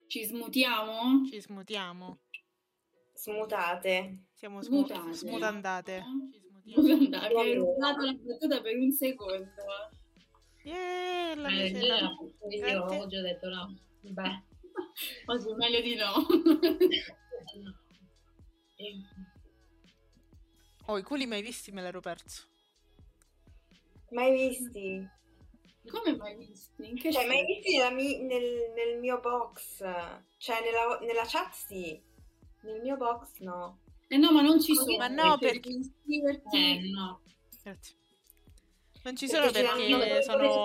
Ci smutiamo? Ci smutiamo. Smutate. Siamo Smutate. smutandate. Smutandate. Mi hai rubato la battuta per un secondo. La misera. Io oggi ho detto no. Beh. Oggi è meglio di no. Oh, i culi mai visti me l'ero perso. Mai visti? Come mai visti? In che Cioè, mai senso? visti nel mio box? Cioè, nella chat sì. Nel mio box no. No, ma non ci sono. Ma no, perché perché... devi iscriverti. No. Grazie. Non ci sono perché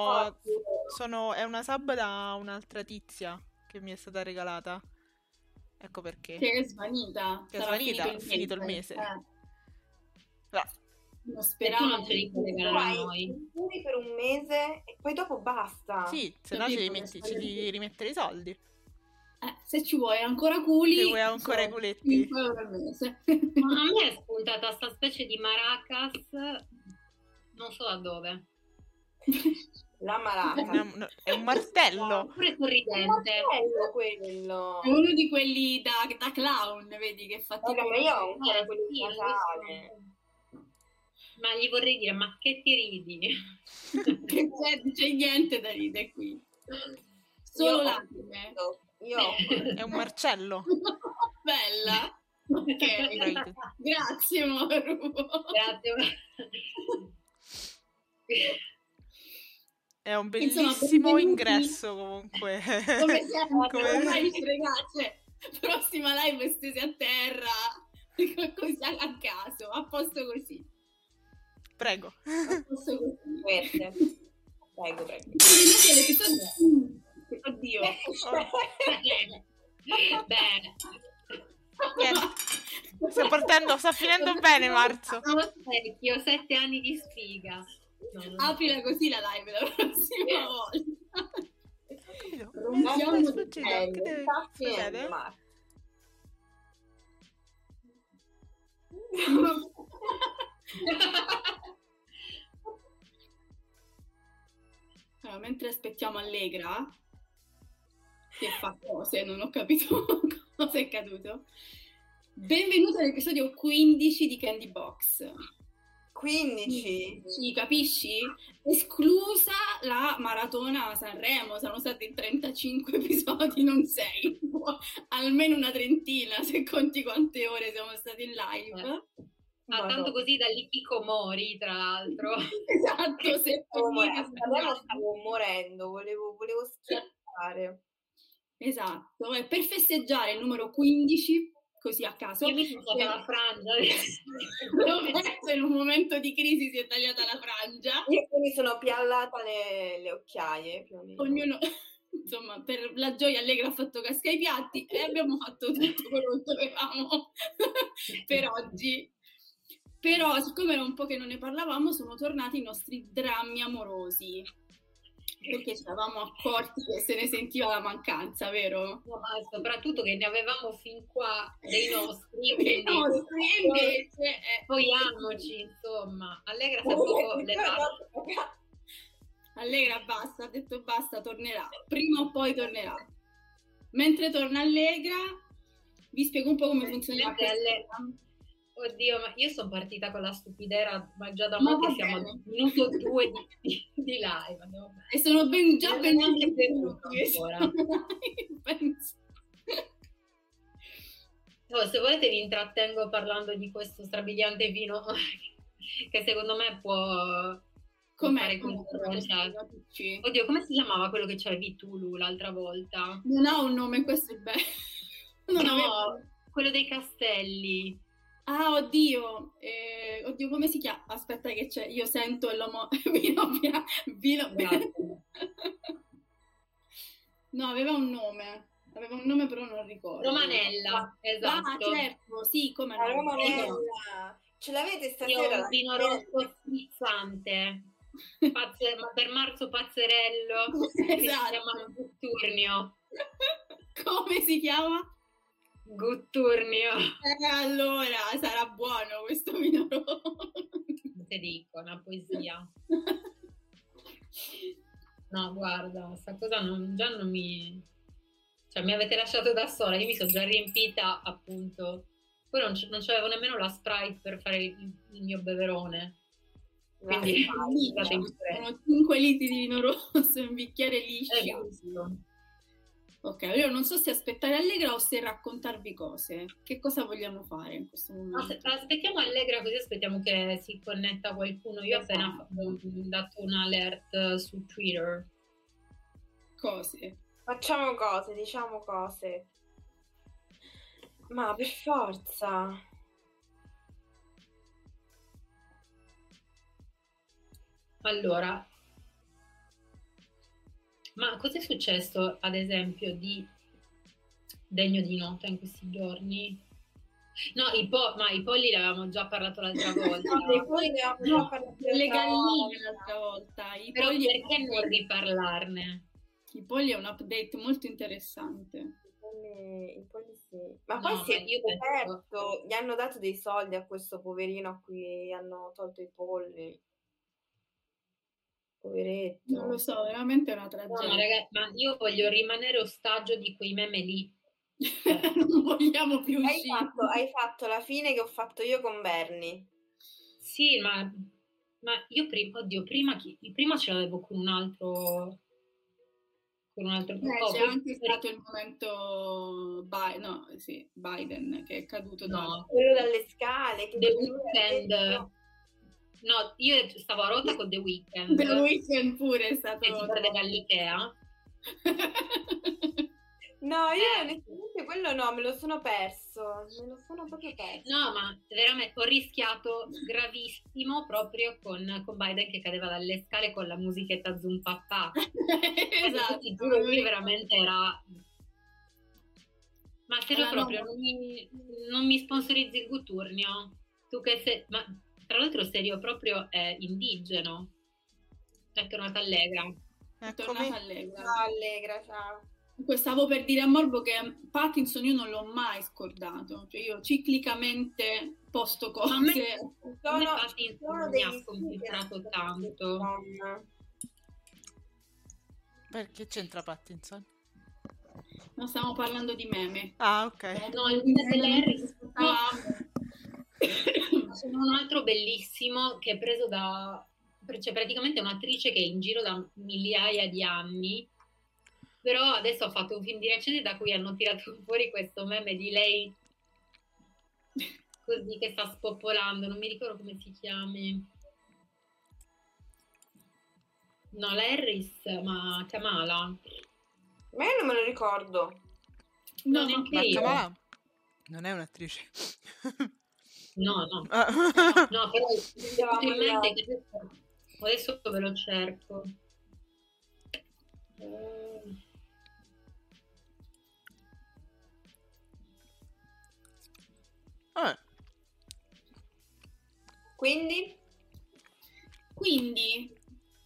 è una sub da un'altra tizia che mi è stata regalata. Ecco perché. Che è svanita. Che è svanita, è finito il mese. Non E tu non ce li puoi regalare a noi. Puri per un mese e poi dopo basta. Sì, se no ci devi rimettere i soldi. Se ci vuoi ancora culi, se vuoi ancora i culetti, 5 euro al mese. Ma a me è spuntata sta specie di maracas, non so da dove. La maraca. È un martello. Pure sorridente. È un martello quello. È uno di quelli da clown, vedi, che fa tipo... Ma io ho ancora quelli di Natale. Ma gli vorrei dire, ma che ti ridi? C'è niente da ridere qui. Solo lacrime. È un marcello. Bella. Ok. Grazie, Moru. Grazie. È un bellissimo ingresso comunque. Come sempre, ormai ragazze, prossima live stesi a terra, così a caso, a posto così. Prego. A posto così. Prego. Oddio. Bene. Sta finendo bene marzo. Io ho 7 anni di sfiga. Aprila così la live la prossima volta. Allora, mentre aspettiamo Allegra che fa cose, non ho capito cosa è accaduto. Benvenuto all'episodio 15 di Candy Box. 15? Sì, capisci? Esclusa la maratona a Sanremo, sono stati 35 episodi, non 6, almeno una trentina se conti quante ore siamo stati in live. Tanto così da Likikomori, tra l'altro. Esatto, se stavo morendo, volevo schiattare. Esatto, e per festeggiare il numero 15, così a caso. Io mi sono fatta la frangia. In un momento di crisi si è tagliata la frangia. Io mi sono piallata le occhiaie, più o meno. Ognuno, insomma, per la gioia Allegra ha fatto casca i piatti e abbiamo fatto tutto quello che dovevamo per oggi. Però, siccome era un po' che non ne parlavamo, sono tornati i nostri drammi amorosi. Perché ci eravamo accorti che se ne sentiva la mancanza, vero? No, ma soprattutto che ne avevamo fin qua dei nostri, invece spogliamoci, insomma. Allegra sta poco Allegra basta, ha detto basta, tornerà, prima o poi tornerà. Mentre torna Allegra, vi spiego un po' come funziona Oddio, ma io sono partita con la stupidera, ma già da mo' che siamo al minuto 2 di live. E sono già ben anche bevuto ancora. Penso. Se volete vi intrattengo parlando di questo strabiliante vino che secondo me può fare concorrenza. Oddio, come si chiamava quello che c'avevi tu l'altra volta? Non ha un nome, questo è bello. Quello dei castelli. Ah, oddio, come si chiama? Aspetta che c'è, io sento l'uomo vino. No, aveva un nome però non ricordo. Romanella, esatto. Ah, certo, sì, come no. Romanella, ce l'avete stasera? Io un vino rosso sprizzante, per marzo pazzerello, esatto. Si chiama Gutturnio. Come si chiama? Gutturnio. Allora, sarà buono questo vino rosso. Ti dico, una poesia. No, guarda, sta cosa già non mi... Cioè, mi avete lasciato da sola, io mi sono già riempita, appunto. Poi non c'avevo nemmeno la Sprite per fare il mio beverone. Quindi sono 5 litri di vino rosso in bicchiere lisci. Ok, io non so se aspettare Allegra o se raccontarvi cose. Che cosa vogliamo fare in questo momento? Aspettiamo Allegra, così aspettiamo che si connetta qualcuno. Io ho appena dato un alert su Twitter. Cose? Facciamo cose, diciamo cose. Ma per forza. Allora, ma cosa è successo, ad esempio, di degno di nota in questi giorni? No, i polli ne avevamo già parlato l'altra volta. No, dei polli ne avevamo già parlato le galline l'altra volta. Però perché non riparlarne? I polli è un update molto interessante. I polli sì. Ma poi si è scoperto, gli hanno dato dei soldi a questo poverino a cui hanno tolto i polli. Poveretto. Non lo so, veramente è una tragedia. No, ragazzi, ma io voglio rimanere ostaggio di quei meme lì. Non vogliamo più uscire. Hai fatto la fine che ho fatto io con Bernie. Sì, ma io prima ce l'avevo con un altro c'è anche stato il momento Biden che è caduto quello dalle scale che The Weeknd. No, io stavo a rotta con The Weeknd. The Weeknd pure è stato che si perdeva all'Ikea. No, io onestamente quello no, me lo sono perso. Me lo sono proprio perso. No, ma veramente ho rischiato gravissimo proprio con Biden che cadeva dalle scale con la musichetta Zoom papà. Esatto. Ti giuro, lui veramente era... Ma se proprio non mi sponsorizzi il Guturnio? Tu che sei... Ma tra l'altro Serio proprio è indigeno. È tornata Allegra. È tornata Allegra. Ciao Allegra, ciao. Stavo per dire a Morbo che Pattinson io non l'ho mai scordato, cioè io ciclicamente posto cose. A me Pattinson mi ha sconquistato tanto. Perché c'entra Pattinson? No, stiamo parlando di meme. Ah, ok. No, il meme dell'Harry. C'è un altro bellissimo che è preso cioè praticamente è un'attrice che è in giro da migliaia di anni. Però adesso ho fatto un film di recente da cui hanno tirato fuori questo meme di lei così che sta spopolando, non mi ricordo come si chiami. No, la Harris, ma Kamala. Ma io non me lo ricordo. No, neanche io. Kamala non è un'attrice. No. No, però adesso ve lo cerco. Quindi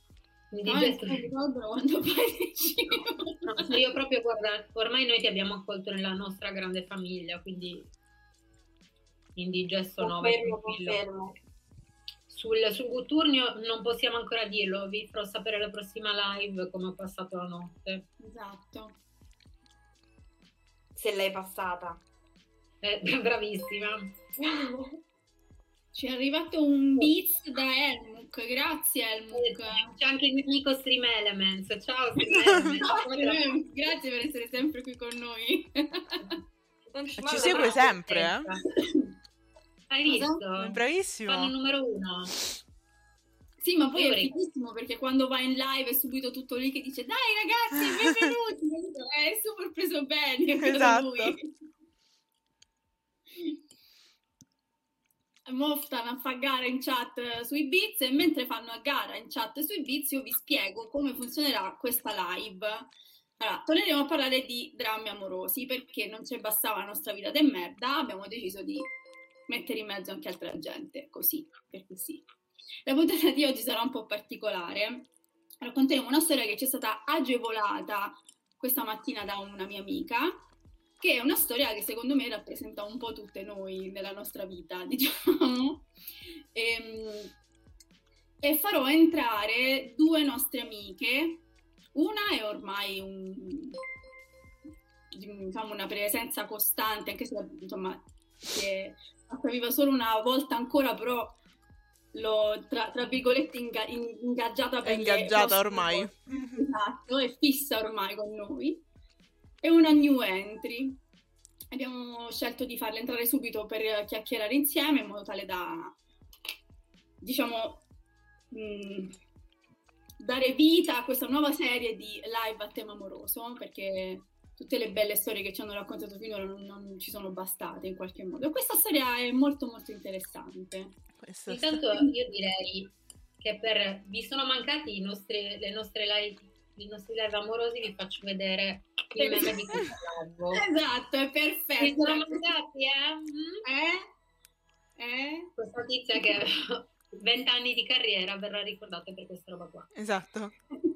quando fai io proprio, guarda, ormai noi ti abbiamo accolto nella nostra grande famiglia, quindi indigesto 9. Confermo. Sul Guturnio non possiamo ancora dirlo, vi farò sapere la prossima live come ho passato la notte. Esatto. Se l'hai passata. Bravissima. Ci è arrivato un beats da Helmut, grazie Helmut. C'è anche il mio amico Stream Elements, ciao Stream Elements. Grazie per essere sempre qui con noi. Ci segue sempre, eh? Hai visto? È bravissimo. Fanno il numero 1. Sì, ma poi è fighissimo perché quando va in live è subito tutto lì che dice dai ragazzi, benvenuti. È super preso bene. Esatto. Mo stanno a fare gara in chat sui Beats e mentre fanno a gara in chat sui Beats io vi spiego come funzionerà questa live. Allora, torneremo a parlare di drammi amorosi perché non ci bastava la nostra vita de merda, abbiamo deciso di mettere in mezzo anche altra gente, così, perché sì. La puntata di oggi sarà un po' particolare. Racconteremo una storia che ci è stata agevolata questa mattina da una mia amica, che è una storia che secondo me rappresenta un po' tutte noi nella nostra vita, diciamo. E farò entrare 2 nostre amiche. Una è ormai diciamo, una presenza costante, anche se insomma che viva solo una volta ancora, però l'ho tra virgolette ingaggiata per ingaggiata ormai. Esatto, è fissa ormai con noi. È una new entry. Abbiamo scelto di farla entrare subito per chiacchierare insieme, in modo tale da, diciamo, dare vita a questa nuova serie di live a tema amoroso, perché tutte le belle storie che ci hanno raccontato finora non ci sono bastate in qualche modo. E questa storia è molto molto interessante. Intanto io direi che vi sono mancati i nostri live amorosi, vi faccio vedere il meme di cui parlavo. Esatto, è perfetto. Vi sono mancati, Questa tizia che 20 anni di carriera verrà ricordata per questa roba qua. Esatto.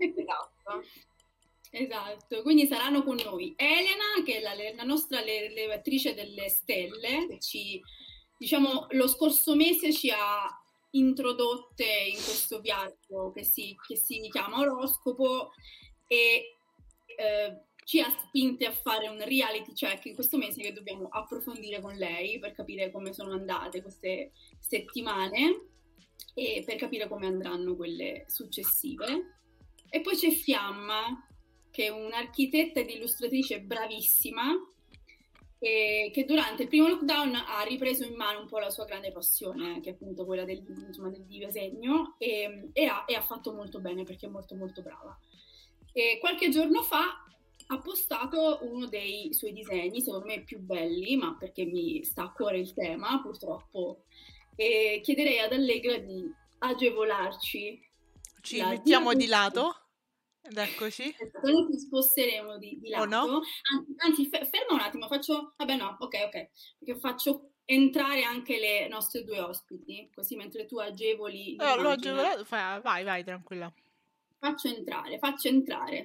Esatto, quindi saranno con noi Elena, che è la nostra levatrice delle stelle, che diciamo, lo scorso mese ci ha introdotte in questo viaggio che si chiama oroscopo e ci ha spinte a fare un reality check in questo mese che dobbiamo approfondire con lei per capire come sono andate queste settimane e per capire come andranno quelle successive. E poi c'è Fiamma, che è un'architetta ed illustratrice bravissima, e che durante il primo lockdown ha ripreso in mano un po' la sua grande passione, che è appunto quella del disegno, e ha fatto molto bene perché è molto molto brava. E qualche giorno fa ha postato uno dei suoi disegni, secondo me più belli, ma perché mi sta a cuore il tema, purtroppo, e chiederei ad Allegra di agevolarci. Ci mettiamo di lato. Ed eccoci. Noi ci sposteremo di lato. No? Anzi, ferma un attimo, faccio... Vabbè no, ok. Perché faccio entrare anche le nostre due ospiti, così mentre tu agevoli... L'ho agevolato, vai, tranquilla. Faccio entrare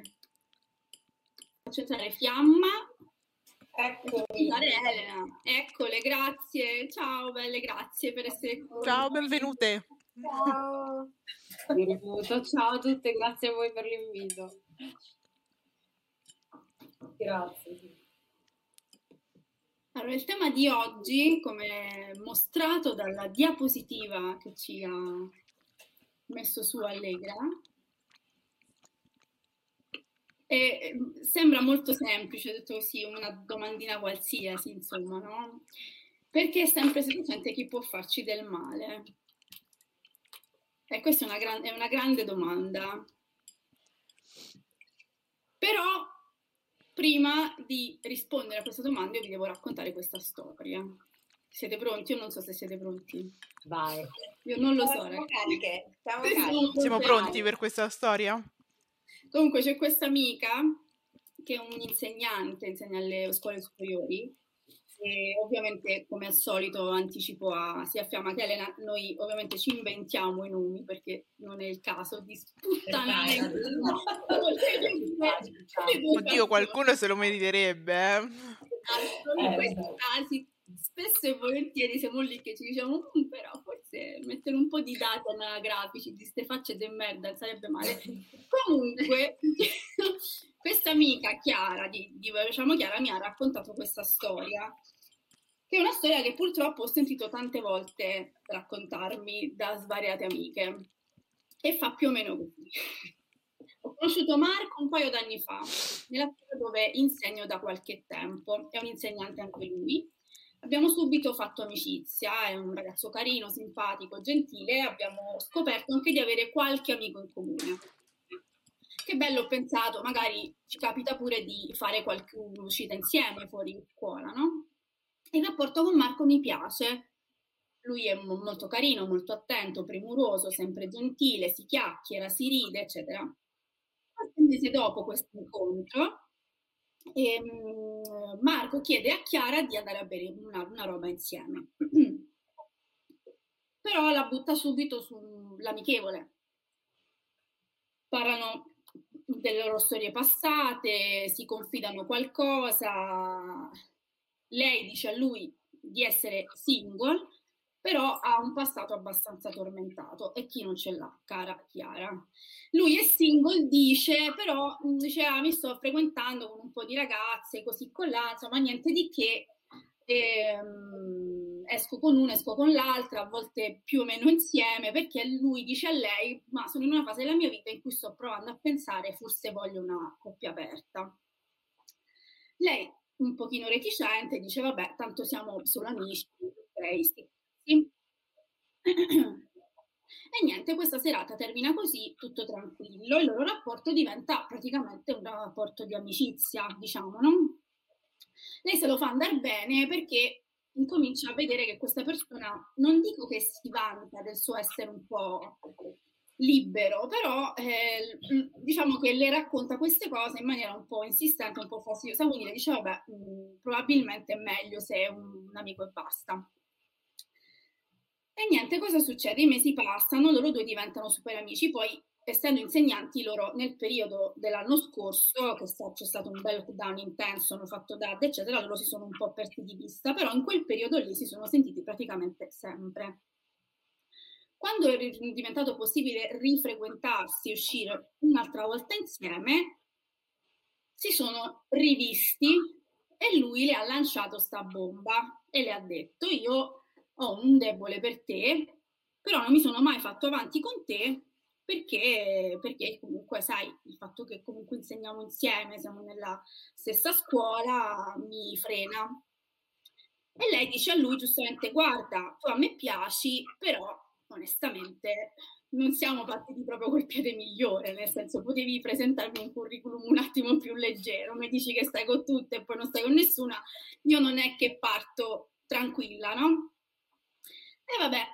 Fiamma. Ecco. Elena. Eccole, grazie. Ciao, belle, grazie per essere qui. Ciao, benvenute. Ciao. Ciao a tutte, grazie a voi per l'invito. Grazie. Allora, il tema di oggi, come mostrato dalla diapositiva che ci ha messo su Allegra, sembra molto semplice, detto così, una domandina qualsiasi, insomma, no? Perché è sempre seducente chi può farci del male? E questa è una grande domanda. Però, prima di rispondere a questa domanda, io vi devo raccontare questa storia. Siete pronti? Io non so se siete pronti. Vai. Io non lo so, ragazzi. Siamo pronti per questa storia? Comunque c'è questa amica che è un insegnante, insegna alle scuole superiori, e ovviamente come al solito anticipo sia a Fiamma che a Elena, noi ovviamente ci inventiamo i nomi perché non è il caso di sputtanare. Oddio, qualcuno se lo meriterebbe. In questi casi spesso e volentieri siamo lì che ci diciamo però forse mettere un po' di dati anagrafici di ste facce de merda sarebbe male. Comunque questa amica Chiara Chiara mi ha raccontato questa storia, che è una storia che purtroppo ho sentito tante volte raccontarmi da svariate amiche e fa più o meno così. Ho conosciuto Marco un paio d'anni fa nella scuola dove insegno da qualche tempo, è un insegnante anche lui. Abbiamo subito fatto amicizia, è un ragazzo carino, simpatico, gentile, e abbiamo scoperto anche di avere qualche amico in comune. Che bello, ho pensato, magari ci capita pure di fare qualche uscita insieme fuori scuola, no? Il rapporto con Marco mi piace, lui è molto carino, molto attento, premuroso, sempre gentile, si chiacchiera, si ride, eccetera. Qualche mese dopo questo incontro, Marco chiede a Chiara di andare a bere una roba insieme, però la butta subito sull'amichevole. Parlano delle loro storie passate, si confidano qualcosa, lei dice a lui di essere single, però ha un passato abbastanza tormentato, e chi non ce l'ha, cara Chiara? Lui è single, dice, però mi sto frequentando con un po' di ragazze, così con là, insomma niente di che, esco con una, esco con l'altra, a volte più o meno insieme, perché lui dice a lei, ma sono in una fase della mia vita in cui sto provando a pensare, forse voglio una coppia aperta. Lei, un pochino reticente, dice, vabbè, tanto siamo solo amici, ok, sì. E niente, questa serata termina così, tutto tranquillo, il loro rapporto diventa praticamente un rapporto di amicizia, diciamo, no? Lei se lo fa andare bene perché incomincia a vedere che questa persona, non dico che si vanta del suo essere un po' libero, però diciamo che le racconta queste cose in maniera un po' insistente, un po' fastidiosa, quindi le dice vabbè, probabilmente è meglio se è un amico e basta. E niente, cosa succede? I mesi passano, loro due diventano super amici, poi essendo insegnanti loro nel periodo dell'anno scorso, che c'è stato un bel lockdown intenso, hanno fatto DAD eccetera, loro si sono un po' persi di vista, però in quel periodo lì si sono sentiti praticamente sempre. Quando è diventato possibile rifrequentarsi, uscire un'altra volta insieme, si sono rivisti e lui le ha lanciato sta bomba e le ha detto io ho un debole per te, però non mi sono mai fatto avanti con te perché comunque sai, il fatto che comunque insegniamo insieme, siamo nella stessa scuola, mi frena. E lei dice a lui giustamente, guarda, tu a me piaci, però onestamente non siamo partiti proprio col piede migliore, nel senso potevi presentarmi un curriculum un attimo più leggero, mi dici che stai con tutte e poi non stai con nessuna, io non è che parto tranquilla, no? E vabbè,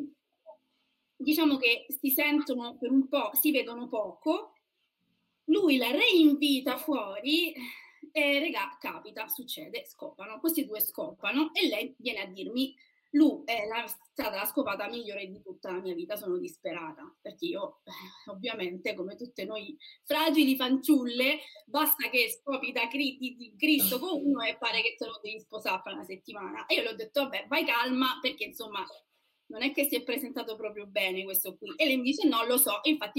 diciamo che si sentono per un po', si vedono poco, lui la reinvita fuori e regà, capita, succede, scopano, questi due scopano e lei viene a dirmi è stata la scopata migliore di tutta la mia vita, sono disperata, perché io ovviamente come tutte noi fragili fanciulle basta che scopi da Cristo con uno e pare che te lo devi sposare per una settimana, e io le ho detto vabbè vai calma perché insomma non è che si è presentato proprio bene questo qui, e lei mi dice no lo so, infatti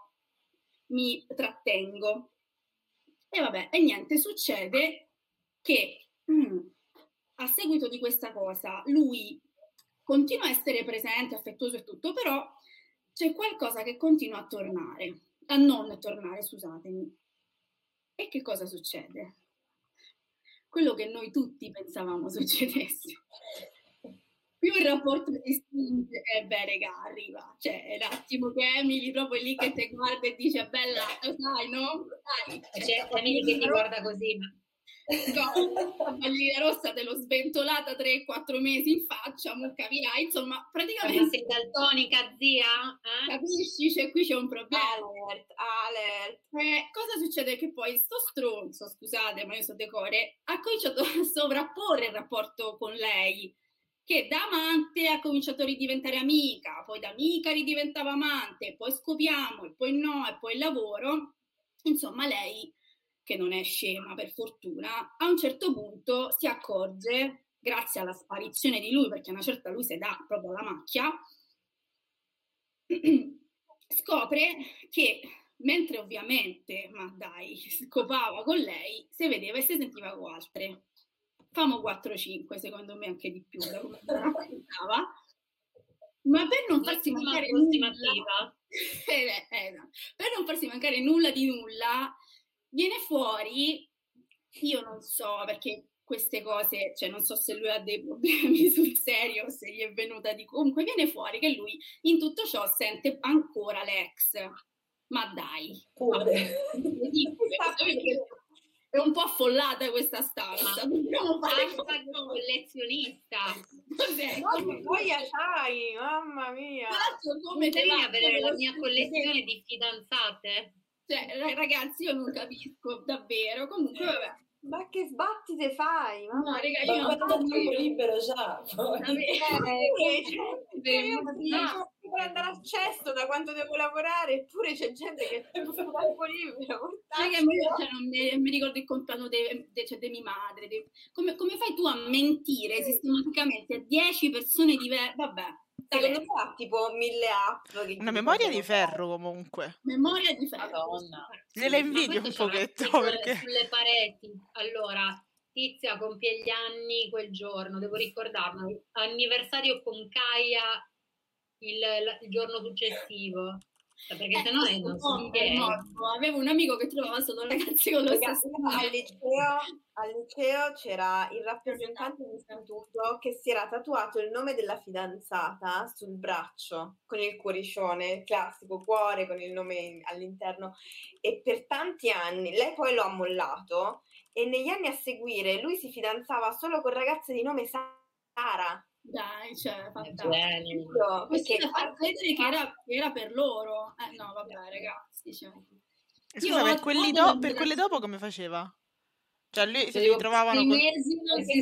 mi trattengo. E vabbè, e niente, succede che a seguito di questa cosa lui continua a essere presente, affettuoso e tutto, però c'è qualcosa che continua a non tornare, scusatemi. E che cosa succede? Quello che noi tutti pensavamo succedesse. Più il rapporto si stringe, regà, arriva. Cioè, è un attimo che Emily proprio lì che ti guarda e dice, bella, sai, no? Dai. C'è Emily che ti guarda così. No, la pallina rossa te l'ho sventolata 3-4 mesi in faccia, mo capirai, insomma, praticamente... Ma sei daltonica, zia? Capisci? Qui c'è un problema. Alert. Cosa succede? Che poi sto stronzo, scusate, ma io so decore, ha cominciato a sovrapporre il rapporto con lei, che da amante ha cominciato a ridiventare amica, poi da amica ridiventava amante, poi scopiamo, e poi no, e poi il lavoro. Insomma, lei, che non è scema per fortuna, a un certo punto si accorge, grazie alla sparizione di lui, perché a una certa lui si dà proprio alla macchia, scopre che mentre ovviamente, ma dai, scopava con lei, si vedeva e si sentiva con altre. Famo 4-5, secondo me anche di più, da come la raccontava. Ma per non farsi mancare nulla, per non farsi mancare nulla di nulla, viene fuori, io non so, perché queste cose, cioè non so se lui ha dei problemi sul serio, se gli è venuta di... Comunque viene fuori che lui in tutto ciò sente ancora l'ex. Ma dai. È un po' affollata questa stanza. Dobbiamo fare collezionista. Che voglia c'hai, mamma mia. Come devi avere la mia collezione di fidanzate? Cioè, ragazzi, io non capisco davvero. Comunque, vabbè. Ma che sbattite fai? No, raga, io non ho tempo libero già. per andare a Cesto da quando devo lavorare, eppure c'è gente che fa questo tempo libero. Non mi ricordo il compleanno di mia madre. Come fai tu a mentire sistematicamente a 10 persone diverse? Vabbè. Secondo me ha tipo 1000 app. Una memoria di ferro comunque. Memoria di ferro. Madonna. Gliela invidio un pochetto perché... Sulle pareti. Allora, Tizia compie gli anni quel giorno, devo ricordarlo. Anniversario con Kaia il giorno successivo. Perché sennò non so che... Avevo un amico che trovava solo ragazzi con lo stesso al liceo c'era il rappresentante dell'istituto che si era tatuato il nome della fidanzata sul braccio con il cuoricione, il classico cuore con il nome all'interno, e per tanti anni lei poi lo ha mollato e negli anni a seguire lui si fidanzava solo con ragazze di nome Sara. Dai, cioè, fantastico. Perché fa credere che era per loro. No, vabbè, ragazzi. Cioè. Scusa, per quelle dopo come faceva? Cioè, lui si ritrovavano con... mesi non si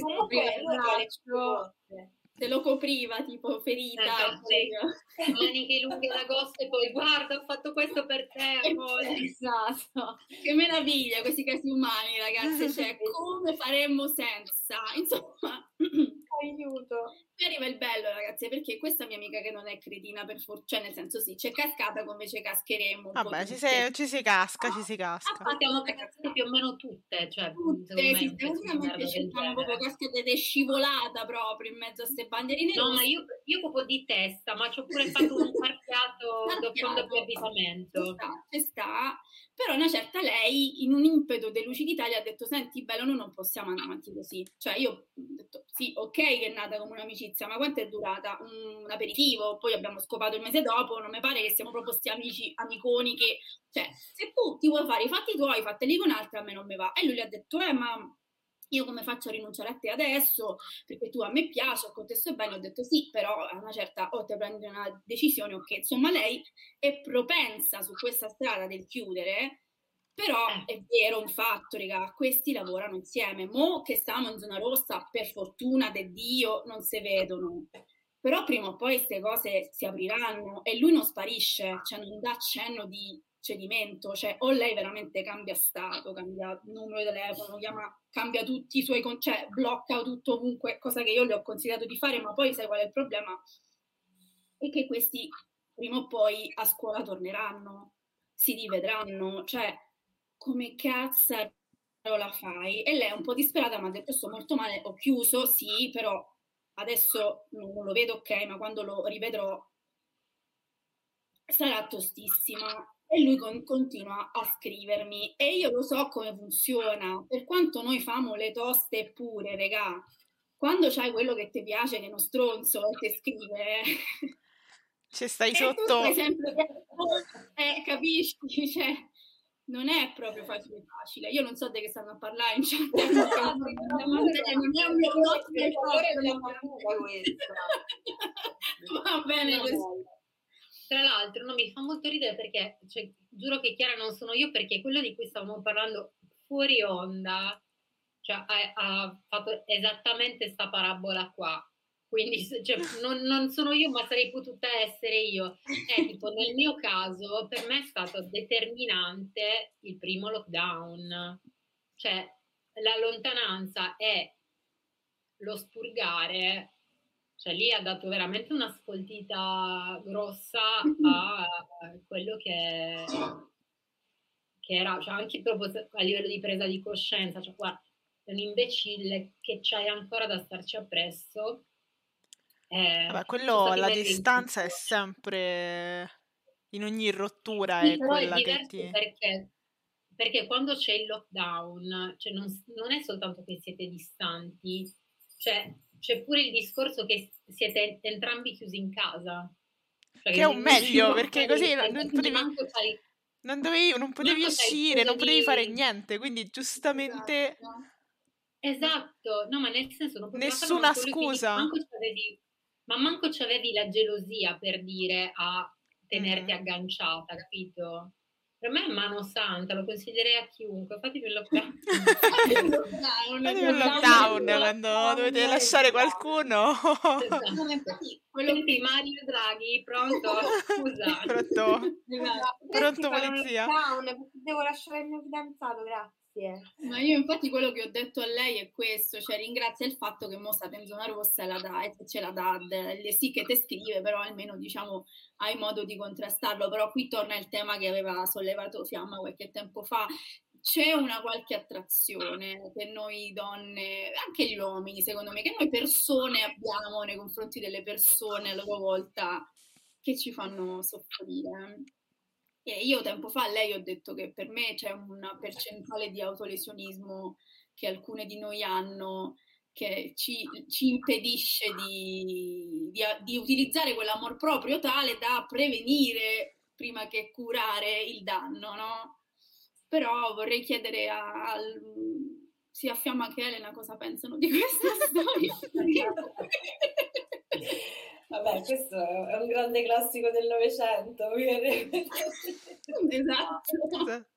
se lo copriva, tipo ferita. Maniche lunghe d'agosto e poi guarda, ho fatto questo per te. Esatto. Che meraviglia questi casi umani, ragazzi. Cioè, come faremmo senza? Insomma... Aiuto. E arriva il bello, ragazzi, perché questa mia amica che non è cretina, cioè nel senso sì, c'è cascata come ci cascheremo. Vabbè, ci si casca. Siamo cascate più o meno tutte, cioè sicuramente c'è proprio cascata ed è scivolata proprio in mezzo a queste bandierine. No, ma io proprio di testa, ma ci ho pure fatto un parchiato dopo avvisamento. Ci sta. Però una certa lei, in un impeto di lucidità, gli ha detto: senti, bello, noi non possiamo andare avanti così. Cioè io ho detto, sì, ok che è nata come un'amicizia, ma quanto è durata? Un aperitivo, poi abbiamo scopato il mese dopo, non mi pare che siamo proprio sti amici, amiconi che... Cioè, se tu ti vuoi fare i fatti tuoi, fateli con altri, a me non mi va. E lui gli ha detto, ma... io come faccio a rinunciare a te adesso, perché tu a me piaci, ho contesto bene, ho detto sì, però a una certa o te prendi una decisione o che, insomma, lei è propensa su questa strada del chiudere, però è vero un fatto, raga, questi lavorano insieme, mo che stiamo in zona rossa, per fortuna di Dio non si vedono, però prima o poi queste cose si apriranno e lui non sparisce, cioè non dà cenno di cedimento, cioè o lei veramente cambia stato, cambia numero di telefono, cambia tutti i suoi cioè blocca tutto ovunque, cosa che io le ho consigliato di fare, ma poi sai qual è il problema? È che questi prima o poi a scuola torneranno, si rivedranno, cioè come cazzo la fai? E lei è un po' disperata, mi ha detto sto molto male, ho chiuso, sì, però adesso non lo vedo ok, ma quando lo rivedrò sarà tostissima. E lui continua a scrivermi e io lo so come funziona, per quanto noi famo le toste pure, regà, quando c'hai quello che ti piace, che è uno stronzo e ti scrive ci stai sotto per esempio, capisci, cioè non è proprio facile, io non so di che stanno a parlare in chat, non è un mio va bene così. Tra l'altro non mi fa molto ridere perché, cioè, giuro che Chiara non sono io, perché quello di cui stavamo parlando fuori onda, cioè ha fatto esattamente sta parabola qua, quindi cioè, non sono io, ma sarei potuta essere io. Tipo nel mio caso per me è stato determinante il primo lockdown, cioè la lontananza e lo spurgare. Cioè lì ha dato veramente una sfoltita grossa a quello che era, cioè anche proprio a livello di presa di coscienza, cioè guarda, è un imbecille che c'hai ancora da starci appresso. Vabbè, quello, la distanza è sempre in ogni rottura, sì, è però quella è diverso che ti... perché quando c'è il lockdown, cioè non è soltanto che siete distanti, cioè c'è pure il discorso che siete entrambi chiusi in casa. Cioè che è un meglio, perché così non potevi uscire, non potevi fare niente, quindi giustamente... Esatto, no, ma nel senso non nessuna scusa. Ma manco c'avevi la gelosia, per dire, a tenerti agganciata, capito? Per me è mano santa, lo consiglierei a chiunque. Fatevi un lockdown. Fatevi un lockdown quando dovete lasciare qualcuno. Senti, Mario Draghi, pronto? Scusa. Pronto polizia. Devo lasciare il mio fidanzato, grazie. Ma io infatti quello che ho detto a lei è questo, cioè ringrazia il fatto che mo sta in zona rossa e la dà, e ce la dà, le sì che te scrive, però almeno diciamo hai modo di contrastarlo. Però qui torna il tema che aveva sollevato Fiamma qualche tempo fa. C'è una qualche attrazione che noi donne, anche gli uomini secondo me, che noi persone abbiamo nei confronti delle persone a loro volta che ci fanno soffrire. E io tempo fa a lei ho detto che per me c'è una percentuale di autolesionismo che alcune di noi hanno che ci impedisce di utilizzare quell'amor proprio tale da prevenire prima che curare il danno, no? Però vorrei chiedere sia a Fiamma che a Elena cosa pensano di questa storia. Vabbè, questo è un grande classico del Novecento. Esatto.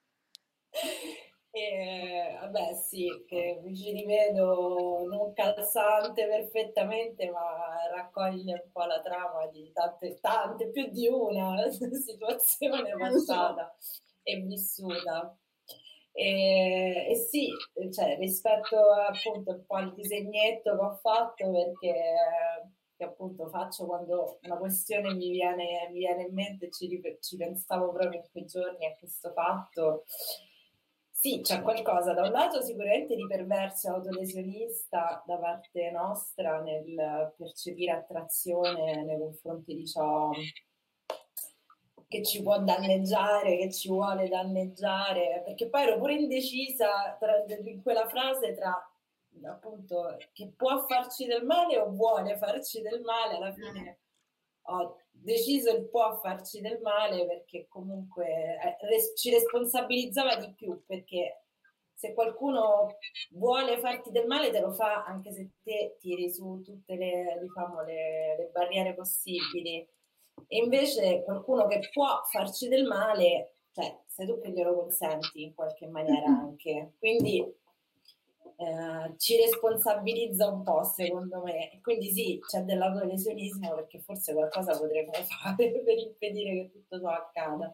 Vabbè, sì, che mi ci rivedo non calzante perfettamente, ma raccoglie un po' la trama di tante, più di una situazione passata e vissuta. E sì, cioè, rispetto appunto un po' al disegnetto che ho fatto, perché che appunto faccio quando una questione mi viene in mente, ci pensavo proprio in quei giorni a questo fatto. Sì, c'è qualcosa da un lato sicuramente di perverso e autolesionista da parte nostra nel percepire attrazione nei confronti di ciò che ci può danneggiare, che ci vuole danneggiare, perché poi ero pure indecisa in quella frase tra appunto che può farci del male o vuole farci del male. Alla fine ho deciso il può farci del male perché comunque ci responsabilizzava di più, perché se qualcuno vuole farti del male te lo fa anche se te tiri su tutte le, diciamo, le barriere possibili. E invece qualcuno che può farci del male, cioè sei tu che glielo consenti in qualche maniera anche, quindi ci responsabilizza un po', secondo me. Quindi sì, c'è dell'autolesionismo, perché forse qualcosa potremmo fare per impedire che tutto ciò accada.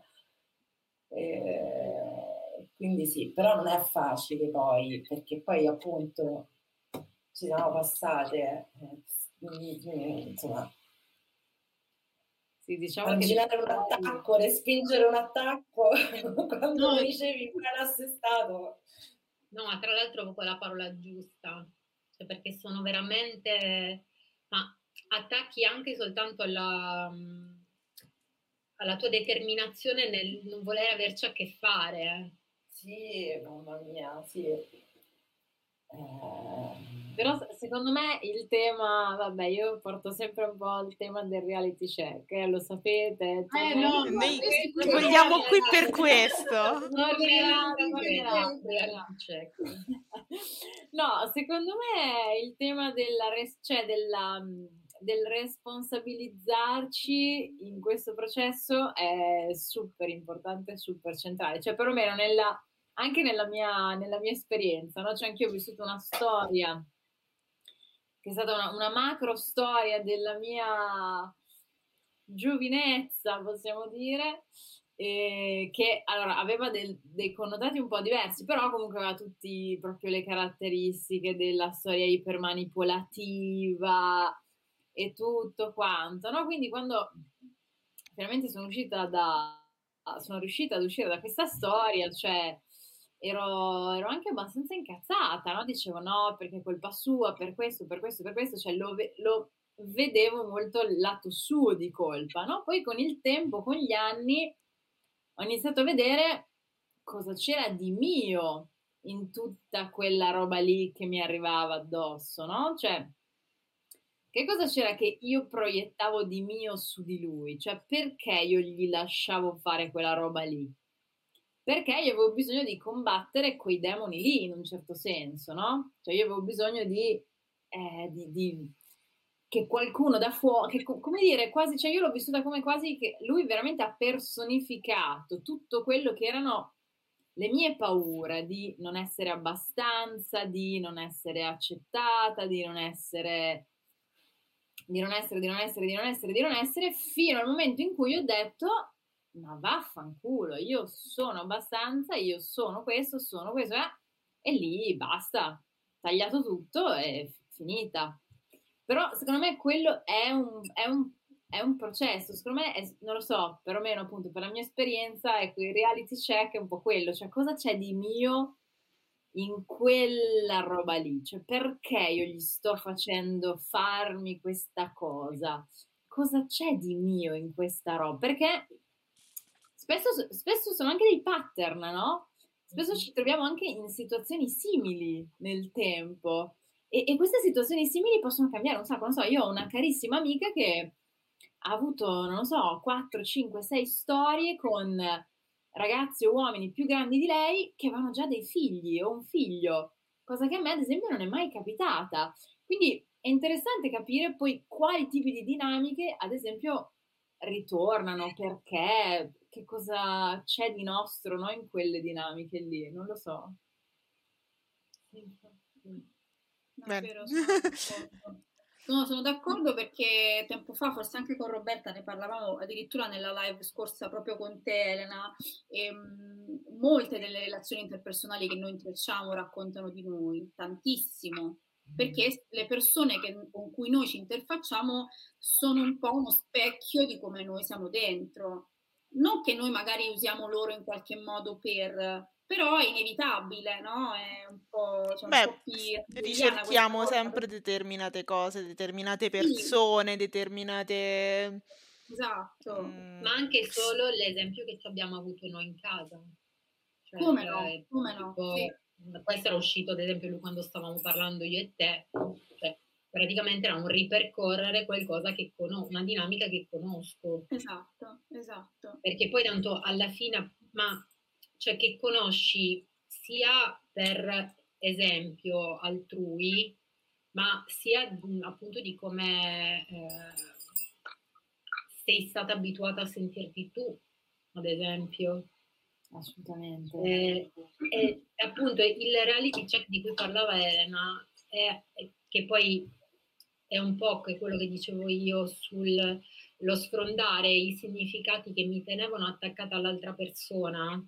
Quindi sì, però non è facile poi, perché poi appunto ci siamo passate, insomma. Sì, diciamo immaginare un attacco, respingere un attacco quando lo ricevi in plan assestato. No, ma tra l'altro con la parola giusta, cioè perché sono veramente, ma attacchi anche soltanto alla tua determinazione nel non voler averci a che fare. Sì, mamma mia, sì. Però secondo me il tema, vabbè, io porto sempre un po' il tema del reality check, lo sapete. No, noi vogliamo qui per questo. No, secondo me il tema del responsabilizzarci in questo processo è super importante, super centrale, cioè perlomeno anche nella mia esperienza, no? Cioè anch'io ho vissuto una storia che è stata una macro storia della mia giovinezza, possiamo dire, che allora aveva dei connotati un po' diversi, però comunque aveva tutti proprio le caratteristiche della storia ipermanipolativa e tutto quanto, no? Quindi quando finalmente sono riuscita ad uscire da questa storia, cioè ero anche abbastanza incazzata, no? Dicevo no, perché è colpa sua, per questo, cioè lo vedevo molto il lato suo di colpa, no? Poi con il tempo, con gli anni, ho iniziato a vedere cosa c'era di mio in tutta quella roba lì che mi arrivava addosso, no? Cioè, che cosa c'era che io proiettavo di mio su di lui? Cioè, perché io gli lasciavo fare quella roba lì? Perché io avevo bisogno di combattere quei demoni lì, in un certo senso, no? Cioè io avevo bisogno di che qualcuno da fuori, come dire, quasi, cioè io l'ho vissuta come quasi che lui veramente ha personificato tutto quello che erano le mie paure di non essere abbastanza, di non essere accettata, di non essere, fino al momento in cui ho detto, ma vaffanculo, io sono abbastanza, io sono questo, e lì basta, tagliato tutto e finita. Però secondo me quello è un processo, secondo me, non lo so, perlomeno appunto per la mia esperienza, ecco, il reality check è un po' quello, cioè cosa c'è di mio in quella roba lì, cioè perché io gli sto facendo farmi questa cosa? Cosa c'è di mio in questa roba? Perché spesso sono anche dei pattern, no? Spesso ci troviamo anche in situazioni simili nel tempo. E queste situazioni simili possono cambiare un sacco. Non so, io ho una carissima amica che ha avuto, non lo so, 4, 5, 6 storie con ragazzi o uomini più grandi di lei che avevano già dei figli o un figlio, cosa che a me ad esempio non è mai capitata. Quindi è interessante capire poi quali tipi di dinamiche ad esempio ritornano, perché, che cosa c'è di nostro, no, in quelle dinamiche lì, non lo so. Vero, sono d'accordo perché tempo fa, forse anche con Roberta, ne parlavamo addirittura nella live scorsa proprio con te, Elena, e molte delle relazioni interpersonali che noi intrecciamo raccontano di noi, tantissimo, perché le persone con cui noi ci interfacciamo sono un po' uno specchio di come noi siamo dentro. Non che noi magari usiamo loro in qualche modo però è inevitabile, no? È un po', cioè un po' ricerchiamo sempre determinate cose, determinate persone, sì. Determinate... Esatto. Ma anche solo l'esempio che abbiamo avuto noi in casa. Cioè, come no? Tipo, sì. Questo era uscito, ad esempio, lui quando stavamo parlando io e te, cioè praticamente era un ripercorrere qualcosa che una dinamica che conosco. Esatto. Perché poi tanto alla fine, cioè che conosci sia per esempio altrui, ma sia appunto di come sei stata abituata a sentirti tu, ad esempio. Assolutamente. E appunto il reality check di cui parlava Elena è che poi è un po' quello che dicevo io sullo sfrondare i significati che mi tenevano attaccata all'altra persona.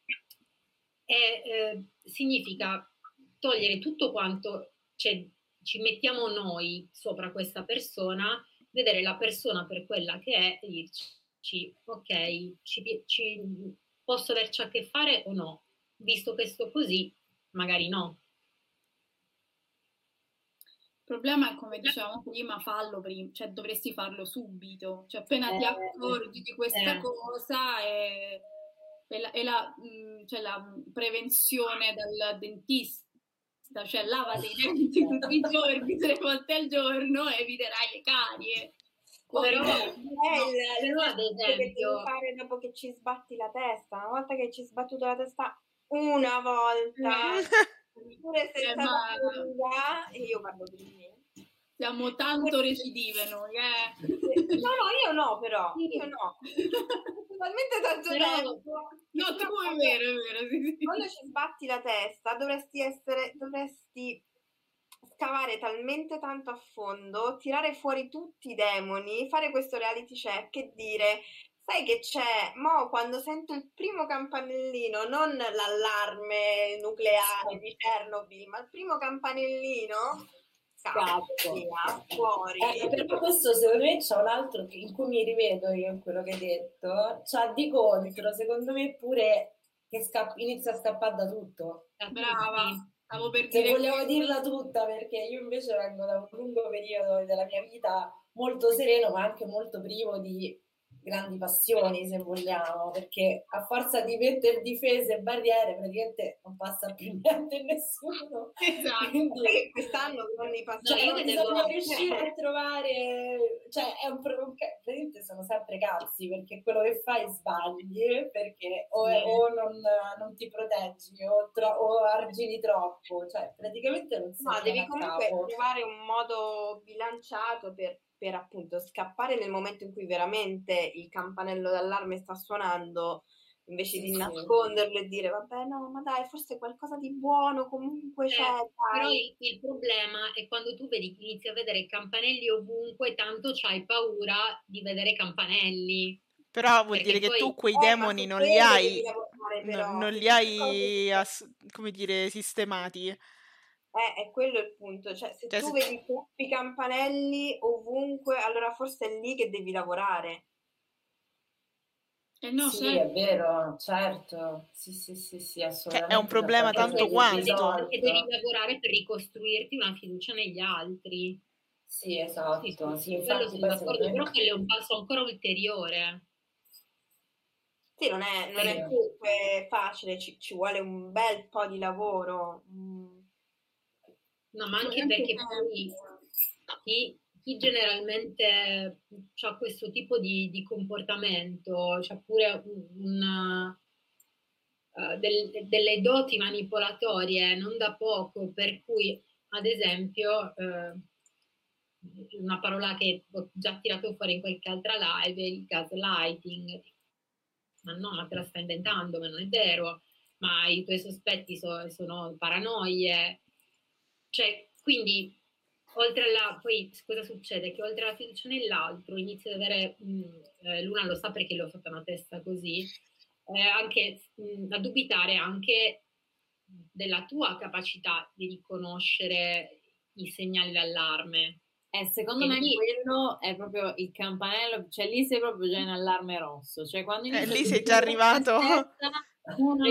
Significa togliere tutto quanto ci mettiamo noi sopra questa persona, vedere la persona per quella che è e dirci ok, posso averci a che fare o no? Visto che sto così, magari no. Il problema è, come dicevamo prima, fallo prima, cioè dovresti farlo subito, cioè appena ti accorgi di questa cosa cioè la prevenzione dal dentista, cioè lavati i denti tutti i giorni, 3 volte al giorno, eviterai le carie. Però ad esempio che devi fare dopo che ci sbatti la testa, una volta che ci hai sbattuto la testa una volta, pure senza paura, e io parlo di me. Siamo tanto recidive noi, No, io no, però. Io no. Totalmente tanto tempo. No, tu è vero. Sì. Quando ci sbatti la testa dovresti scavare talmente tanto a fondo, tirare fuori tutti i demoni, fare questo reality check e dire... Sai che c'è? Mo' quando sento il primo campanellino, non l'allarme nucleare di Chernobyl, ma il primo campanellino, via, fuori. Per questo secondo me c'è un altro in cui mi rivedo io in quello che hai detto, c'ha di contro, secondo me pure che inizia a scappare da tutto. Brava, stavo per dire. Se vogliamo dirla tutta, perché io invece vengo da un lungo periodo della mia vita molto sereno, ma anche molto privo di grandi passioni, se vogliamo, perché a forza di mettere difese e barriere praticamente non passa più niente a nessuno. Esatto. Quindi quest'anno grandi passioni. io bisogna riuscire a trovare, cioè è praticamente sono sempre cazzi, perché quello che fai sbagli, perché o non ti proteggi o argini troppo, cioè praticamente non si devi comunque trovare un modo bilanciato per appunto scappare nel momento in cui veramente il campanello d'allarme sta suonando, invece di nasconderlo e dire vabbè no, ma dai, forse qualcosa di buono comunque c'è. Però il problema è quando tu inizi a vedere campanelli ovunque, tanto c'hai paura di vedere campanelli. Però vuol dire che tu quei demoni non li hai, non li hai, come dire, sistemati. È quello il punto, cioè se tu vedi troppi campanelli ovunque, allora forse è lì che devi lavorare. No, sì, è vero, certo, sì, assolutamente. Cioè, è un problema tanto quanto. E devi lavorare per ricostruirti una fiducia negli altri. Sì, esatto. Sì, infatti, sono d'accordo, però quello è un passo ancora ulteriore. Sì, non è comunque facile, ci vuole un bel po' di lavoro. No, ma anche perché poi chi generalmente ha questo tipo di comportamento, c'ha pure delle doti manipolatorie non da poco, per cui ad esempio una parola che ho già tirato fuori in qualche altra live, il gaslighting. Ma no, ma te la stai inventando, ma non è vero, ma i tuoi sospetti sono paranoie. Cioè, quindi, poi cosa succede? Che oltre alla fiducia nell'altro inizi ad avere, Luna lo sa perché l'ho fatta una testa così, anche a dubitare anche della tua capacità di riconoscere i segnali d'allarme. Secondo me quello è proprio il campanello, cioè lì sei proprio già in allarme rosso, cioè quando lì sei già arrivato. No,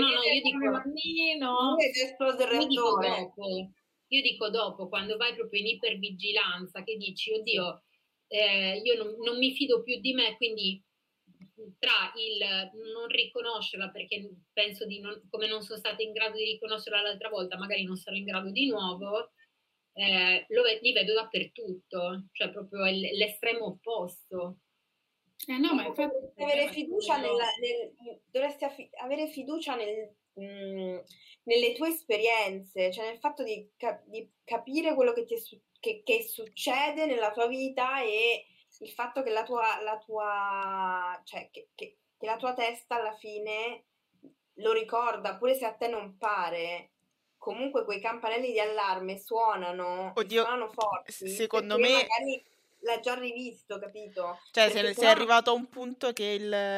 io dico dopo, quando vai proprio in ipervigilanza, che dici, oddio, io non mi fido più di me, quindi tra il non riconoscerla perché penso come non sono stata in grado di riconoscerla l'altra volta, magari non sarò in grado di nuovo, li vedo dappertutto, cioè proprio l'estremo opposto. No, ma infatti dovresti avere fiducia dovresti avere fiducia nelle tue esperienze, cioè nel fatto di capire quello che succede nella tua vita e il fatto che la tua cioè che la tua testa alla fine lo ricorda, pure se a te non pare. Comunque quei campanelli di allarme suonano forti. Secondo me magari l'ha già rivisto, capito? Cioè sei arrivato a un punto che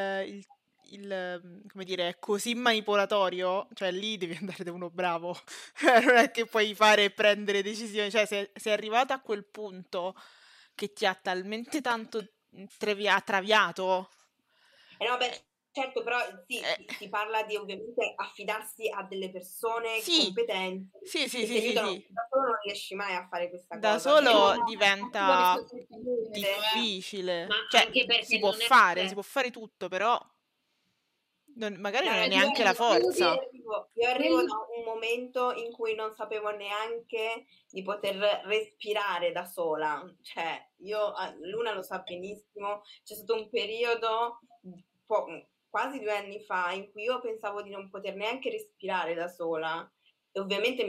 il come dire, è così manipolatorio, cioè lì devi andare da uno bravo. Non è che puoi fare e prendere decisioni, cioè sei arrivato a quel punto che ti ha talmente tanto traviato. No, beh, certo, però si parla di ovviamente affidarsi a delle persone competenti. Sì. Da solo non riesci mai a fare questa cosa. Da solo diventa difficile. Cioè, anche perché si può fare tutto, però magari non è neanche la forza. Io arrivo da un momento in cui non sapevo neanche di poter respirare da sola. Cioè, Luna lo sa benissimo, c'è stato un periodo quasi 2 anni fa in cui io pensavo di non poter neanche respirare da sola e ovviamente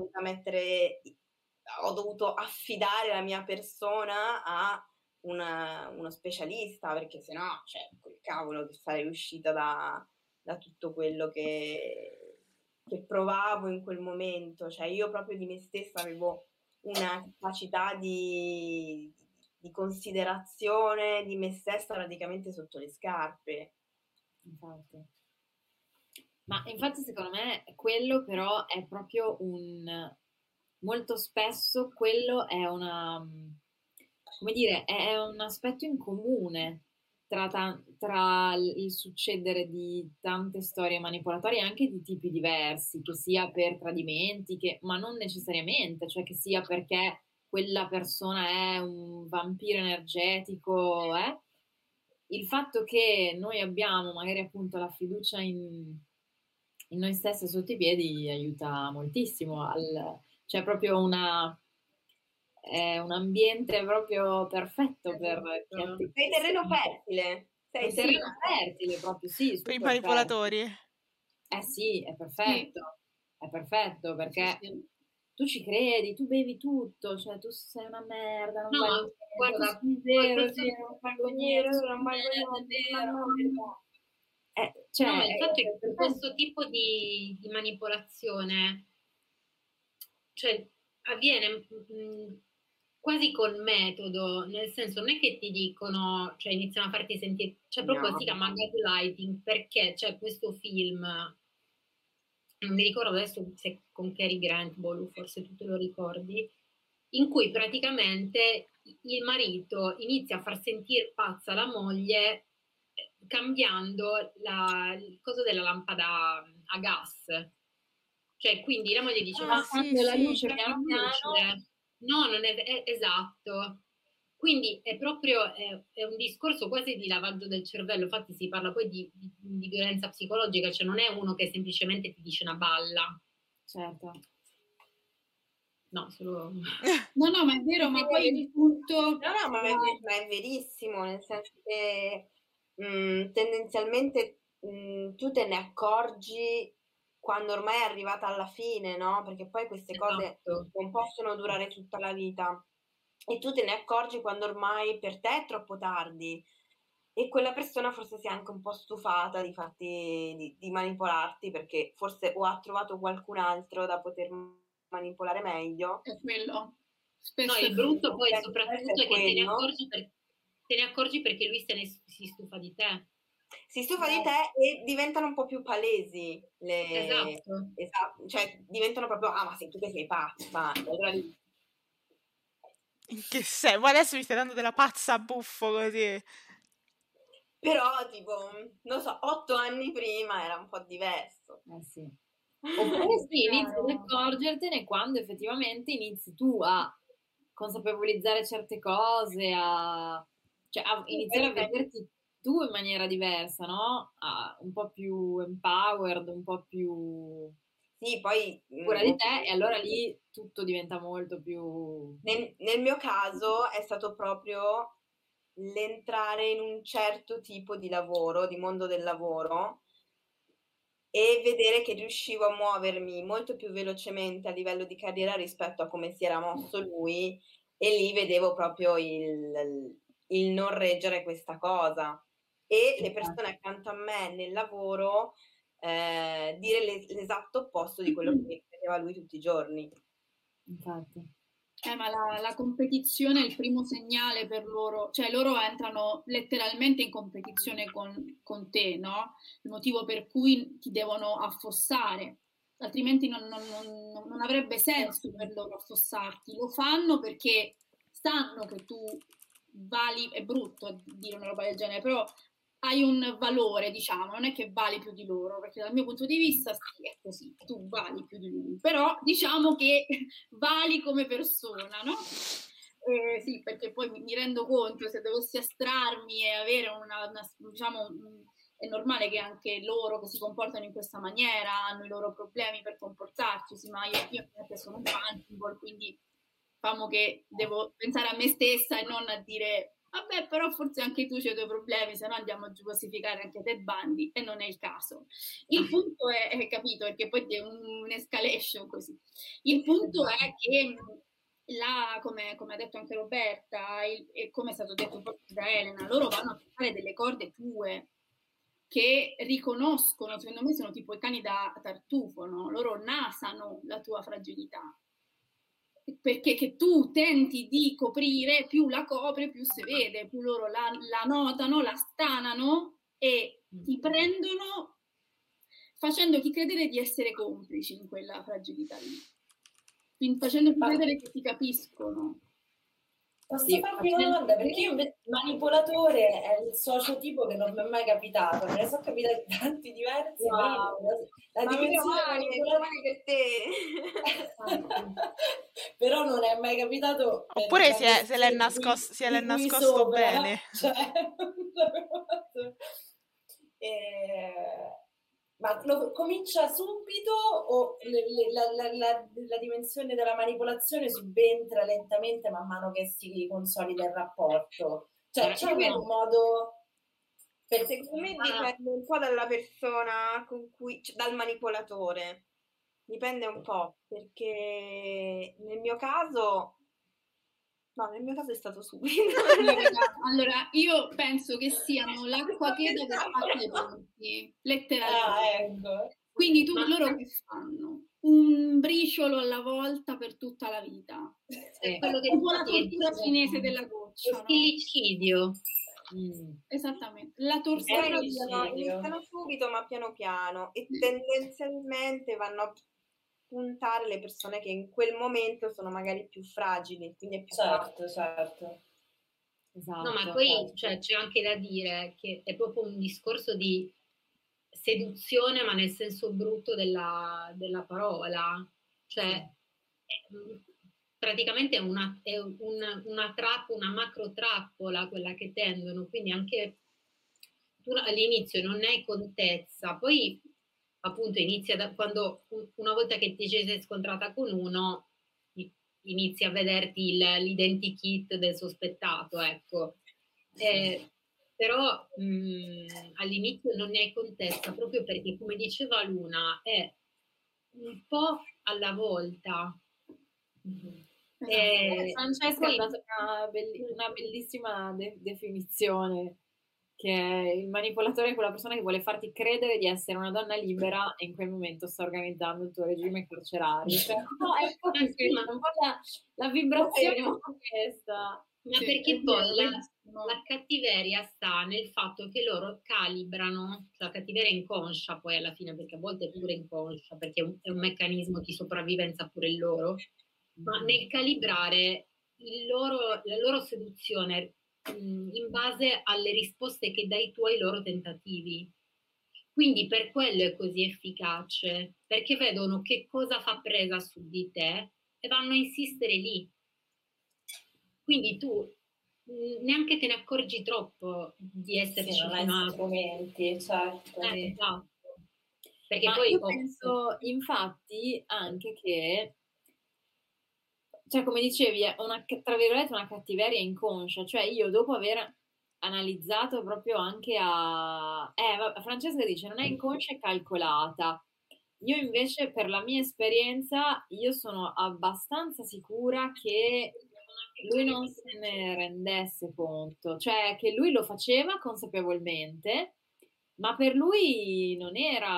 ho dovuto affidare la mia persona a uno specialista, perché sennò, cioè, quel cavolo che sarei uscita da tutto quello che provavo in quel momento. Cioè io proprio di me stessa avevo una capacità di considerazione di me stessa praticamente sotto le scarpe. Infatti secondo me quello però è proprio molto spesso quello è è un aspetto in comune tra il succedere di tante storie manipolatorie anche di tipi diversi, che sia per tradimenti, ma non necessariamente, cioè che sia perché quella persona è un vampiro energetico, il fatto che noi abbiamo magari appunto la fiducia in noi stessi sotto i piedi aiuta moltissimo, c'è proprio è un ambiente proprio perfetto per sei terreno fertile. Sei terreno fertile proprio, sì. Per i manipolatori. Sì, è perfetto. È perfetto perché tu ci credi, tu bevi tutto, cioè tu sei una merda, non vali guarda, vero, non valgo niente, cioè, il fatto è che questo tipo di manipolazione, cioè, avviene quasi col metodo, nel senso non è che ti dicono, cioè iniziano a farti sentire, cioè proprio si chiama gaslighting perché c'è questo film, non mi ricordo adesso se con Cary Grant, forse tu te lo ricordi, in cui praticamente il marito inizia a far sentire pazza la moglie cambiando il coso della lampada a gas. Cioè, quindi la moglie dice, ma la luce piano piano. No, non è esatto. Quindi è proprio è un discorso quasi di lavaggio del cervello, infatti si parla poi di violenza psicologica, cioè non è uno che semplicemente ti dice una balla. Certo. No, solo... No, ma è vero, ma poi il punto... No, ma è verissimo, nel senso che tendenzialmente tu te ne accorgi quando ormai è arrivata alla fine, no? Perché poi queste cose non possono durare tutta la vita. E tu te ne accorgi quando ormai per te è troppo tardi e quella persona forse si è anche un po' stufata di manipolarti perché forse o ha trovato qualcun altro da poter manipolare meglio. È quello. Spesso no, il brutto poi soprattutto è che te ne accorgi perché lui si stufa di te. Si stufa di te e diventano un po' più palesi. Esatto. Cioè diventano proprio, ma sei tu che sei pazza. Allora in che senso? Ma adesso mi stai dando della pazza buffo così. Però tipo, non so, 8 anni prima era un po' diverso. Sì. Oppure sì, inizi ad accorgertene quando effettivamente inizi tu a consapevolizzare certe cose, cioè a iniziare a vederti tu in maniera diversa, no? Un po' più empowered, un po' più... Sì, poi... cura di te, e allora lì tutto diventa molto più... Nel mio caso è stato proprio l'entrare in un certo tipo di lavoro, di mondo del lavoro, e vedere che riuscivo a muovermi molto più velocemente a livello di carriera rispetto a come si era mosso lui, e lì vedevo proprio il non reggere questa cosa. E le persone accanto a me nel lavoro dire l'esatto opposto di quello che mi credeva lui tutti i giorni. Infatti. Ma la competizione è il primo segnale per loro, cioè loro entrano letteralmente in competizione con te, no? Il motivo per cui ti devono affossare, altrimenti non avrebbe senso per loro affossarti. Lo fanno perché sanno che tu vali, è brutto dire una roba del genere, però hai un valore, diciamo, non è che vali più di loro, perché dal mio punto di vista sì, è così, tu vali più di lui, però diciamo che vali come persona, no? Sì, perché poi mi rendo conto, se dovessi astrarmi e avere diciamo, è normale che anche loro che si comportano in questa maniera hanno i loro problemi per comportarci, ma io sono un punchable, quindi diciamo che devo pensare a me stessa e non a dire vabbè, però forse anche tu c'hai i tuoi problemi, se no andiamo a giustificare anche Ted Bundy, e non è il caso. Il punto è capito, perché poi è un'escalation così. Il punto è che come ha detto anche Roberta, e come è stato detto proprio da Elena, loro vanno a toccare delle corde tue che riconoscono, secondo me sono tipo i cani da tartufo, no? Loro nasano la tua fragilità. Perché che tu tenti di coprire, più la copre, più si vede, più loro la notano, la stanano e ti prendono facendoti credere di essere complici in quella fragilità lì, facendoti credere che ti capiscono. Posso farmi una domanda? Perché io invece il manipolatore è il socio tipo che non mi è mai capitato, me ne sono capitati tanti diversi, wow. La dimensione per te. però non è mai capitato. Oppure se l'è nascosto bene. Cioè, ma comincia subito o la dimensione della manipolazione subentra lentamente man mano che si consolida il rapporto? Cioè c'è un modo... Secondo me dipende un po' dalla persona con cui, cioè, dal manipolatore, dipende un po', perché nel mio caso è stato subito. Allora, io penso che siano l'acqua che deve fare i ponti, letteralmente. Ecco. Quindi loro che fanno? Un briciolo alla volta per tutta la vita. È quello che un po' la tortura cinese della goccia. Lo stillicidio. Esattamente. La tortura iniziano subito ma piano piano e tendenzialmente vanno a puntare le persone che in quel momento sono magari più fragili, quindi è più certo. Esatto, no, ma poi cioè, c'è anche da dire che è proprio un discorso di seduzione, ma nel senso brutto della parola, cioè praticamente è una trappola, una macro trappola quella che tendono, quindi anche tu all'inizio non hai contezza, poi appunto inizia quando una volta che ti sei scontrata con uno inizi a vederti l'identikit del sospettato, ecco. Però all'inizio non ne hai contezza proprio perché, come diceva Luna, è un po' alla volta. Francesca ha dato una bellissima definizione, che il manipolatore è quella persona che vuole farti credere di essere una donna libera e in quel momento sta organizzando il tuo regime carcerario. Cioè, no, è proprio la vibrazione è questa. Ma sì, perché poi la cattiveria sta nel fatto che loro calibrano, cioè la cattiveria inconscia poi alla fine, perché a volte è pure inconscia, perché è un meccanismo di sopravvivenza pure il loro, ma nel calibrare la loro seduzione in base alle risposte che dai tu ai loro tentativi. Quindi per quello è così efficace, perché vedono che cosa fa presa su di te e vanno a insistere lì. Quindi tu neanche te ne accorgi troppo di esserci filmato. Strumenti, certo. Esatto. Perché ma poi io penso infatti anche che, cioè come dicevi, è tra virgolette una cattiveria inconscia, cioè io dopo aver analizzato proprio anche Francesca dice non è inconscia, è calcolata. Io invece per la mia esperienza io sono abbastanza sicura che lui non se ne rendesse conto, cioè che lui lo faceva consapevolmente, ma per lui non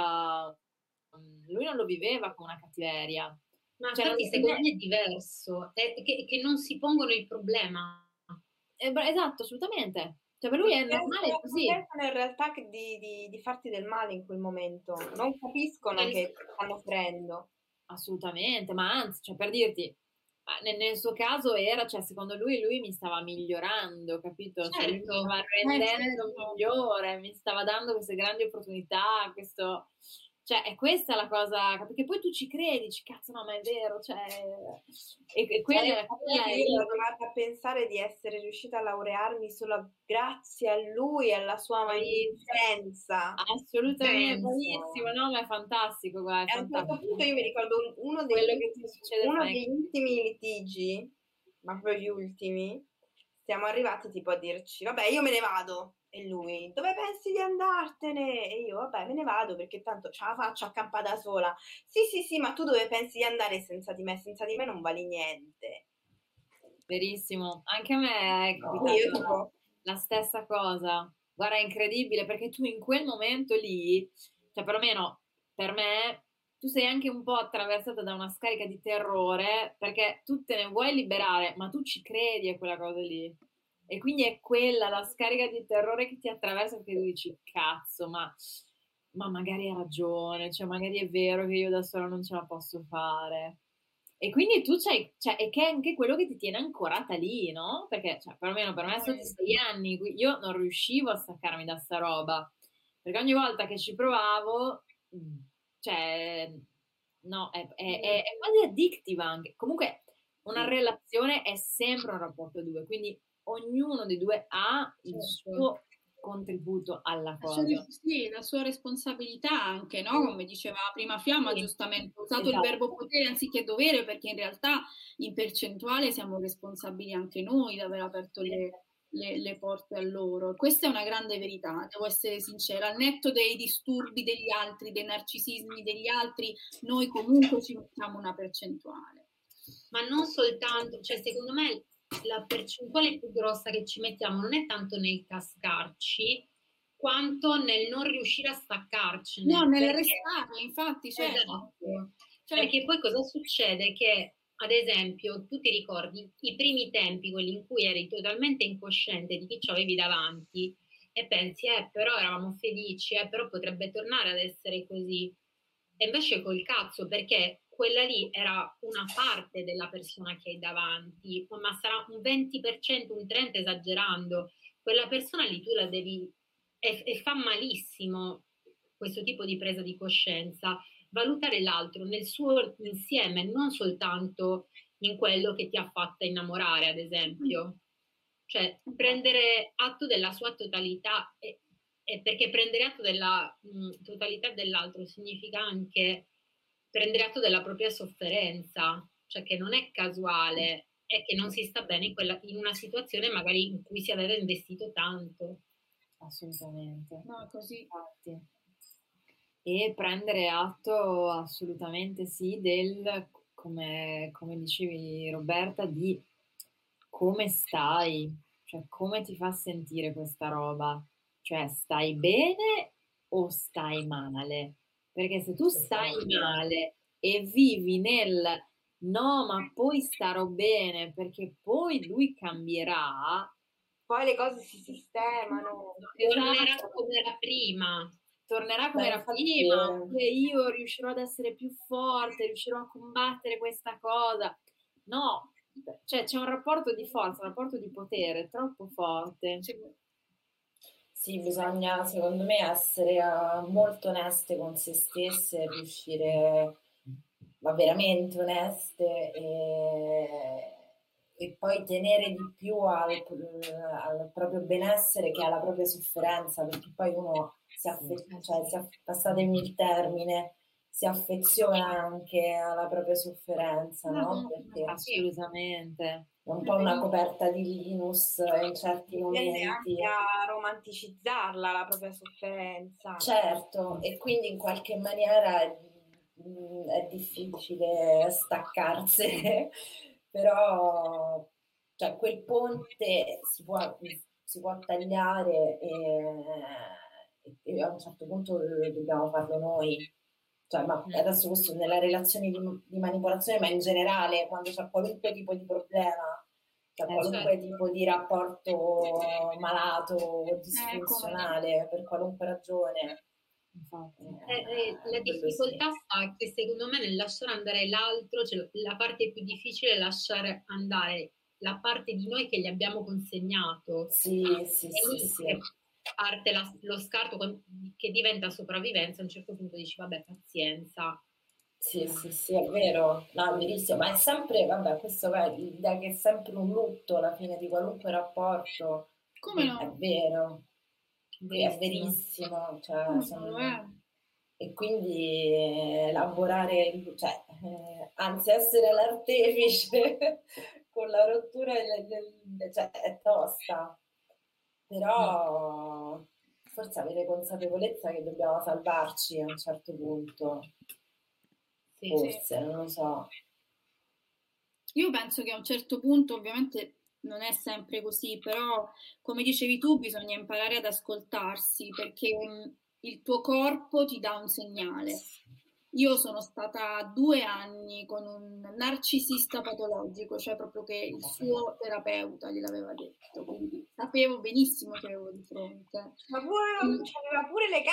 lo viveva come una cattiveria. Ma cioè, infatti secondo me è diverso, è che non si pongono il problema. Esatto, assolutamente. Cioè per lui è normale così. Pensano in realtà di farti del male in quel momento, non capiscono che stanno offrendo. Assolutamente, ma anzi, cioè per dirti, nel suo caso era, cioè secondo lui mi stava migliorando, capito? Certo. Cioè, mi stava rendendo migliore, mi stava dando queste grandi opportunità, cioè è questa la cosa, perché poi tu ci credi, cazzo no, ma è vero, cioè e quella io ho provato a pensare di essere riuscita a laurearmi solo grazie a lui, alla sua magnificenza. Assolutamente, bravissimo, no, ma è fantastico, guarda, a un certo punto io mi ricordo uno degli ultimi litigi, ma proprio gli ultimi, siamo arrivati tipo a dirci, vabbè, io me ne vado. E lui, dove pensi di andartene? E io, vabbè, me ne vado perché tanto ce la faccio a campa da sola. Sì, ma tu dove pensi di andare senza di me? Senza di me non vali niente. Verissimo, anche a me è capitato la stessa cosa. Guarda, è incredibile perché tu in quel momento lì, cioè perlomeno per me, tu sei anche un po' attraversata da una scarica di terrore perché tu te ne vuoi liberare, ma tu ci credi a quella cosa lì. E quindi è quella la scarica di terrore che ti attraversa perché tu dici cazzo, ma magari ha ragione, cioè magari è vero che io da sola non ce la posso fare. E quindi tu c'hai, cioè, e che è anche quello che ti tiene ancorata lì, no? Perché, cioè, perlomeno per me sono 6 anni, io non riuscivo a staccarmi da sta roba, perché ogni volta che ci provavo, cioè, no, è quasi addictiva anche. Comunque, una relazione è sempre un rapporto a due, quindi ognuno dei due ha il suo contributo alla cosa. Sì, la sua responsabilità anche, no? Come diceva prima Fiamma, giustamente, ho usato il verbo potere anziché dovere, perché in realtà in percentuale siamo responsabili anche noi di aver aperto le porte a loro. Questa è una grande verità, devo essere sincera, al netto dei disturbi degli altri, dei narcisismi degli altri, noi comunque ci mettiamo una percentuale. Ma non soltanto, cioè secondo me la percentuale più grossa che ci mettiamo non è tanto nel cascarci quanto nel non riuscire a staccarcene. No, nel restare, infatti, certo. Esatto. Perché poi cosa succede? Che, ad esempio, tu ti ricordi i primi tempi, quelli in cui eri totalmente incosciente di chi ci avevi davanti e pensi, però eravamo felici, però potrebbe tornare ad essere così. E invece col cazzo, perché quella lì era una parte della persona che hai davanti, ma sarà un 20%, un 30% esagerando. Quella persona lì tu la devi... E fa malissimo questo tipo di presa di coscienza, valutare l'altro nel suo insieme, non soltanto in quello che ti ha fatta innamorare, ad esempio. Cioè, prendere atto della sua totalità, e perché prendere atto della totalità dell'altro significa anche prendere atto della propria sofferenza, cioè che non è casuale, è che non si sta bene in una situazione magari in cui si aveva investito tanto. Assolutamente. No, così. Infatti. E prendere atto assolutamente sì del, come dicevi Roberta, di come stai, cioè come ti fa sentire questa roba, cioè stai bene o stai male? Perché se tu stai male e vivi nel no, ma poi starò bene perché poi lui cambierà, poi le cose si sistemano. Tornerà come era prima. Tornerà come era prima, e io riuscirò ad essere più forte, riuscirò a combattere questa cosa. No, cioè c'è un rapporto di forza, un rapporto di potere troppo forte. Sì, bisogna secondo me essere molto oneste con se stesse, riuscire, ma veramente oneste, e poi tenere di più al proprio benessere che alla propria sofferenza, perché poi uno passatemi il termine, si affeziona anche alla propria sofferenza, no? Perché assolutamente. è un po' una coperta di Linus in certi momenti. Anche a romanticizzarla la propria sofferenza. Certo, e quindi in qualche maniera è difficile staccarsene, però cioè, quel ponte si può tagliare e a un certo punto dobbiamo farlo noi. Cioè, ma adesso questo nella relazione di manipolazione, ma in generale quando c'è qualunque tipo di problema, cioè qualunque tipo di rapporto malato o disfunzionale per qualunque ragione. La difficoltà sta che secondo me nel lasciare andare l'altro, cioè la parte più difficile è lasciare andare la parte di noi che gli abbiamo consegnato. Sì. Parte lo scarto che diventa sopravvivenza, a un certo punto dici vabbè, pazienza. Sì, è vero, no, è verissimo, ma è sempre, vabbè, questo è l'idea che è sempre un lutto alla fine di qualunque rapporto. Come no? È vero, è verissimo, cioè, e quindi lavorare, cioè, anzi essere l'artefice con la rottura cioè, è tosta. Però forse avere consapevolezza che dobbiamo salvarci a un certo punto. Forse, non lo so. Io penso che a un certo punto, ovviamente non è sempre così, però come dicevi tu bisogna imparare ad ascoltarsi, perché il tuo corpo ti dà un segnale. Io sono stata 2 anni con un narcisista patologico, cioè proprio che il suo terapeuta gliel'aveva detto, quindi sapevo benissimo che avevo di fronte. Ma c'aveva pure le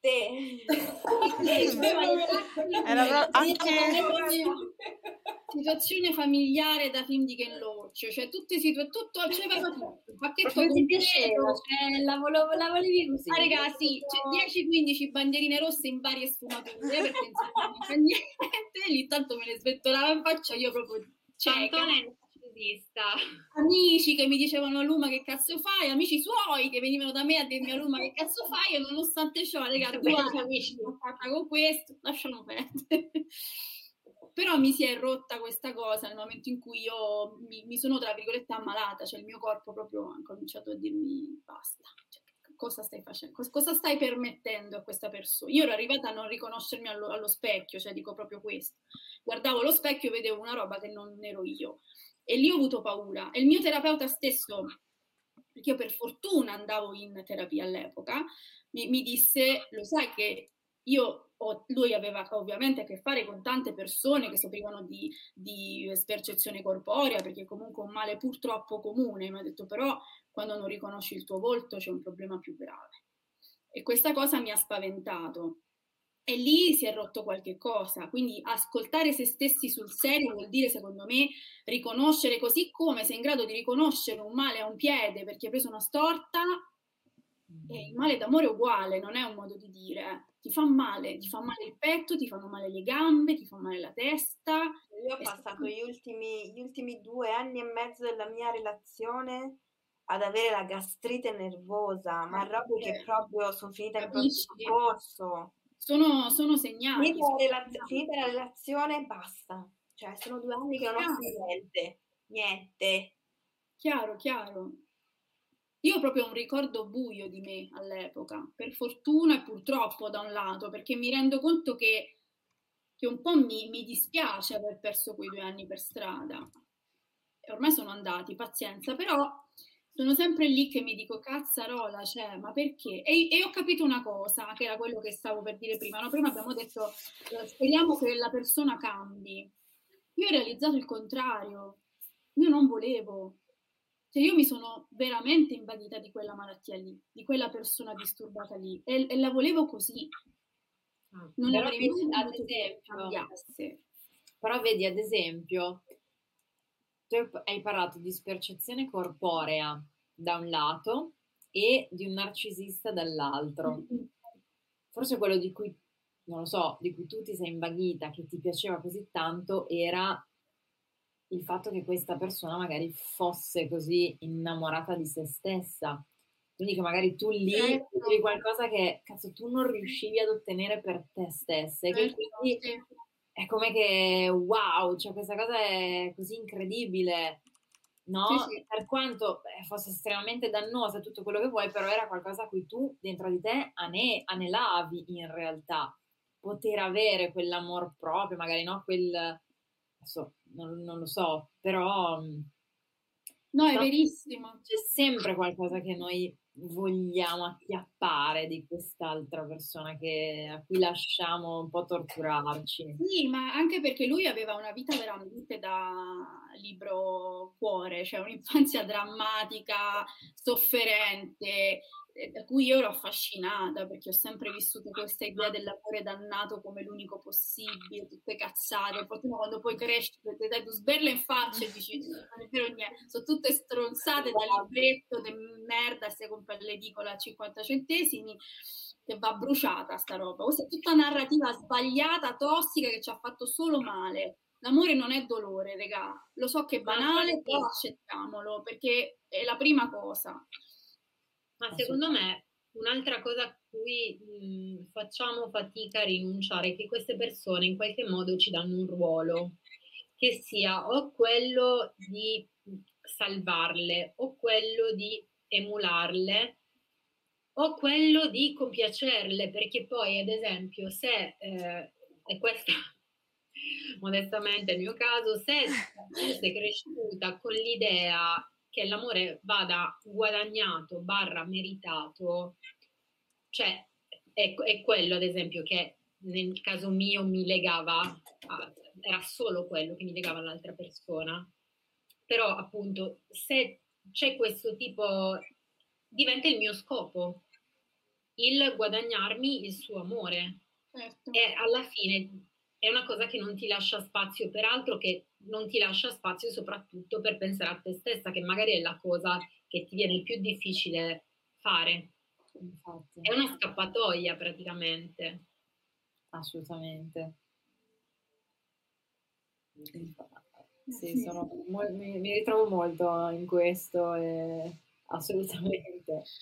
carte! Era anche situazione familiare da film di Ken Loach, cioè tutto c'era tutto, il pacchetto ti piaceva, cioè, la volevi così. Ah, ragazzi, 10-15 bandierine rosse in varie sfumature, perché insomma non fa niente, lì tanto me ne svettolava in faccia, io proprio Pantone narcisista. Amici che mi dicevano Luma che cazzo fai, amici suoi che venivano da me a dirmi a Luma che cazzo fai, e nonostante ciò, ragazzi, amici sono fatta con questo, lasciamo perdere. Però mi si è rotta questa cosa nel momento in cui io mi sono, tra virgolette, ammalata, cioè il mio corpo proprio ha cominciato a dirmi basta, cioè, cosa stai facendo, cosa stai permettendo a questa persona. Io ero arrivata a non riconoscermi allo specchio, cioè dico proprio questo, guardavo lo specchio e vedevo una roba che non ero io, e lì ho avuto paura, e il mio terapeuta stesso, perché io per fortuna andavo in terapia all'epoca, mi disse, lo sai che lui aveva ovviamente a che fare con tante persone che soffrivano di spercezione corporea, perché comunque è un male purtroppo comune, mi ha detto, però quando non riconosci il tuo volto c'è un problema più grave. E questa cosa mi ha spaventato. E lì si è rotto qualche cosa, quindi ascoltare se stessi sul serio vuol dire, secondo me, riconoscere, così come sei in grado di riconoscere un male a un piede perché hai preso una storta, e il male d'amore è uguale, non è un modo di dire, ti fa male il petto, ti fanno male le gambe, ti fa male la testa. Io ho passato gli ultimi 2 anni e mezzo della mia relazione ad avere la gastrite nervosa, ma roba che proprio sono finita in pronto soccorso. Sono segnali. Finita la relazione, basta. Cioè, sono 2 anni che non ho più niente. Chiaro. Io ho proprio un ricordo buio di me all'epoca, per fortuna e purtroppo da un lato, perché mi rendo conto che un po' mi dispiace aver perso quei 2 anni per strada. E ormai sono andati, pazienza, però sono sempre lì che mi dico, cazzarola, cioè, ma perché? E ho capito una cosa, che era quello che stavo per dire prima, no? Prima abbiamo detto, speriamo che la persona cambi. Io ho realizzato il contrario, io non volevo. Cioè io mi sono veramente invaghita di quella malattia lì, di quella persona disturbata lì, e la volevo così. Non avrei mai voluto che cambiasse. Però vedi, ad esempio, tu hai parlato di spercezione corporea da un lato e di un narcisista dall'altro. Forse quello di cui, non lo so, di cui tu ti sei invaghita, che ti piaceva così tanto, era il fatto che questa persona magari fosse così innamorata di se stessa. Quindi che magari tu lì avevi qualcosa che, cazzo, tu non riuscivi ad ottenere per te stessa. E che quindi è come che, wow, cioè questa cosa è così incredibile, no? Sì. Per quanto fosse estremamente dannosa tutto quello che vuoi, però era qualcosa a cui tu dentro di te anelavi in realtà. Poter avere quell'amor proprio, magari no, adesso non lo so, però no, è verissimo. C'è sempre qualcosa che noi vogliamo acchiappare di quest'altra persona a cui lasciamo un po' torturarci. Sì, ma anche perché lui aveva una vita veramente da libro cuore, cioè un'infanzia drammatica, sofferente, da cui io ero affascinata, perché ho sempre vissuto questa idea dell'amore dannato come l'unico possibile, tutte cazzate, poi quando poi cresci ti dai due sberle in faccia e dici non è vero niente, sono tutte stronzate da libretto di merda, se compra l'edicola a 50 centesimi, che va bruciata sta roba. Questa è tutta narrativa sbagliata, tossica, che ci ha fatto solo male. L'amore non è dolore, regà, lo so che è banale, però accettiamolo, perché è la prima cosa. Ma secondo me un'altra cosa a cui facciamo fatica a rinunciare è che queste persone in qualche modo ci danno un ruolo, che sia o quello di salvarle, o quello di emularle, o quello di compiacerle, perché poi ad esempio se, e questo modestamente è il mio caso, se sei cresciuta con l'idea che l'amore vada guadagnato / meritato, cioè è quello ad esempio che nel caso mio mi legava, era solo quello che mi legava all'altra persona, però appunto se c'è questo tipo, diventa il mio scopo, il guadagnarmi il suo amore. Certo. E alla fine è una cosa che non ti lascia spazio per altro, che non ti lascia spazio soprattutto per pensare a te stessa, che magari è la cosa che ti viene più difficile fare. Infatti. È una scappatoia praticamente. Assolutamente. Sì, mi ritrovo molto in questo, assolutamente.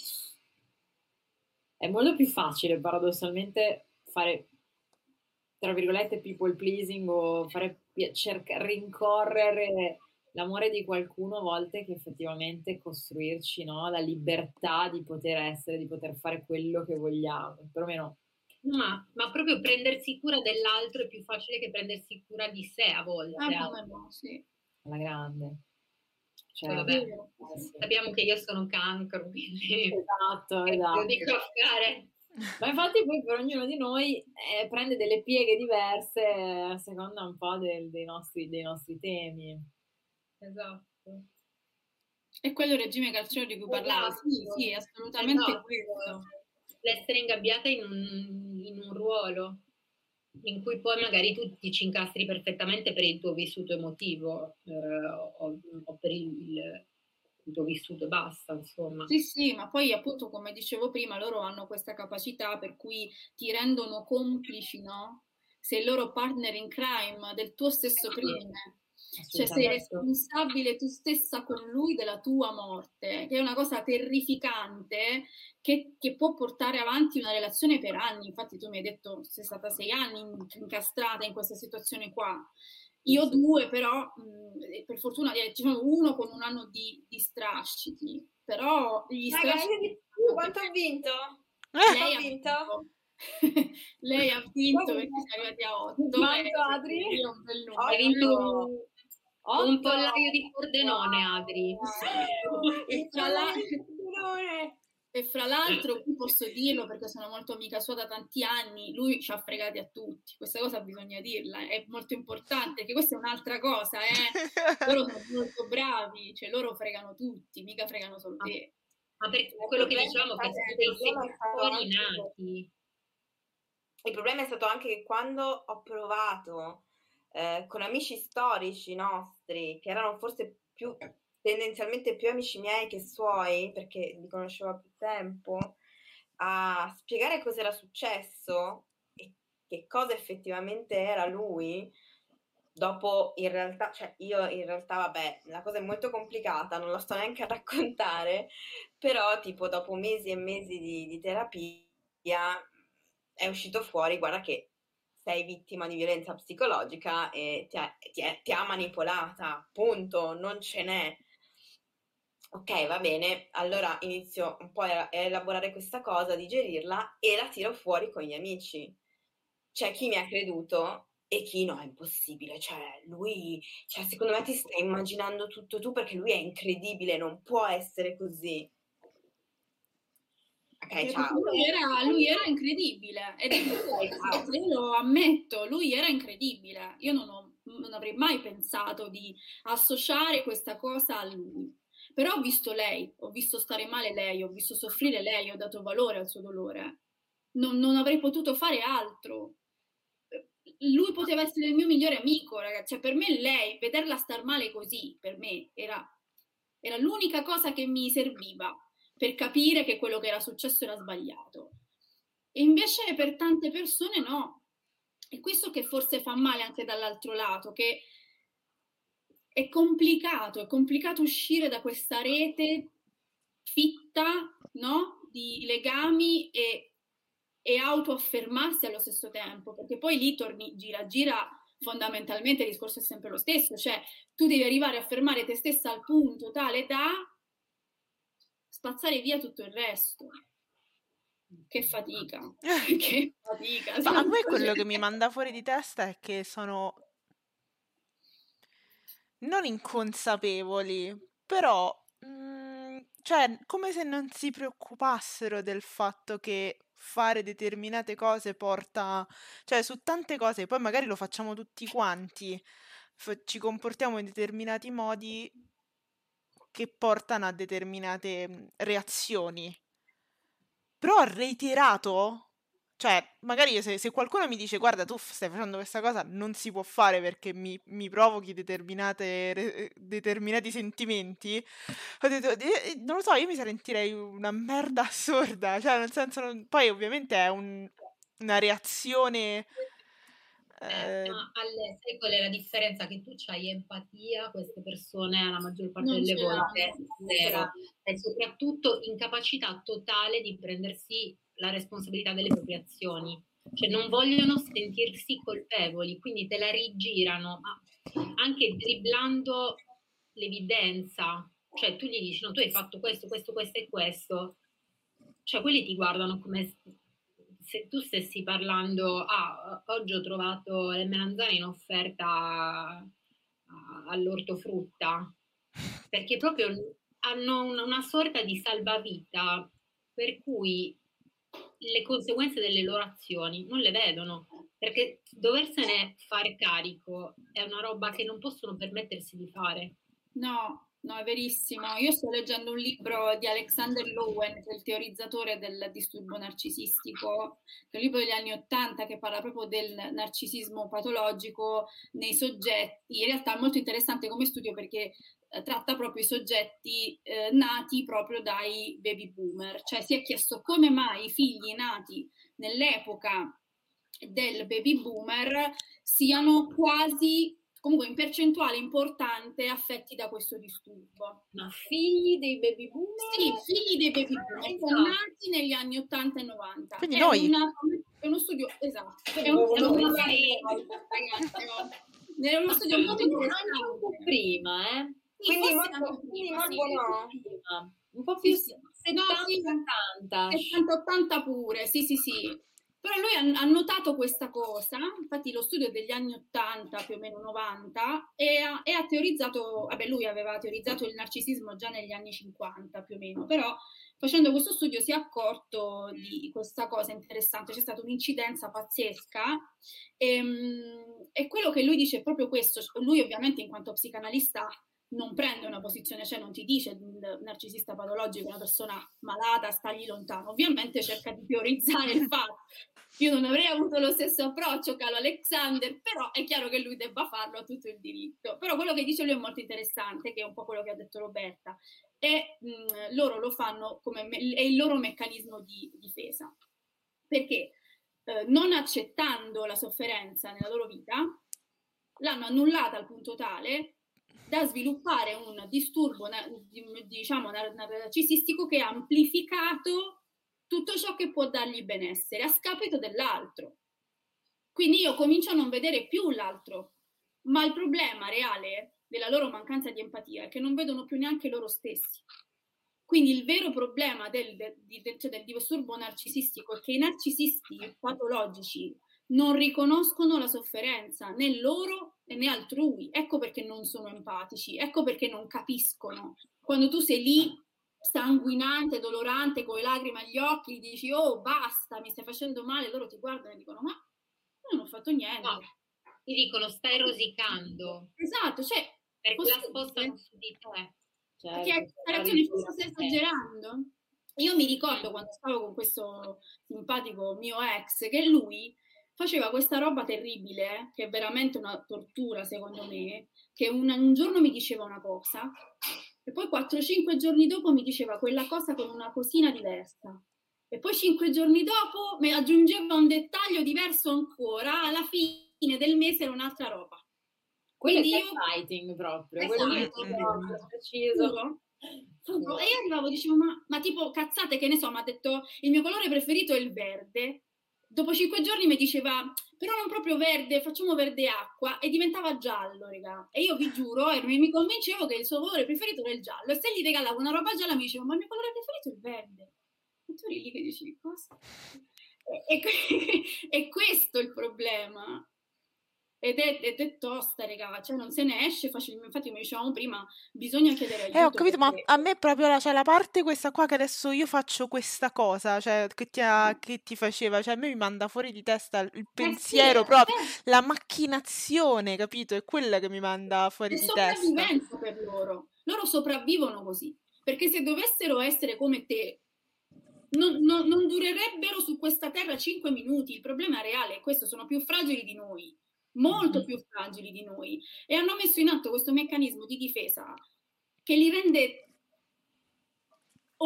È molto più facile, paradossalmente, fare, tra virgolette, people pleasing o rincorrere l'amore di qualcuno a volte che effettivamente costruirci, no? La libertà di poter essere, di poter fare quello che vogliamo, perlomeno. Ma proprio prendersi cura dell'altro è più facile che prendersi cura di sé a volte. No, sì. Alla grande. Cioè, vabbè, sappiamo che io sono cancro, quindi esatto. Dico a fare. Ma infatti poi per ognuno di noi prende delle pieghe diverse a seconda un po' dei nostri temi. Esatto. E quello regime carcerario di cui parlavi, sì, assolutamente questo. L'essere ingabbiata in un ruolo in cui poi magari tu ti ci incastri perfettamente per il tuo vissuto emotivo o per il tuo vissuto e basta, insomma. Sì, ma poi appunto, come dicevo prima, loro hanno questa capacità per cui ti rendono complici, no? Sei il loro partner in crime del tuo stesso crimine. Cioè sei responsabile tu stessa con lui della tua morte, che è una cosa terrificante che può portare avanti una relazione per anni. Infatti tu mi hai detto sei stata 6 anni incastrata in questa situazione qua. Io 2, però per fortuna diciamo uno con 1 anno di strascichi, però gli strascichi... Quanto ha vinto? Lei ha vinto. Lei ha vinto perché siamo arrivati a 8. Quanto, Adri? Io un bel numero. Hai vinto un pollaio di Pordenone, Adri. E fra l'altro, qui posso dirlo perché sono molto amica sua da tanti anni, lui ci ha fregati a tutti, questa cosa bisogna dirla, è molto importante, che questa è un'altra cosa, loro sono molto bravi, cioè loro fregano tutti, mica fregano solo te. Ma per quello che diciamo che sono dei seguatori nati. Il problema è stato anche che quando ho provato con amici storici nostri, che erano forse tendenzialmente più amici miei che suoi, perché li conoscevo a più tempo, a spiegare cosa era successo e che cosa effettivamente era lui, dopo in realtà, vabbè, la cosa è molto complicata, non la sto neanche a raccontare, però tipo dopo mesi e mesi di terapia è uscito fuori, guarda che sei vittima di violenza psicologica e ti ha manipolata, punto, non ce n'è. Ok, va bene, allora inizio un po' a elaborare questa cosa, a digerirla e la tiro fuori con gli amici. C'è chi mi ha creduto e chi no, è impossibile, cioè lui, secondo me ti stai immaginando tutto tu perché lui è incredibile, non può essere così. Ok, ciao. Lui era incredibile ed io lo ammetto, lui era incredibile. Io non avrei mai pensato di associare questa cosa a lui. Però ho visto lei, ho visto stare male lei, ho visto soffrire lei, ho dato valore al suo dolore. Non avrei potuto fare altro. Lui poteva essere il mio migliore amico, ragazzi. Cioè, per me lei, vederla star male così, per me era l'unica cosa che mi serviva per capire che quello che era successo era sbagliato. E invece per tante persone no. E questo che forse fa male anche dall'altro lato, che è complicato uscire da questa rete fitta, no? Di legami e autoaffermarsi allo stesso tempo, perché poi lì torni gira, fondamentalmente il discorso è sempre lo stesso, cioè tu devi arrivare a fermare te stessa al punto tale da spazzare via tutto il resto. Che fatica. Che fatica. Ma a me quello che mi manda fuori di testa è che sono non inconsapevoli, però cioè come se non si preoccupassero del fatto che fare determinate cose porta, cioè su tante cose, poi magari lo facciamo tutti quanti, ci comportiamo in determinati modi che portano a determinate reazioni. Però reiterato, cioè magari se qualcuno mi dice guarda tu stai facendo questa cosa non si può fare perché mi provochi determinati sentimenti, ho detto non lo so, io mi sentirei una merda assurda, cioè nel senso poi ovviamente è una reazione Ma sai qual è la differenza? Che tu c'hai empatia, queste persone la maggior parte delle volte zero, e soprattutto incapacità totale di prendersi la responsabilità delle proprie azioni, cioè non vogliono sentirsi colpevoli, quindi te la rigirano, ma anche dribblando l'evidenza, cioè tu gli dici no, tu hai fatto questo e questo, cioè quelli ti guardano come se tu stessi parlando, oggi ho trovato le melanzane in offerta all'ortofrutta, perché proprio hanno una sorta di salvavita per cui le conseguenze delle loro azioni non le vedono, perché doversene fare carico è una roba che non possono permettersi di fare. No, è verissimo. Io sto leggendo un libro di Alexander Lowen, che è il teorizzatore del disturbo narcisistico, che è un libro degli anni '80 che parla proprio del narcisismo patologico nei soggetti. In realtà è molto interessante come studio perché tratta proprio i soggetti nati proprio dai baby boomer, cioè si è chiesto come mai i figli nati nell'epoca del baby boomer siano quasi, comunque in percentuale importante, affetti da questo disturbo. Ma figli dei baby boomer? Sì, figli dei baby boomer, sono nati negli anni 80 e 90. Quindi noi? È uno studio, esatto, è uno studio molto interessante. Anche un po' prima, Quindi molto prima. Un po' più 70-80. 70-80 pure, sì. Però lui ha notato questa cosa, infatti lo studio è degli anni 80, più o meno 90, e ha teorizzato, lui aveva teorizzato il narcisismo già negli anni 50 più o meno, però facendo questo studio si è accorto di questa cosa interessante, c'è stata un'incidenza pazzesca e quello che lui dice è proprio questo. Lui ovviamente in quanto psicanalista non prende una posizione, cioè non ti dice il narcisista patologico è una persona malata, stagli lontano, ovviamente cerca di teorizzare il fatto. Io non avrei avuto lo stesso approccio, caro Alexander, però è chiaro che lui debba farlo, ha tutto il diritto. Però quello che dice lui è molto interessante, che è un po' quello che ha detto Roberta, e loro lo fanno come è il loro meccanismo di difesa, perché non accettando la sofferenza nella loro vita, l'hanno annullata al punto tale da sviluppare un disturbo, diciamo, narcisistico che ha amplificato tutto ciò che può dargli benessere a scapito dell'altro. Quindi io comincio a non vedere più l'altro, ma il problema reale della loro mancanza di empatia è che non vedono più neanche loro stessi. Quindi il vero problema del disturbo narcisistico è che i narcisisti patologici non riconoscono la sofferenza né loro né altrui. Ecco perché non sono empatici, ecco perché non capiscono. Quando tu sei lì sanguinante, dolorante, con le lacrime agli occhi, dici oh basta, mi stai facendo male, loro ti guardano e dicono ma io non ho fatto niente. No, ti dicono stai rosicando. Esatto, cioè perché la spostano su di te. Perché forse stai esagerando. Io mi ricordo quando stavo con questo simpatico mio ex che lui faceva questa roba terribile, che è veramente una tortura secondo me, che un giorno mi diceva una cosa e poi 4-5 giorni dopo mi diceva quella cosa con una cosina diversa e poi 5 giorni dopo mi aggiungeva un dettaglio diverso ancora, alla fine del mese era un'altra roba. Quindi io fighting proprio, preciso. E io arrivavo, dicevo ma tipo cazzate, che ne so, mi ha detto il mio colore preferito è il verde. Dopo 5 giorni mi diceva però non proprio verde, facciamo verde acqua, e diventava giallo, raga. E io vi giuro, mi convincevo che il suo colore preferito era il giallo, e se gli regalavo una roba gialla mi diceva ma il mio colore preferito è il verde. E tu eri lì che dici cosa? E questo è il problema. Ed è tosta, raga, cioè non se ne esce facilmente. Infatti, come dicevamo prima, bisogna chiedere aiuto. Ho capito, ma a me proprio la parte questa qua che adesso io faccio questa cosa, cioè che ti faceva, cioè a me mi manda fuori di testa il pensiero proprio, la macchinazione, capito? È quella che mi manda fuori di testa. È sopravvivenza per loro. Loro sopravvivono così, perché se dovessero essere come te non durerebbero su questa terra 5 minuti. Il problema reale è questo, sono più fragili di noi. Molto più fragili di noi, e hanno messo in atto questo meccanismo di difesa che li rende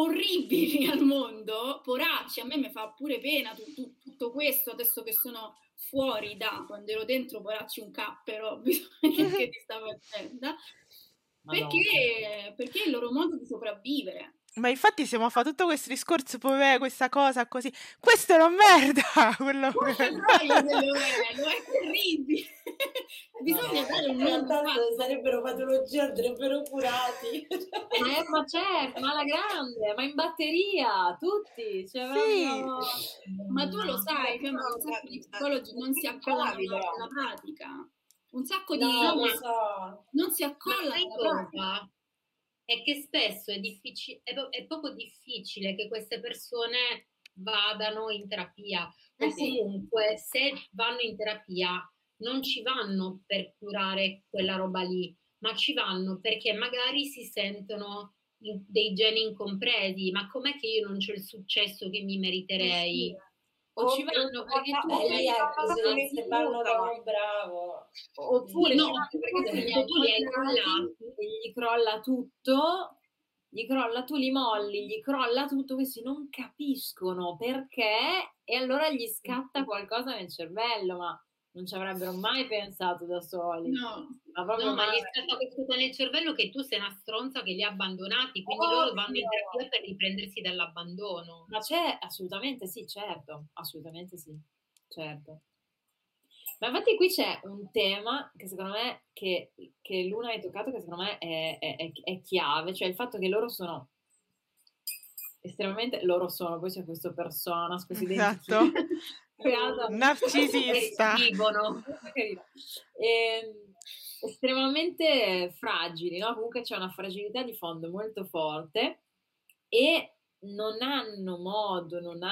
orribili al mondo, poracci. A me mi fa pure pena tutto questo adesso che sono fuori da quando ero dentro, poracci un cappero, bisogna che ti stavo attenta, perché è il loro modo di sopravvivere. Ma infatti siamo a fare tutto questo discorso, poi questa cosa così. Questo è una merda! Quello lo è terribile. Bisogna dare un nome. Tanto sarebbero patologie, andrebbero curati. Ma certo, ma alla grande, ma in batteria, tutti. Cioè, ma tu lo sai, un sacco di psicologi non si accollano alla pratica. Un sacco di... non si accollano alla pratica. È che spesso è proprio difficile che queste persone vadano in terapia. O comunque, se vanno in terapia, non ci vanno per curare quella roba lì, ma ci vanno perché magari si sentono dei geni incompresi. Ma com'è che io non c'ho il successo che mi meriterei? O ci vanno perché se vanno da un bravo, oppure no, perché se tu li hai crollati e gli crolla tutto, tu li molli, gli crolla tutto, questi non capiscono perché, e allora gli scatta qualcosa nel cervello, ma non ci avrebbero mai pensato da soli. Ma gli scatta qualcosa nel cervello che tu sei una stronza che li ha abbandonati, quindi loro vanno in terapia per riprendersi dall'abbandono. Ma c'è, assolutamente sì, certo, certo. Ma infatti qui c'è un tema che secondo me, che Luna hai toccato, che secondo me è chiave, cioè il fatto che loro sono estremamente, poi c'è questo persona, così esatto. narcisista, estremamente fragili, no? Comunque c'è una fragilità di fondo molto forte e non hanno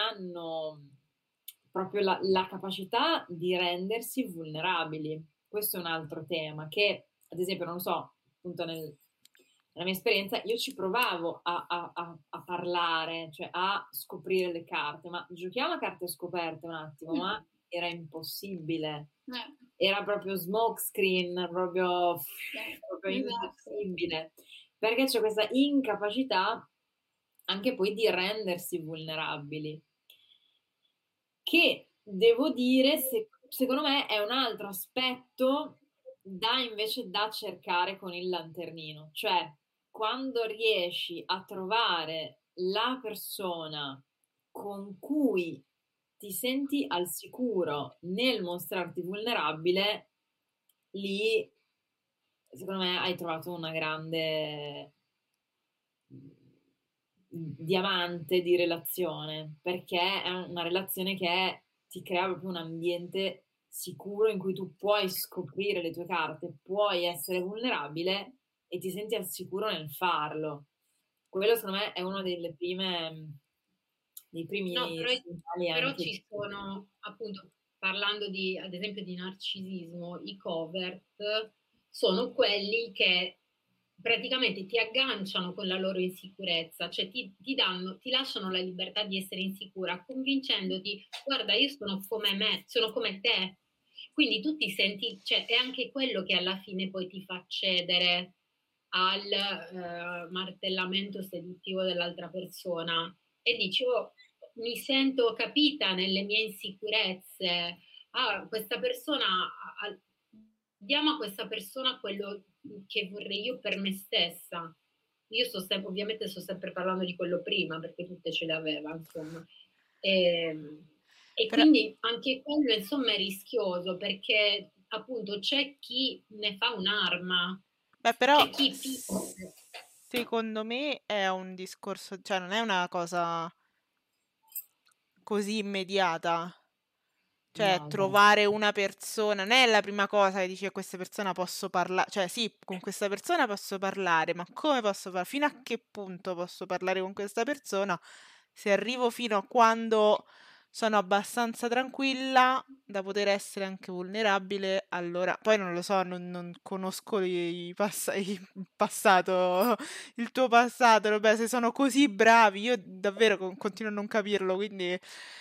proprio la capacità di rendersi vulnerabili. Questo è un altro tema che, ad esempio, non lo so, appunto nella mia esperienza, io ci provavo a parlare, cioè a scoprire le carte, ma giochiamo a carte scoperte un attimo, ma era impossibile. Era proprio smokescreen, proprio impossibile. Perché c'è questa incapacità anche poi di rendersi vulnerabili. Che devo dire, secondo me, è un altro aspetto invece da cercare con il lanternino, cioè quando riesci a trovare la persona con cui ti senti al sicuro nel mostrarti vulnerabile, lì secondo me hai trovato una grande diamante di relazione, perché è una relazione che ti crea proprio un ambiente sicuro in cui tu puoi scoprire le tue carte, puoi essere vulnerabile e ti senti al sicuro nel farlo. Quello secondo me è uno dei primi però ci sono, appunto, parlando ad esempio di narcisismo, i covert sono quelli che praticamente ti agganciano con la loro insicurezza, cioè ti lasciano la libertà di essere insicura, convincendoti, guarda, io sono come me, sono come te. Quindi tu ti senti, cioè è anche quello che alla fine poi ti fa cedere al martellamento seduttivo dell'altra persona e dici, oh, mi sento capita nelle mie insicurezze, questa persona, diamo a questa persona quello che vorrei io per me stessa. Io ovviamente sto sempre parlando di quello prima, perché tutte ce le aveva, insomma. Però... quindi anche quello, insomma, è rischioso, perché appunto c'è chi ne fa un'arma. Però secondo me è un discorso, cioè non è una cosa così immediata. Cioè, trovare una persona non è la prima cosa che dici a questa persona posso parlare. Cioè, sì, con questa persona posso parlare, ma come posso parlare? Fino a che punto posso parlare con questa persona? Se arrivo fino a quando sono abbastanza tranquilla da poter essere anche vulnerabile, allora poi non lo so, non conosco il passato, il tuo passato, vabbè, se sono così bravi, io davvero continuo a non capirlo, quindi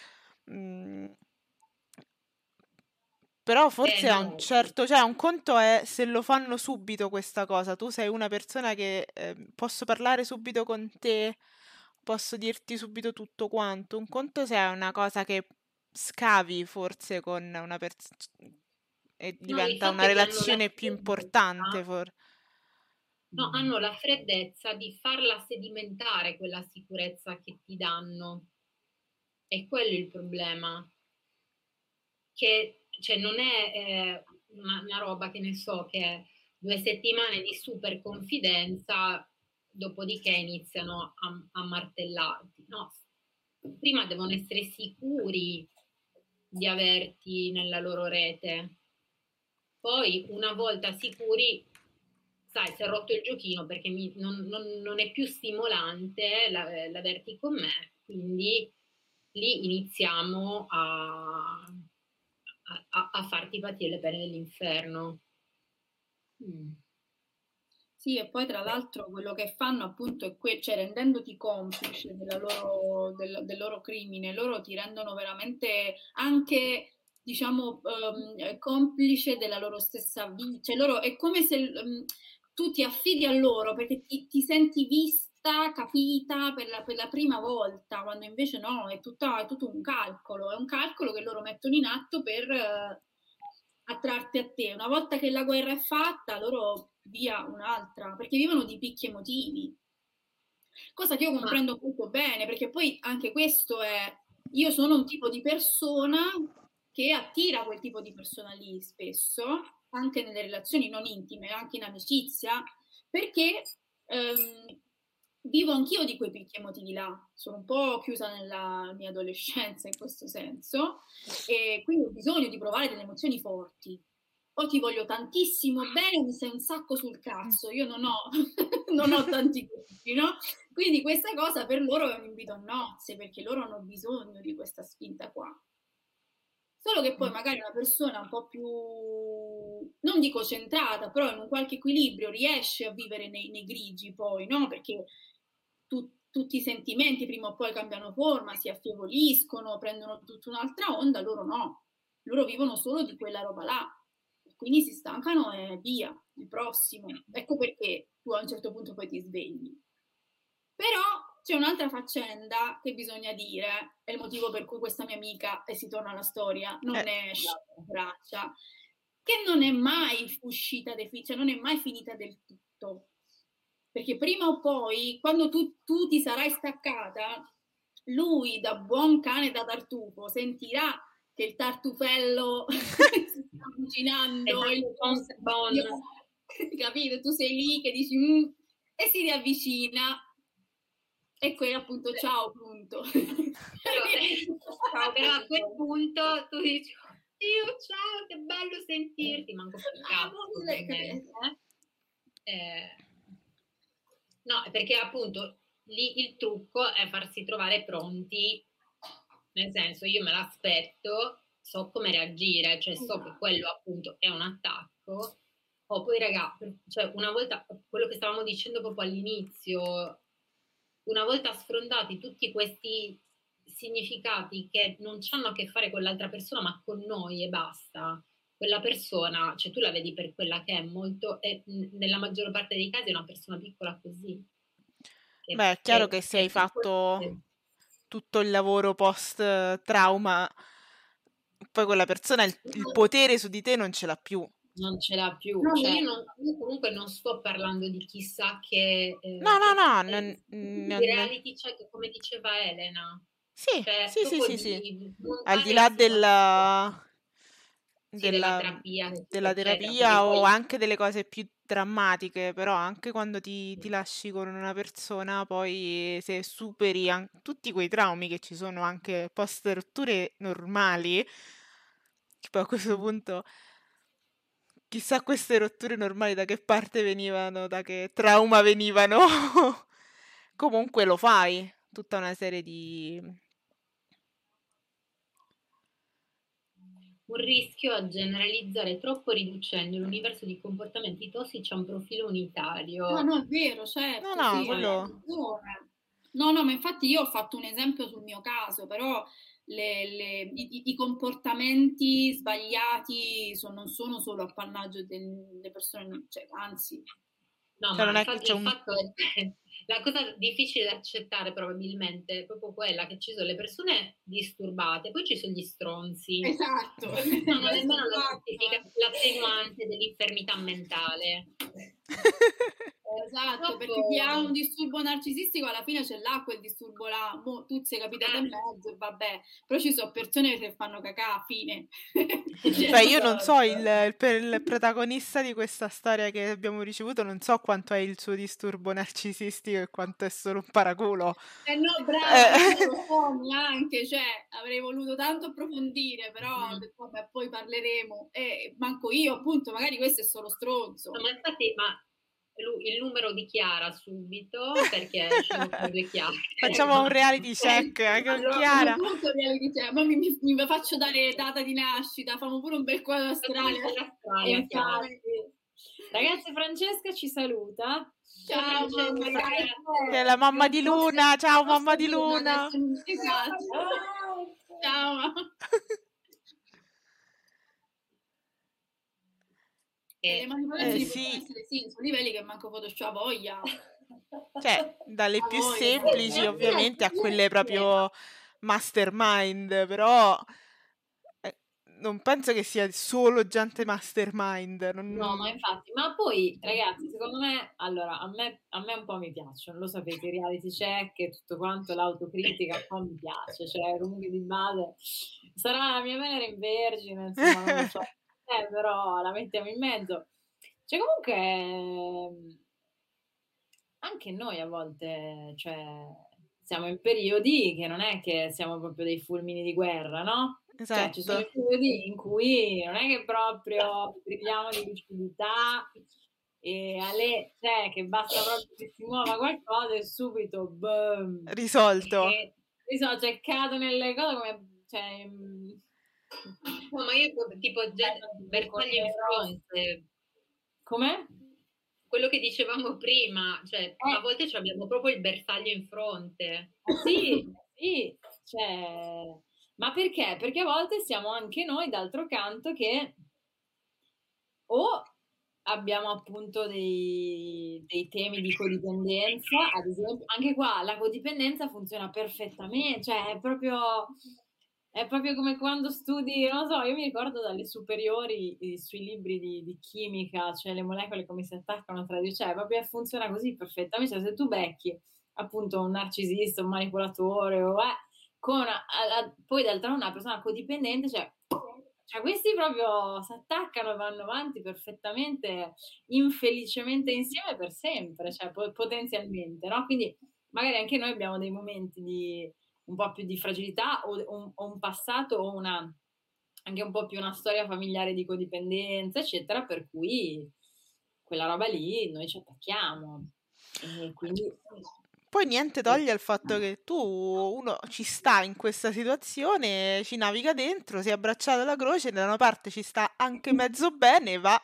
però forse a un certo, cioè un conto è se lo fanno subito questa cosa, tu sei una persona che posso parlare subito con te, posso dirti subito tutto quanto, un conto se è una cosa che scavi forse con una persona e No, il diventa fatto una è che hanno la relazione più importante. freddezza, no, hanno la freddezza di farla sedimentare quella sicurezza che ti danno. E quello è il problema. Che cioè, non è una roba che ne so, che 2 settimane di super confidenza, dopodiché iniziano a martellarti. No, prima devono essere sicuri di averti nella loro rete. Poi, una volta sicuri, sai, si è rotto il giochino perché non è più stimolante l'averti con me, quindi lì iniziamo a farti patire le pene dell'inferno. Sì, e poi tra l'altro quello che fanno appunto è cioè rendendoti complice del loro crimine, loro ti rendono veramente anche, diciamo, complice della loro stessa vita. Cioè loro è come se tu ti affidi a loro perché ti senti vista, capita per la prima volta, quando invece no, è tutto un calcolo che loro mettono in atto per attrarti a te. Una volta che la guerra è fatta, loro via un'altra, perché vivono di picchi emotivi. Cosa che io comprendo molto bene, perché poi anche questo è... Io sono un tipo di persona che attira quel tipo di persona lì spesso, anche nelle relazioni non intime, anche in amicizia, perché vivo anch'io di quei picchi emotivi là, sono un po' chiusa nella mia adolescenza in questo senso, e quindi ho bisogno di provare delle emozioni forti. O ti voglio tantissimo bene o mi sei un sacco sul cazzo, io non ho tanti gusti, no? Quindi questa cosa per loro è un invito a nozze, perché loro hanno bisogno di questa spinta qua. Solo che poi magari una persona un po' più, non dico centrata, però in un qualche equilibrio riesce a vivere nei grigi poi, no? Perché tutti i sentimenti prima o poi cambiano forma, si affievoliscono, prendono tutta un'altra onda, loro no. Loro vivono solo di quella roba là. Quindi si stancano e via, il prossimo. Ecco perché tu a un certo punto poi ti svegli. Però c'è un'altra faccenda che bisogna dire, è il motivo per cui questa mia amica, e si torna alla storia, non è braccia, che non è mai uscita, cioè non è mai finita del tutto. Perché prima o poi, quando tu ti sarai staccata, lui da buon cane da tartufo sentirà che il tartufello si sta avvicinando, capito? Tu sei lì che dici e si riavvicina e quello appunto ciao punto. Però a quel punto tu dici oddio ciao che bello sentirti, manco più cazzo. No, perché appunto lì il trucco è farsi trovare pronti, nel senso io me l'aspetto, so come reagire, cioè so che quello appunto è un attacco. O poi raga, cioè una volta, quello che stavamo dicendo proprio all'inizio, una volta sfrondati tutti questi significati che non hanno a che fare con l'altra persona ma con noi e basta, quella persona, cioè tu la vedi per quella che è molto, e nella maggior parte dei casi è una persona piccola così. Beh, è chiaro che se hai fatto tutto il lavoro post trauma, poi quella persona il potere su di te non ce l'ha più. Non ce l'ha più. No, cioè, io comunque non sto parlando di chissà che... no. Di reality check, come diceva Elena. Sì, cioè, sì. Al di là della terapia o anche delle cose più drammatiche, però anche quando ti lasci con una persona, poi se superi tutti quei traumi che ci sono anche post rotture normali, che poi a questo punto chissà queste rotture normali da che parte venivano, da che trauma venivano, comunque lo fai, tutta una serie di... Un rischio a generalizzare troppo riducendo l'universo di comportamenti tossici a un profilo unitario. No, è vero, certo. No, sì, quello... No, ma infatti io ho fatto un esempio sul mio caso, però i comportamenti sbagliati non sono solo appannaggio delle persone, cioè, anzi, No, Cioè, ma non è che infatti c'è il fatto è la cosa difficile da accettare probabilmente è proprio quella che ci sono le persone disturbate, poi ci sono gli stronzi. Esatto. Non hanno nemmeno l'attenuante dell'infermità mentale. Esatto, perché chi ha un disturbo narcisistico alla fine ce l'ha quel disturbo là, tu sei capitata in mezzo, vabbè, però ci sono persone che fanno cacà, fine. Cioè io non so, il protagonista di questa storia che abbiamo ricevuto, non so quanto è il suo disturbo narcisistico e quanto è solo un paraculo. No, brava, io lo so anche, cioè avrei voluto tanto approfondire, però ho detto, vabbè, poi parleremo, e manco io, appunto, magari questo è solo stronzo. No, ma infatti, il numero di Chiara subito, perché ci sono due Chiare. Facciamo un reality check con Chiara. Reality check. Ma mi faccio dare data di nascita, famo pure un bel quadro astrale. Ragazzi, Francesca ci saluta. Ciao mamma, che è la mamma di Luna. Ciao mamma di Luna. Ciao. Le manipolazioni possono essere su livelli che manco Photoshop voglia. Cioè, dalle più semplici ovviamente a quelle proprio mastermind, però non penso che sia solo gente mastermind. No, ma infatti, ma poi ragazzi, secondo me, allora, a me un po' mi piacciono, lo sapete, i reality check e tutto quanto, l'autocritica un po' mi piace, cioè comunque di base sarà la mia Venere in Vergine, insomma, non lo so, però la mettiamo in mezzo. Cioè comunque anche noi a volte, cioè, siamo in periodi che non è che siamo proprio dei fulmini di guerra, no? Esatto. Cioè, ci sono i periodi in cui non è che proprio brilliamo di lucidità e cioè, che basta proprio che si muova qualcosa e subito boom, risolto. Cioè, cado nelle cose come cioè, no, ma io tipo bersaglio in fronte. Com'è? Quello che dicevamo prima, cioè a volte abbiamo proprio il bersaglio in fronte. Sì, cioè, ma perché? Perché a volte siamo anche noi, d'altro canto, che o abbiamo appunto dei temi di codipendenza, ad esempio, anche qua la codipendenza funziona perfettamente, cioè è proprio come quando studi, non so, io mi ricordo dalle superiori sui libri di chimica, cioè le molecole come si attaccano tra di cioè proprio funziona così perfettamente, cioè se tu becchi appunto un narcisista, un manipolatore o poi d'altra una persona codipendente, cioè questi proprio si attaccano e vanno avanti perfettamente, infelicemente insieme per sempre, cioè potenzialmente, no? Quindi magari anche noi abbiamo dei momenti di un po' più di fragilità o un passato o anche un po' più una storia familiare di codipendenza, eccetera, per cui quella roba lì noi ci attacchiamo. E quindi poi niente toglie al fatto che uno ci sta in questa situazione, ci naviga dentro, si è abbracciato alla croce, da una parte ci sta anche mezzo bene, va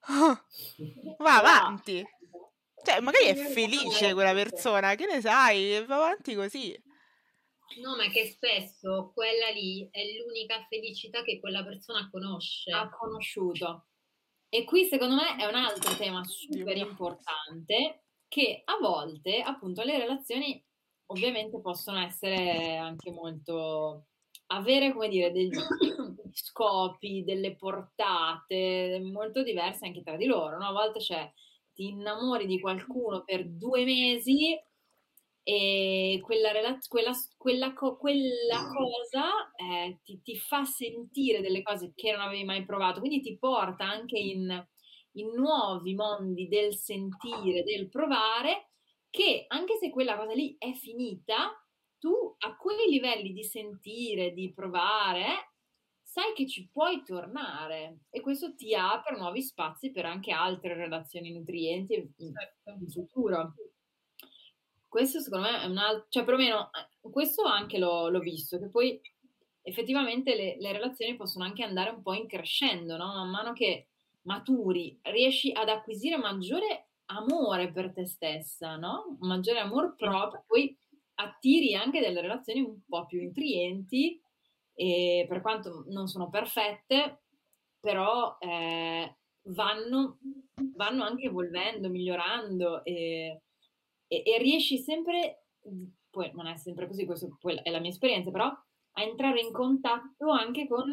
avanti. Cioè, magari è felice quella persona, che ne sai, va avanti così. No, ma che spesso quella lì è l'unica felicità che quella persona conosce. Ha conosciuto. E qui secondo me è un altro tema super importante, che a volte appunto le relazioni ovviamente possono essere anche molto avere, come dire, degli scopi, delle portate molto diverse anche tra di loro, no? A volte ti innamori di qualcuno per 2 mesi e quella cosa ti fa sentire delle cose che non avevi mai provato, quindi ti porta anche in nuovi mondi del sentire, del provare, che anche se quella cosa lì è finita, tu a quei livelli di sentire, di provare, sai che ci puoi tornare e questo ti apre nuovi spazi per anche altre relazioni nutrienti in futuro. Questo secondo me è un altro, cioè perlomeno questo anche l'ho visto, che poi effettivamente le relazioni possono anche andare un po' in crescendo, no? Man mano che maturi, riesci ad acquisire maggiore amore per te stessa, no? Maggiore amor proprio, poi attiri anche delle relazioni un po' più nutrienti, e per quanto non sono perfette, però vanno anche evolvendo, migliorando e riesci sempre, poi non è sempre così, questo poi è la mia esperienza, però a entrare in contatto anche con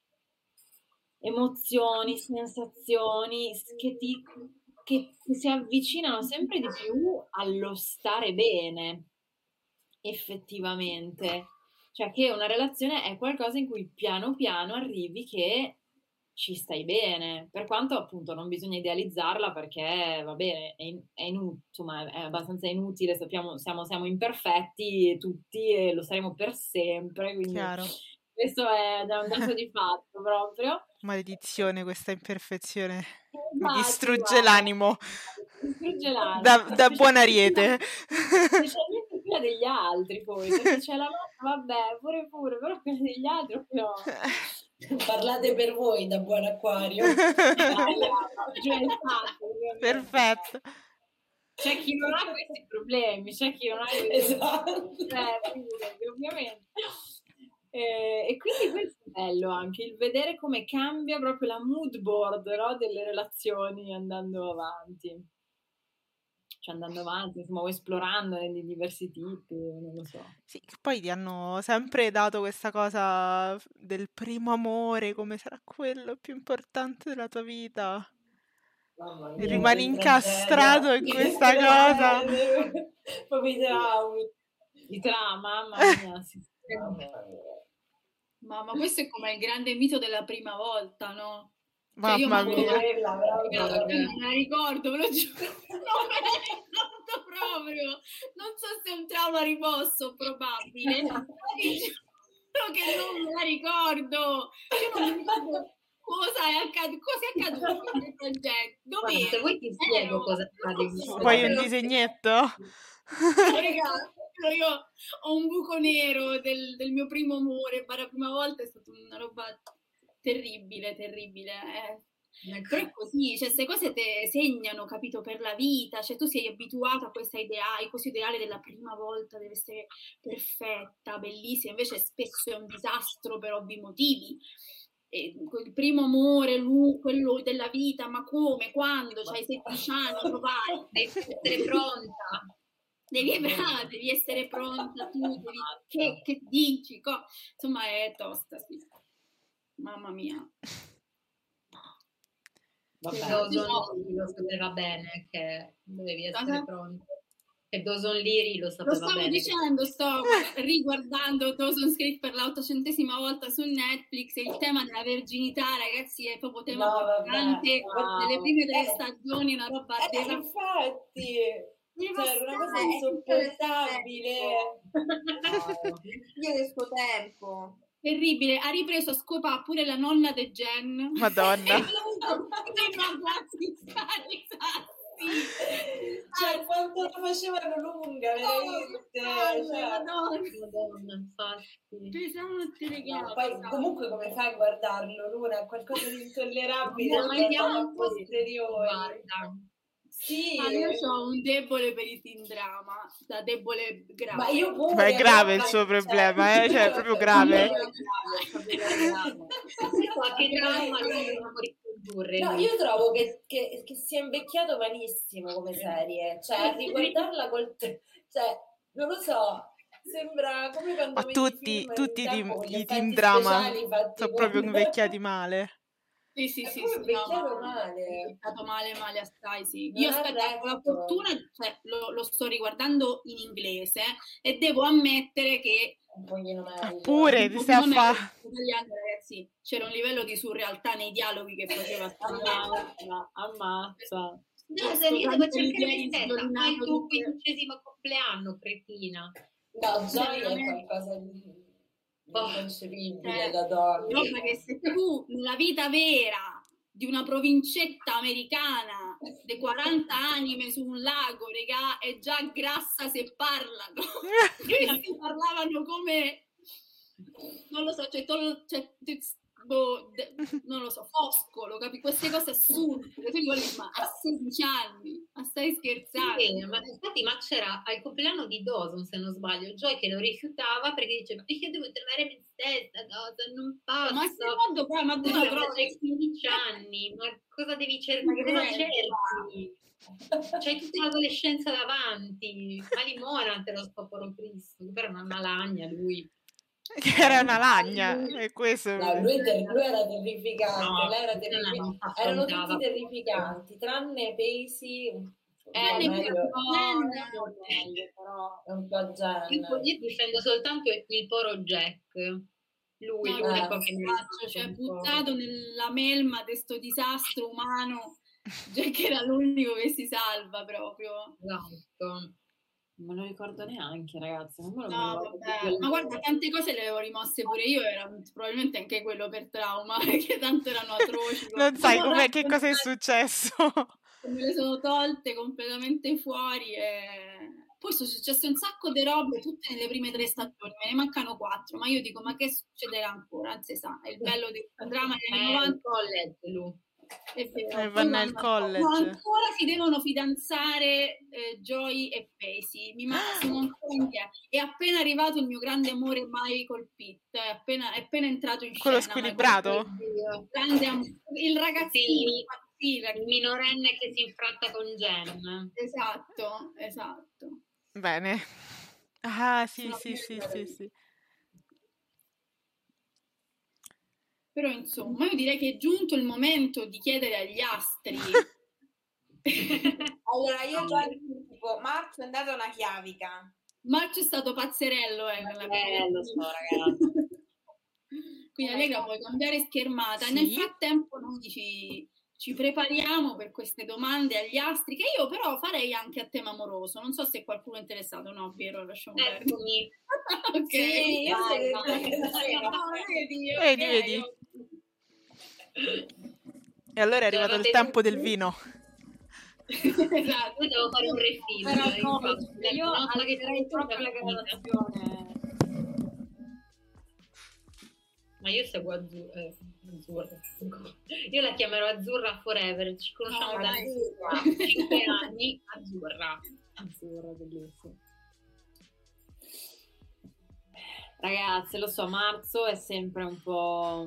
emozioni, sensazioni che si avvicinano sempre di più allo stare bene, effettivamente. Cioè che una relazione è qualcosa in cui piano piano arrivi che ci stai bene, per quanto appunto non bisogna idealizzarla perché va bene, insomma, è abbastanza inutile, sappiamo, siamo imperfetti tutti e lo saremo per sempre, quindi Chiaro. questo è un dato di fatto proprio. Maledizione, questa imperfezione mi Esatto, distrugge guarda. l'animo. Distrugge l'animo. Da buon ariete. Specialmente quella degli altri, poi, perché c'è la nostra, vabbè, pure, però quella degli altri proprio... Parlate per voi da buon acquario. Perfetto. C'è chi non ha questi problemi, c'è chi non ha questi Esatto. ovviamente. E quindi questo è bello anche, il vedere come cambia proprio la mood board, no, delle relazioni andando avanti. Cioè andando avanti, insomma, o esplorando di diversi tipi, non lo so. Sì, che poi ti hanno sempre dato questa cosa del primo amore, come sarà quello più importante della tua vita. Mia, rimani incastrato in questa cosa. Proprio i traumi. I trauma, mamma mia, sì. Ma questo è come il grande mito della prima volta, no? Mamma mia. Me la ricordo, ve lo giuro. Non me la ricordo proprio. Non so se è un trauma rimosso, probabile. Ma vi giuro che non me la ricordo. Io non mi ricordo cosa è accaduto in quel progetto. Dov'è? Se vuoi ti spiego cosa accade. Vuoi un disegnetto? Ragazzi, io ho un buco nero del mio primo amore, per la prima volta è stata una roba terribile. Però è così, cioè queste cose te segnano, capito, per la vita, cioè tu sei abituato a questo ideale della prima volta, deve essere perfetta, bellissima, invece spesso è un disastro per ovvi motivi. Il primo amore, quello della vita, ma come, quando, c'hai 16 anni, lo vai, devi essere pronta. Devi essere pronta tu, che dici, insomma è tosta, sì. Mamma mia. Dawson lo sapeva bene che dovevi essere pronta. E Dawson Leary lo sapeva bene. Lo stavo dicendo, sto riguardando Dawson's Creek per la 800ª volta su Netflix e il tema della verginità, ragazzi, è proprio tema importante nelle prime 3 stagioni, una roba infatti cioè, una cosa insopportabile. Io del suo tempo. Terribile, ha ripreso a scopare pure la nonna de Jen. Madonna. Cioè, quanto la facevano lunga, veramente. Madonna, infatti. Pesante, ragazzi. Poi comunque come fai a guardarlo, Luna? È qualcosa di intollerabile. No, posteriori. Guarda. Sì. Io ho un debole per i teen drama, da debole grave. Ma io pure. Ma è grave il suo problema, cioè è proprio grave. Qualche dramma dobbiamo ricondurre. No, io trovo che sia invecchiato malissimo come serie, cioè a riguardarla cioè, non lo so, sembra come quando tutti i teen drama sono proprio invecchiati male. Sì, invecchiato male. Invecchiato male assai, sì. Io aspetta, la fortuna, cioè, lo sto riguardando in inglese e devo ammettere che un pochino meglio. Pure ti stai a fare. Ragazzi, c'era un livello di surrealtà nei dialoghi che faceva ammazza. No, se io devo cercare di testa, ma il tuo 15° compleanno, cretina. No, già è qualcosa di inconcepibile da donna. Che se tu nella vita vera di una provincetta americana di 40 anime su un lago, regà, è già grassa se parlano. Questi parlavano come, non lo so, non lo so, Foscolo, capi? Queste cose assurde, tu dici, ma a 16 anni, ma stai scherzando? Sì, ma infatti ma c'era al compleanno di Dawson, se non sbaglio, Joy che lo rifiutava perché diceva io devo trovare me stessa, Dawson, non posso. Ma secondo poi, ma tu no, però hai 15 anni, ma cosa devi cercare? Cosa cerchi? C'hai tutta l'adolescenza davanti, ma limona te lo scoporo Cristo, però è una malagna lui. Che era una lagna, e questo... No, lui era terrificante, No, lei era terrificante. Erano tutti terrificanti, tranne Pacey, meglio, però è un po' Jen. Io difendo soltanto il poro Jack. Lui l'unico che mi faccio, cioè buttato nella melma di sto disastro umano. Jack era l'unico che si salva proprio. Esatto. Non me lo ricordo neanche, ragazzi. Ma guarda, tante cose le avevo rimosse pure io, era probabilmente anche quello per trauma, perché tanto erano atroci. Non sai che cosa è successo. Me le sono tolte completamente fuori e poi sono successe un sacco di robe tutte nelle prime 3 stagioni, me ne mancano 4, ma io dico, ma che succederà ancora? Non si sa, è il bello del dramma degli anni 90. College, lui. Vanno al college. Ma ancora si devono fidanzare Joy e Pacey. Sono ancora indietro. È appena arrivato il mio grande amore Michael Pitt. È appena entrato in quello scena. Quello squilibrato? Il ragazzino. Sì, il minorenne che si infratta con Jen. Esatto. Bene. Ah, sì. Però insomma, io direi che è giunto il momento di chiedere agli astri. Allora, io già tipo, Marzo è andata una chiavica. Marzo è stato pazzerello, lo so, ragazzi. Quindi Allegra puoi cambiare schermata. Sì. Nel frattempo noi ci prepariamo per queste domande agli astri, che io però farei anche a tema amoroso. Non so se qualcuno è interessato, no, Piero, lasciamo perdere. Ok, sì, io vedi. E allora è arrivato il tempo del vino. Esatto, io devo fare un refill. Io alzerei proprio la gradazione. Ma io seguo Azzurra. Io la chiamerò Azzurra forever. Ci conosciamo da 5 anni. Azzurra, bellissimo. Ragazzi, lo so, marzo è sempre un po'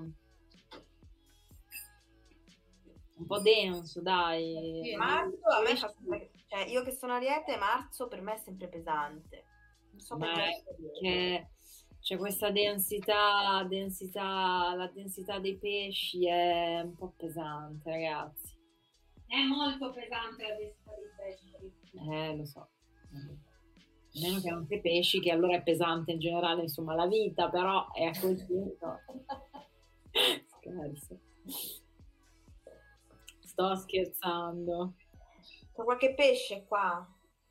denso, dai. Sì, marzo a me fa sempre, cioè io che sono Ariete, marzo per me è sempre pesante. Non so perché c'è questa densità, la densità dei pesci è un po' pesante, ragazzi. È molto pesante la densità dei pesci. Lo so. Meno che anche pesci, che allora è pesante in generale, insomma, la vita, però è a quel punto. Scherzo. Sto scherzando. C'è qualche pesce qua?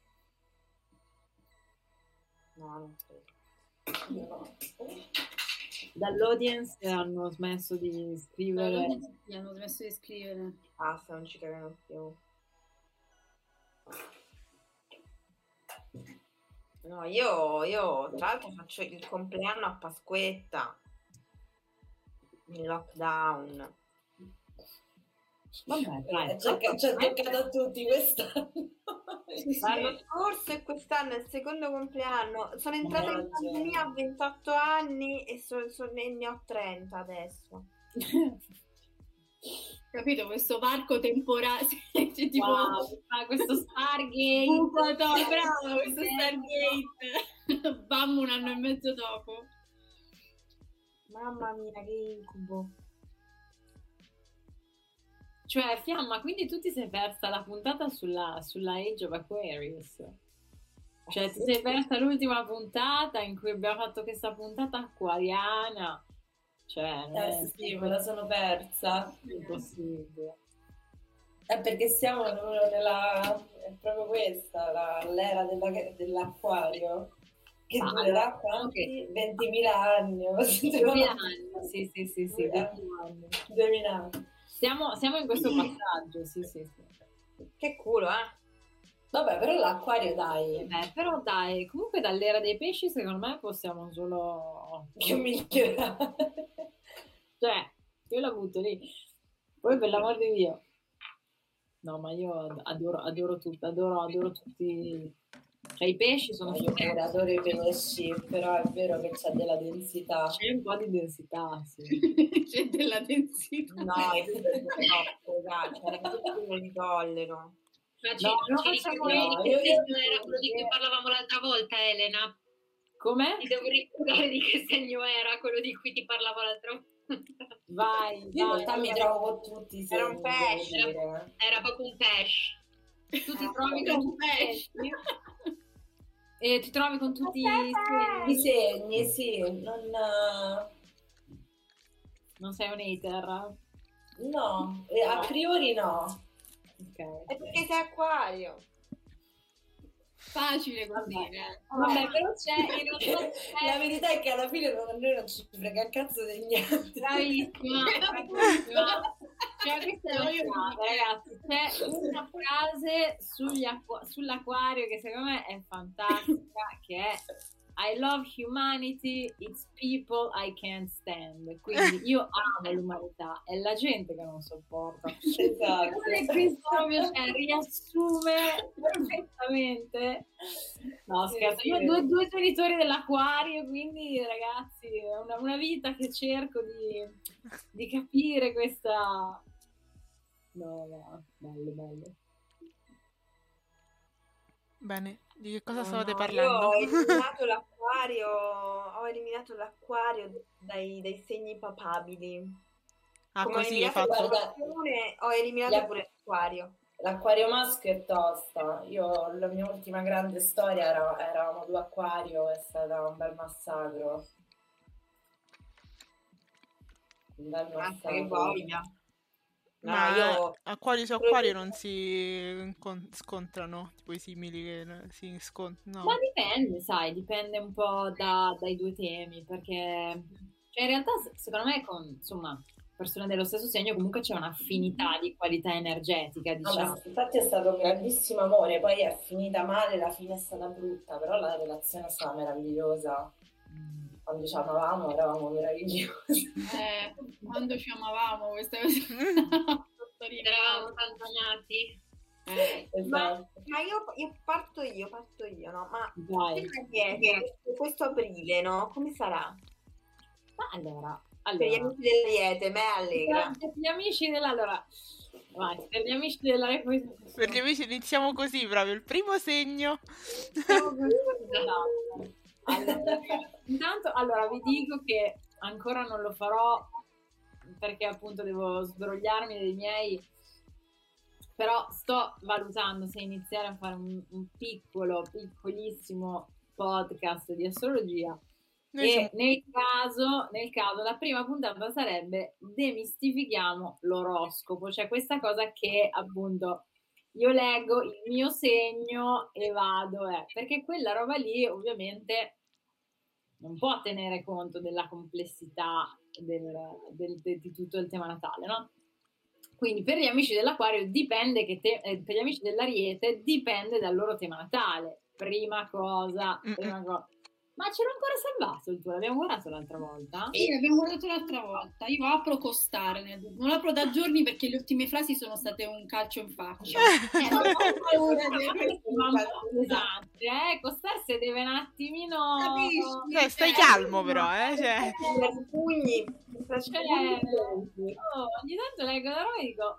No, non credo. Dall'audience hanno smesso di scrivere. Hanno smesso di scrivere. Basta, non ci cagano più. No, io tra l'altro faccio il compleanno a Pasquetta, in lockdown. Vabbè, dai. Ci è toccato a tutti quest'anno. L'anno scorso e quest'anno è il secondo compleanno. Sono entrata in pandemia a 28 anni e ne ho 30 adesso. Capito? Questo varco temporale, cioè, tipo questo Stargate. Bravo, questo Stargate. Bam, 1 anno e mezzo dopo. Mamma mia, che incubo. Cioè, Fiamma, quindi tu ti sei persa la puntata sulla Age of Aquarius. Cioè, ti sei persa l'ultima puntata in cui abbiamo fatto questa puntata acquariana. Cioè, sì, me la sono persa. È impossibile. Perché siamo nella... è proprio questa, l'era dell'acquario. Che durerà quanti? 20.000 anni. 20.000 anni, sì. 20.000 anni. Siamo in questo passaggio, sì. Che culo, Vabbè, però l'acquario dai. Però dai, comunque dall'era dei pesci secondo me possiamo solo... Che migliorare. Cioè, io la butto lì. Poi per l'amor di Dio. No, ma io adoro tutto, adoro tutti. Cioè i pesci sono io pure adoro i pesci, però è vero che c'è della densità. C'è un po' di densità, sì. C'è della densità. No, è troppo, cioè, non li tollero. Ma No, non facciamo che segno era quello di cui parlavamo l'altra volta, Elena? Come? Ti devo ricordare di che segno era quello di cui ti parlavo l'altra volta. Vai, Io in realtà mi trovo con tutti i segni, Era un pesce. Era proprio un pesce. Tu ti trovi con un pesce? E ti trovi con tutti i segni, sì, non sei un hater? No, a priori no. Ok. È perché sei acquario. Facile così. Vabbè, però c'è la verità è che alla fine a noi non ci frega il cazzo di niente. Bravissima. Cioè, questa è una frase, ragazzi, c'è una frase sull'acquario che secondo me è fantastica, che è I love humanity, it's people I can't stand. Quindi io amo l'umanità, è la gente che non sopporto. Esatto. Questo proprio riassume perfettamente. No, scherzo, io ho due genitori dell'acquario, quindi ragazzi, è una vita che cerco di capire questa... No, bello. Bene, di che cosa stavate parlando? Io ho eliminato l'acquario dai segni papabili. Ah, Come così hai fatto? Ho eliminato pure l'acquario. L'acquario maschio è tosta. Io, la mia ultima grande storia eravamo 2 acquario, è stato un bel massacro. Che voglia. Ma acquario su acquario non si scontrano, tipo i simili che si scontrano. No. Ma dipende, sai, dipende un po' dai due temi, perché cioè in realtà secondo me con insomma persone dello stesso segno comunque c'è un'affinità di qualità energetica, diciamo. Infatti è stato un grandissimo amore, poi è finita male, la fine è stata brutta, però la relazione è stata meravigliosa. Quando ci amavamo eravamo meravigliosi. Quando ci amavamo, questa cosa. Eravamo tanto amati. Esatto. Ma io parto io, no? Ma Vai. questo aprile, no? Come sarà? Ma allora. Per gli amici dell'Ariete, me allegra. Per gli amici per gli amici della Per gli amici iniziamo così, proprio il primo segno. Intanto, allora vi dico che ancora non lo farò perché appunto devo sbrogliarmi dei miei, però sto valutando se iniziare a fare un piccolissimo podcast di astrologia. E nel caso la prima puntata sarebbe demistifichiamo l'oroscopo, cioè questa cosa che appunto io leggo il mio segno e vado, perché quella roba lì ovviamente non può tenere conto della complessità di tutto il tema natale, no? Quindi per gli amici dell'Acquario dipende per gli amici dell'Ariete dipende dal loro tema natale. Prima cosa. Ma ce l'ho ancora salvato il tuo? L'abbiamo guardato l'altra volta? Sì, l'abbiamo guardato l'altra volta. Io apro costare, non apro da giorni perché le ultime frasi sono state un calcio in faccia. Non ho paura pesante, costare se deve un attimino... Capisci? Stai calmo però, cioè... Pugni. Ogni tanto leggo la roba e dico,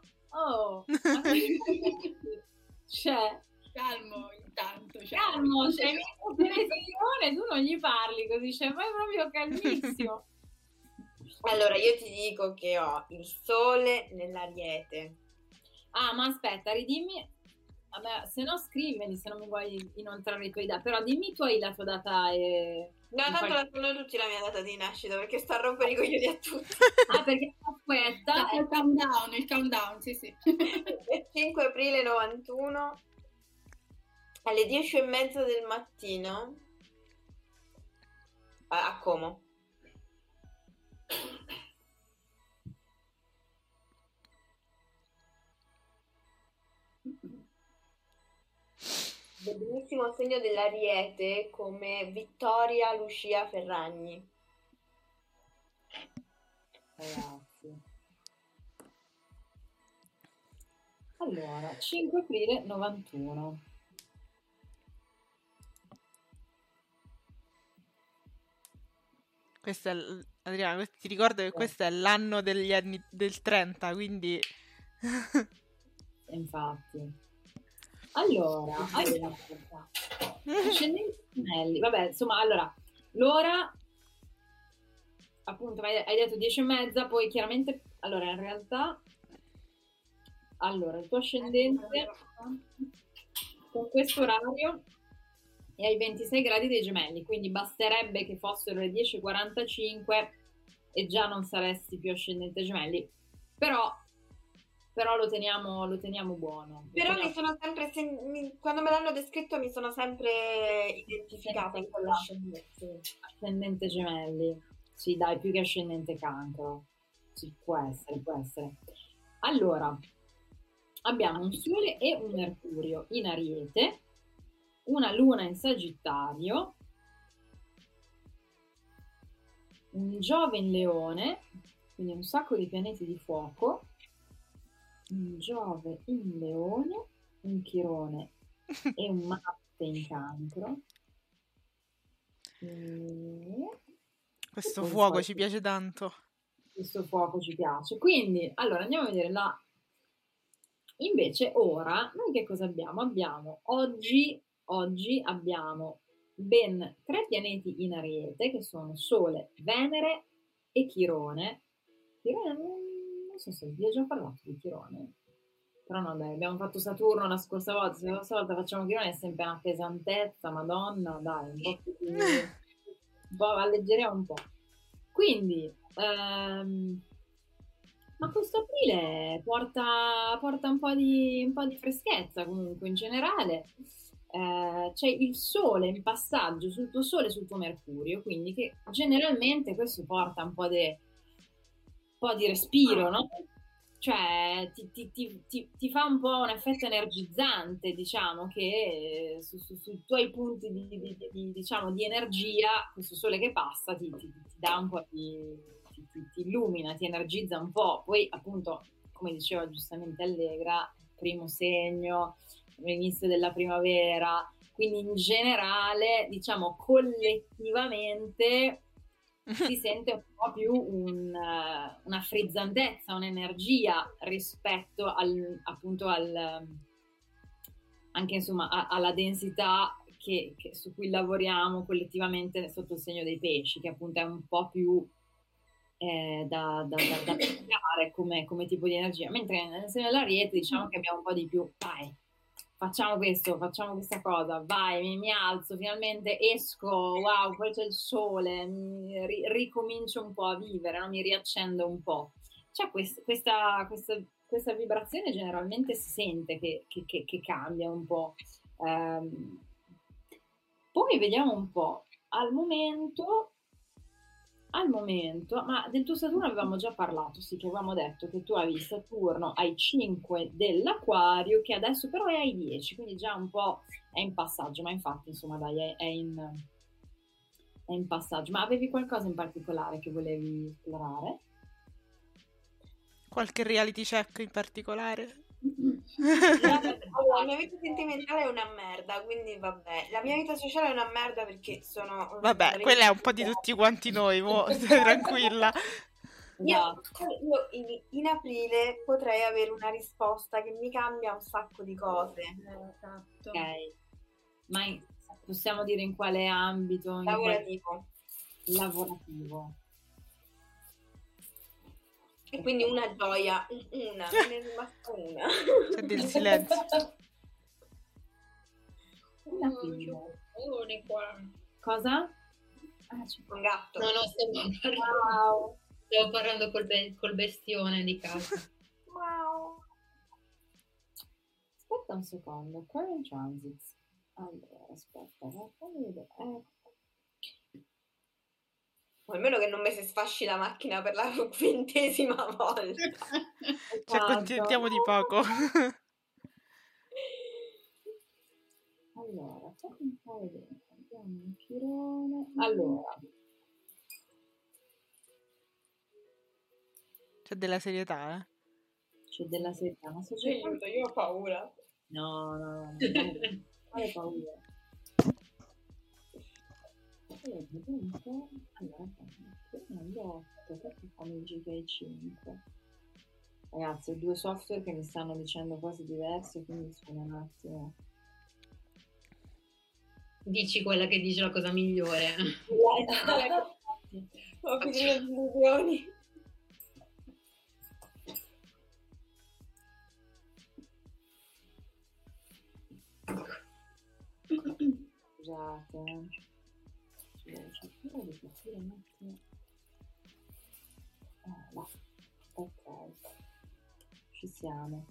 cioè... Calmo intanto. Calmo, cioè tu non gli parli così, cioè vai proprio calmissimo. Allora, io ti dico che ho il sole nell'Ariete. Ah, ma aspetta, ridimmi. Vabbè, se no scrivimi, se non mi vuoi inoltrare i tuoi dati, però dimmi tu hai la tua data e... No, tanto la sanno tutti la mia data di nascita, perché sto a rompere i coglioni a tutti. Ah, perché aspetta... Il countdown, sì. 5 aprile 91... alle 10:30 del mattino a Como. Bellissimo segno dell'Ariete come Vittoria Lucia Ferragni. Ragazzi. Allora, 5 aprile 91. Questo è Adriana, ti ricordo che questo è l'anno degli anni del 30, quindi Infatti. Allora, ascendenti gemelli. Vabbè, insomma, allora, l'ora, appunto, hai detto 10:30, poi chiaramente, allora, in realtà, allora, il tuo ascendente con questo orario è ai 26 gradi dei gemelli, quindi basterebbe che fossero le 10:45 e già non saresti più ascendente gemelli, però lo teniamo buono. Però mi sono sempre, quando me l'hanno descritto mi sono sempre identificata in quell'ascendente. Ascendente gemelli, sì dai, più che ascendente cancro, sì, può essere. Allora, abbiamo un Sole e un Mercurio in Ariete, una Luna in Sagittario, un Giove in Leone, quindi un sacco di pianeti di fuoco, un Giove in Leone, un Chirone e un Marte in Cancro. Questo fuoco ci piace tanto. Questo fuoco ci piace. Quindi, allora, andiamo a vedere la... Invece, ora, noi che cosa abbiamo? Oggi abbiamo ben 3 pianeti in Ariete, che sono Sole, Venere e Chirone. Chirone, non so se vi ho già parlato di Chirone. Però no, dai, abbiamo fatto Saturno la scorsa volta, se la volta facciamo Chirone è sempre una pesantezza, madonna, dai, un po' alleggeriamo un po'. Quindi, ma questo aprile porta un po' di freschezza comunque in generale. C'è il Sole in passaggio sul tuo Sole e sul tuo Mercurio, quindi che generalmente questo porta un po' di respiro, no? Cioè ti fa un po' un effetto energizzante, diciamo, che sui tuoi punti diciamo, di energia, questo Sole che passa ti dà un po' ti illumina, ti energizza un po'. Poi appunto, come diceva giustamente Allegra, primo segno, l'inizio della primavera, quindi in generale, diciamo, collettivamente si sente un po' più una frizzantezza, un'energia rispetto appunto anche insomma alla densità su cui lavoriamo collettivamente sotto il segno dei pesci, che appunto è un po' più da piegare come tipo di energia, mentre nel segno dell'Ariete diciamo che abbiamo un po' di più, dai, facciamo questa cosa, vai, mi alzo, finalmente esco, wow, poi c'è il sole, ricomincio un po' a vivere, no? Mi riaccendo un po'. C'è questa vibrazione generalmente si sente che cambia un po'. Poi vediamo un po', al momento, ma del tuo Saturno avevamo già parlato, sì, che avevamo detto che tu avevi Saturno ai 5 dell'Aquario, che adesso però è ai 10, quindi già un po' è in passaggio, ma infatti insomma dai, è in passaggio. Ma avevi qualcosa in particolare che volevi esplorare? Qualche reality check in particolare? Allora, la mia vita sentimentale è una merda, quindi vabbè. La mia vita sociale è una merda perché sono... Vabbè, quella è un po' di tutti quanti noi, stai tranquilla. Io in aprile potrei avere una risposta che mi cambia un sacco di cose. Esatto. Ok, ma possiamo dire in quale ambito? Lavorativo. E quindi una gioia, me ne è rimasta una. C'è del silenzio. Qua. Cosa? C'è un gatto. No, stavo parlando col bestione di casa. Wow. Aspetta un secondo, current transits. Allora, aspetta, fammi vedere. Almeno che non mi si sfasci la macchina per la 20ª volta. Ci accontentiamo di poco. Allora, fammi un po' vedere. Abbiamo un Chirone. Allora. C'è della serietà, C'è della seta, ma sto cercando... Io ho paura. No, quale paura? Allora, 8, perché fanno il GK5? Ragazzi, ho 2 software che mi stanno dicendo cose diverse, quindi sono un attimo... Dici quella che dice la cosa migliore. Ho finito le illusioni. Scusate. Devo cercare di capire un attimo. Là. Ok. Ci siamo.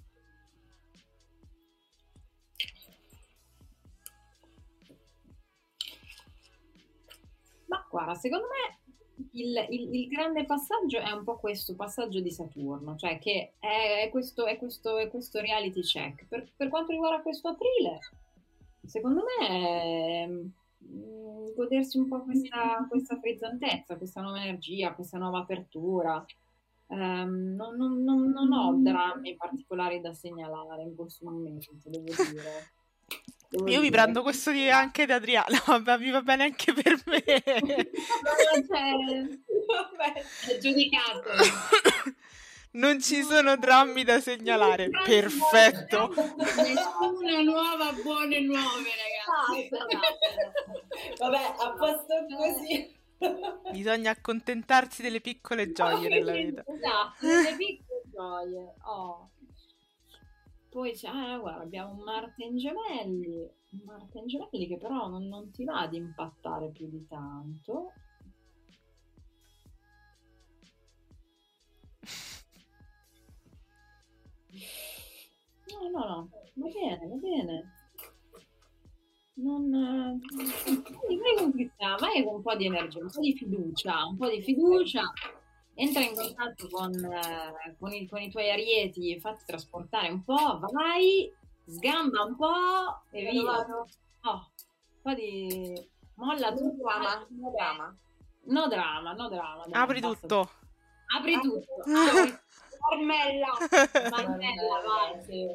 Ma guarda, secondo me il grande passaggio è un po' questo passaggio di Saturno, cioè che è questo reality check. Per quanto riguarda questo aprile, secondo me è godersi un po' questa frizzantezza, questa nuova energia, questa nuova apertura. Non ho drammi particolari da segnalare in questo momento, devo dire. Io mi prendo questo anche da Adriana, vabbè, mi va bene anche per me. È giudicato. Non ci sono drammi da segnalare. Perfetto. Nessuna nuova buone nuove, ragazzi. Vabbè, a posto così. Bisogna accontentarsi delle piccole gioie nella vita. Esatto, delle piccole gioie. Oh. Poi guarda, abbiamo un Marte in Gemelli che però non ti va ad impattare più di tanto. No, va bene. Non vai con un po' di energia, un po' di fiducia. Entra in contatto con i tuoi arieti, fatti trasportare un po', vai, sgamba un po' e via. Un po' di... molla tutto. No drama. Apri tutto. Marmella, vai. Sì.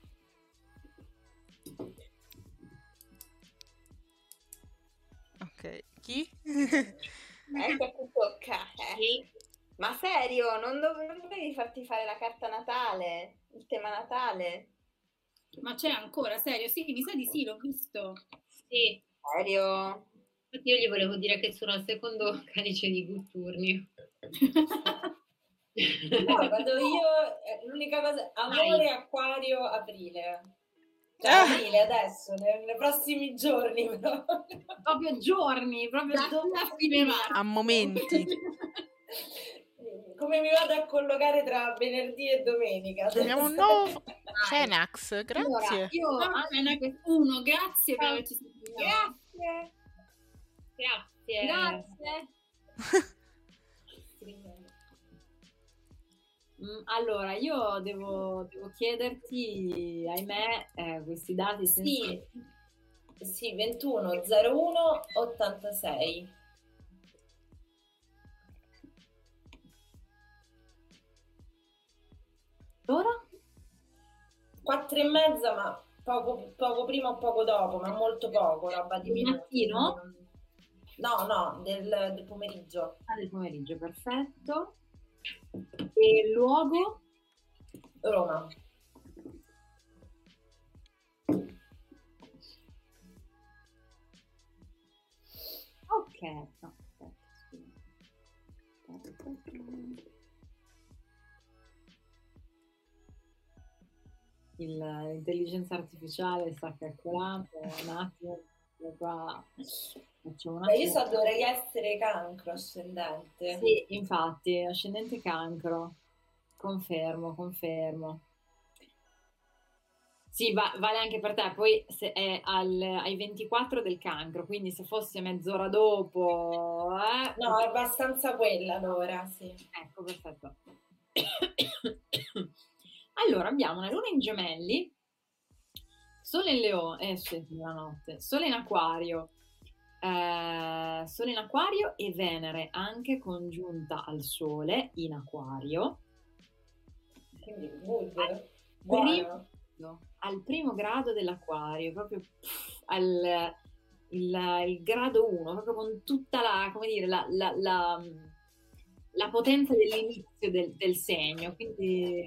Ok, chi? Ecco che tocca. Ma serio, non dovevi farti fare la carta natale, il tema natale? Ma c'è ancora, serio? Sì, mi sa di sì, l'ho visto. Sì. Serio? Infatti io gli volevo dire che sono al secondo calice di Gutturni. No, vado io, l'unica cosa, amore, acquario, aprile. Cioè, aprile adesso, nei prossimi giorni, però. Proprio giorni, proprio da fine marzo. A momenti. Come mi vado a collocare tra venerdì e domenica? Abbiamo un nuovo Cenax, grazie. Allora, io grazie per averci sentito. Grazie. Allora, io devo chiederti, ahimè, questi dati Sì, 21 01 86. Ora? 4:30, ma poco prima o poco dopo, ma molto poco, roba di Del mattino? No, del pomeriggio. Del pomeriggio, perfetto. E il luogo? Roma. Ok, no, aspetta, l'intelligenza artificiale sta calcolando un attimo qua. Io dovrei essere Cancro ascendente. Sì, infatti, ascendente Cancro. Confermo. Sì, vale anche per te. Poi se è ai 24 del Cancro, quindi se fosse mezz'ora dopo... No, è abbastanza quella l'ora, sì. Ecco, perfetto. Allora, abbiamo una luna in Gemelli, Sole in Leone, la notte, Sole in Acquario, e Venere anche congiunta al Sole in Acquario. Quindi good, buono. Al primo grado dell'Acquario, proprio il grado 1, proprio con tutta la, come dire, la potenza dell'inizio del segno, quindi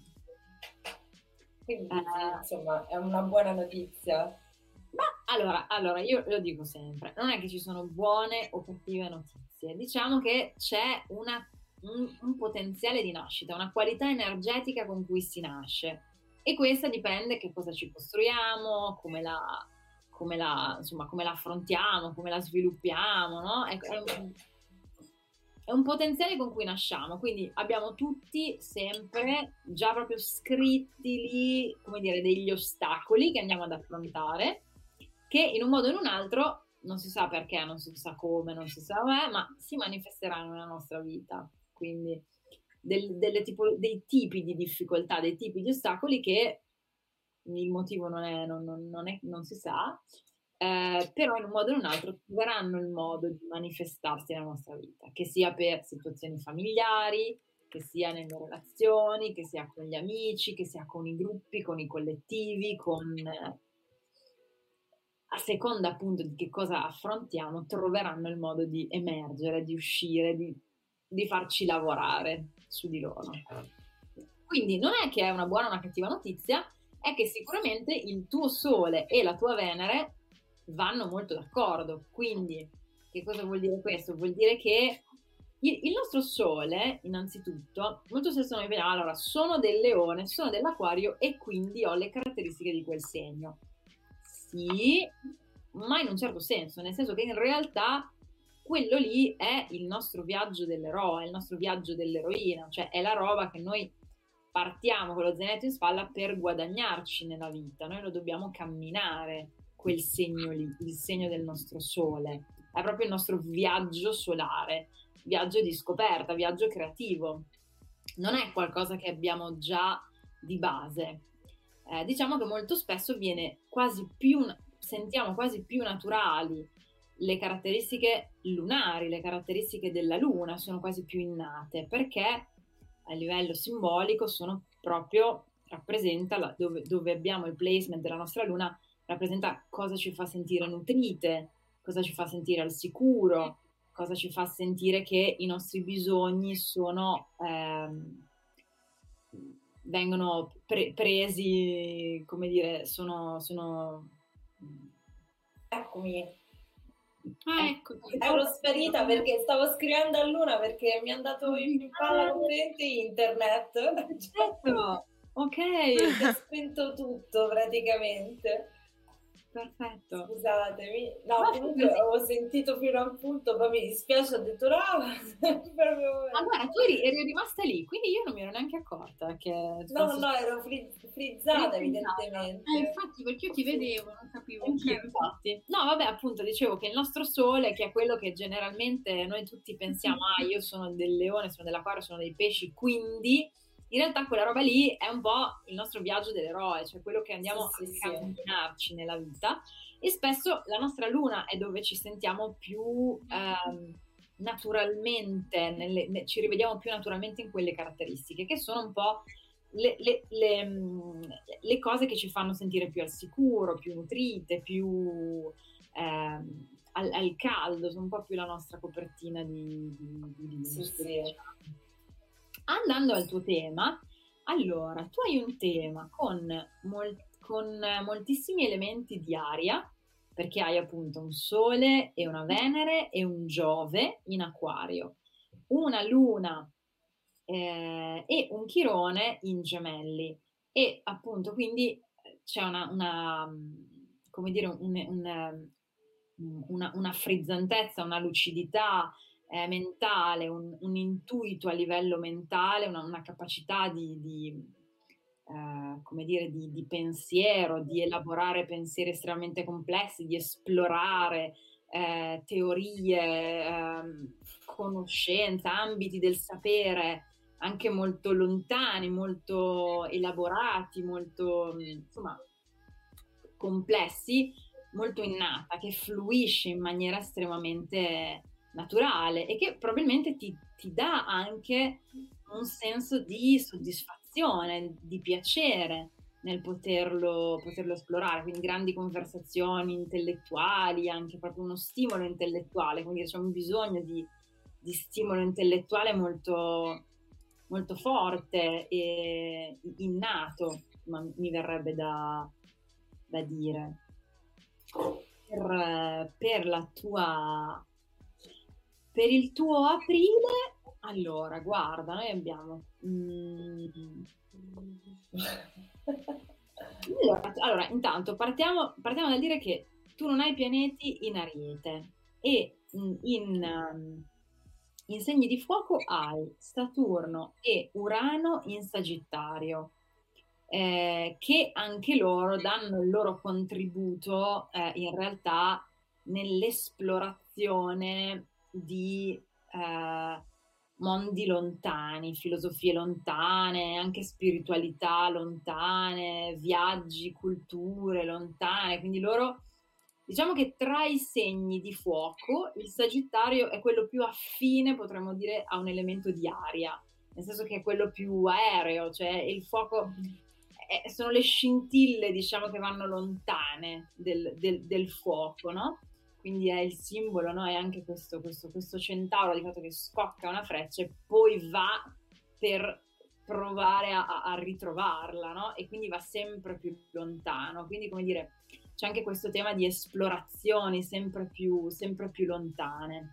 insomma è una buona notizia. Ma allora io lo dico sempre, non è che ci sono buone o cattive notizie, diciamo che c'è un potenziale di nascita, una qualità energetica con cui si nasce, e questa dipende che cosa ci costruiamo, come la affrontiamo, come la sviluppiamo, no? È un potenziale con cui nasciamo, quindi abbiamo tutti sempre già proprio scritti lì, come dire, degli ostacoli che andiamo ad affrontare, che in un modo o in un altro, non si sa perché, non si sa come, non si sa come, ma si manifesteranno nella nostra vita. Quindi dei tipi di difficoltà, dei tipi di ostacoli che il motivo non si sa, però in un modo o in un altro troveranno il modo di manifestarsi nella nostra vita, che sia per situazioni familiari, che sia nelle relazioni, che sia con gli amici, che sia con i gruppi, con i collettivi, a seconda appunto di che cosa affrontiamo, troveranno il modo di emergere, di uscire, di farci lavorare su di loro. Quindi non è che è una buona o una cattiva notizia, è che sicuramente il tuo Sole e la tua Venere vanno molto d'accordo. Quindi che cosa vuol dire questo? Vuol dire che il nostro Sole, innanzitutto, molto spesso noi vediamo, allora, sono del Leone, sono dell'Acquario e quindi ho le caratteristiche di quel segno. Sì, ma in un certo senso, nel senso che in realtà quello lì è il nostro viaggio dell'eroe, il nostro viaggio dell'eroina, cioè è la roba che noi partiamo con lo zainetto in spalla per guadagnarci nella vita, noi lo dobbiamo camminare, quel segno lì, il segno del nostro Sole, è proprio il nostro viaggio solare, viaggio di scoperta, viaggio creativo, non è qualcosa che abbiamo già di base. Diciamo che molto spesso sentiamo quasi più naturali le caratteristiche lunari, le caratteristiche della Luna sono quasi più innate, perché a livello simbolico rappresenta dove abbiamo il placement della nostra Luna, rappresenta cosa ci fa sentire nutrite, cosa ci fa sentire al sicuro, cosa ci fa sentire che i nostri bisogni vengono presi, come dire, sono eccomi. Ecco. Ero sparita perché stavo scrivendo a Luna perché mi è andato in palla completamente internet. Certo, ok. Ho spento tutto praticamente. Perfetto. Scusatemi. No, comunque avevo sentito fino a un punto, poi mi dispiace, ho detto no. Ma guarda, tu eri rimasta lì, quindi io non mi ero neanche accorta che... No, ero frizzata evidentemente. Infatti, perché io ti vedevo, non capivo. Infatti. No, vabbè, appunto, dicevo che il nostro Sole, che è quello che generalmente noi tutti pensiamo, io sono del Leone, sono dell'Acquario, sono dei Pesci, quindi... In realtà quella roba lì è un po' il nostro viaggio dell'eroe, cioè quello che andiamo a camminarci nella vita, e spesso la nostra Luna è dove ci sentiamo più naturalmente, ci rivediamo più naturalmente in quelle caratteristiche, che sono un po' le cose che ci fanno sentire più al sicuro, più nutrite, più al caldo, sono un po' più la nostra copertina di Andando al tuo tema, allora, tu hai un tema con moltissimi elementi di aria, perché hai appunto un Sole e una Venere e un Giove in Acquario, una Luna e un Chirone in Gemelli, e appunto quindi c'è una frizzantezza, una lucidità mentale, un intuito a livello mentale, una capacità di pensiero, di elaborare pensieri estremamente complessi, di esplorare teorie, conoscenza, ambiti del sapere anche molto lontani, molto elaborati, molto insomma complessi, molto innata, che fluisce in maniera estremamente naturale e che probabilmente ti dà anche un senso di soddisfazione soddisfazione, di piacere nel poterlo esplorare, quindi grandi conversazioni intellettuali, anche proprio uno stimolo intellettuale, quindi c'è un bisogno di stimolo intellettuale molto, molto forte e innato, ma mi verrebbe da dire. Per il tuo aprile, allora, guarda, noi abbiamo... Allora, intanto partiamo dal dire che tu non hai pianeti in Ariete e in segni di fuoco hai Saturno e Urano in Sagittario, che anche loro danno il loro contributo in realtà nell'esplorazione di mondi lontani, filosofie lontane, anche spiritualità lontane, viaggi, culture lontane, quindi loro, diciamo che tra i segni di fuoco il Sagittario è quello più affine, potremmo dire, a un elemento di aria, nel senso che è quello più aereo, cioè il fuoco sono le scintille, diciamo, che vanno lontane del fuoco, no? Quindi è il simbolo, no? È anche questo centauro di fatto che scocca una freccia e poi va per provare a ritrovarla, no? E quindi va sempre più lontano. Quindi, come dire, c'è anche questo tema di esplorazioni sempre più lontane.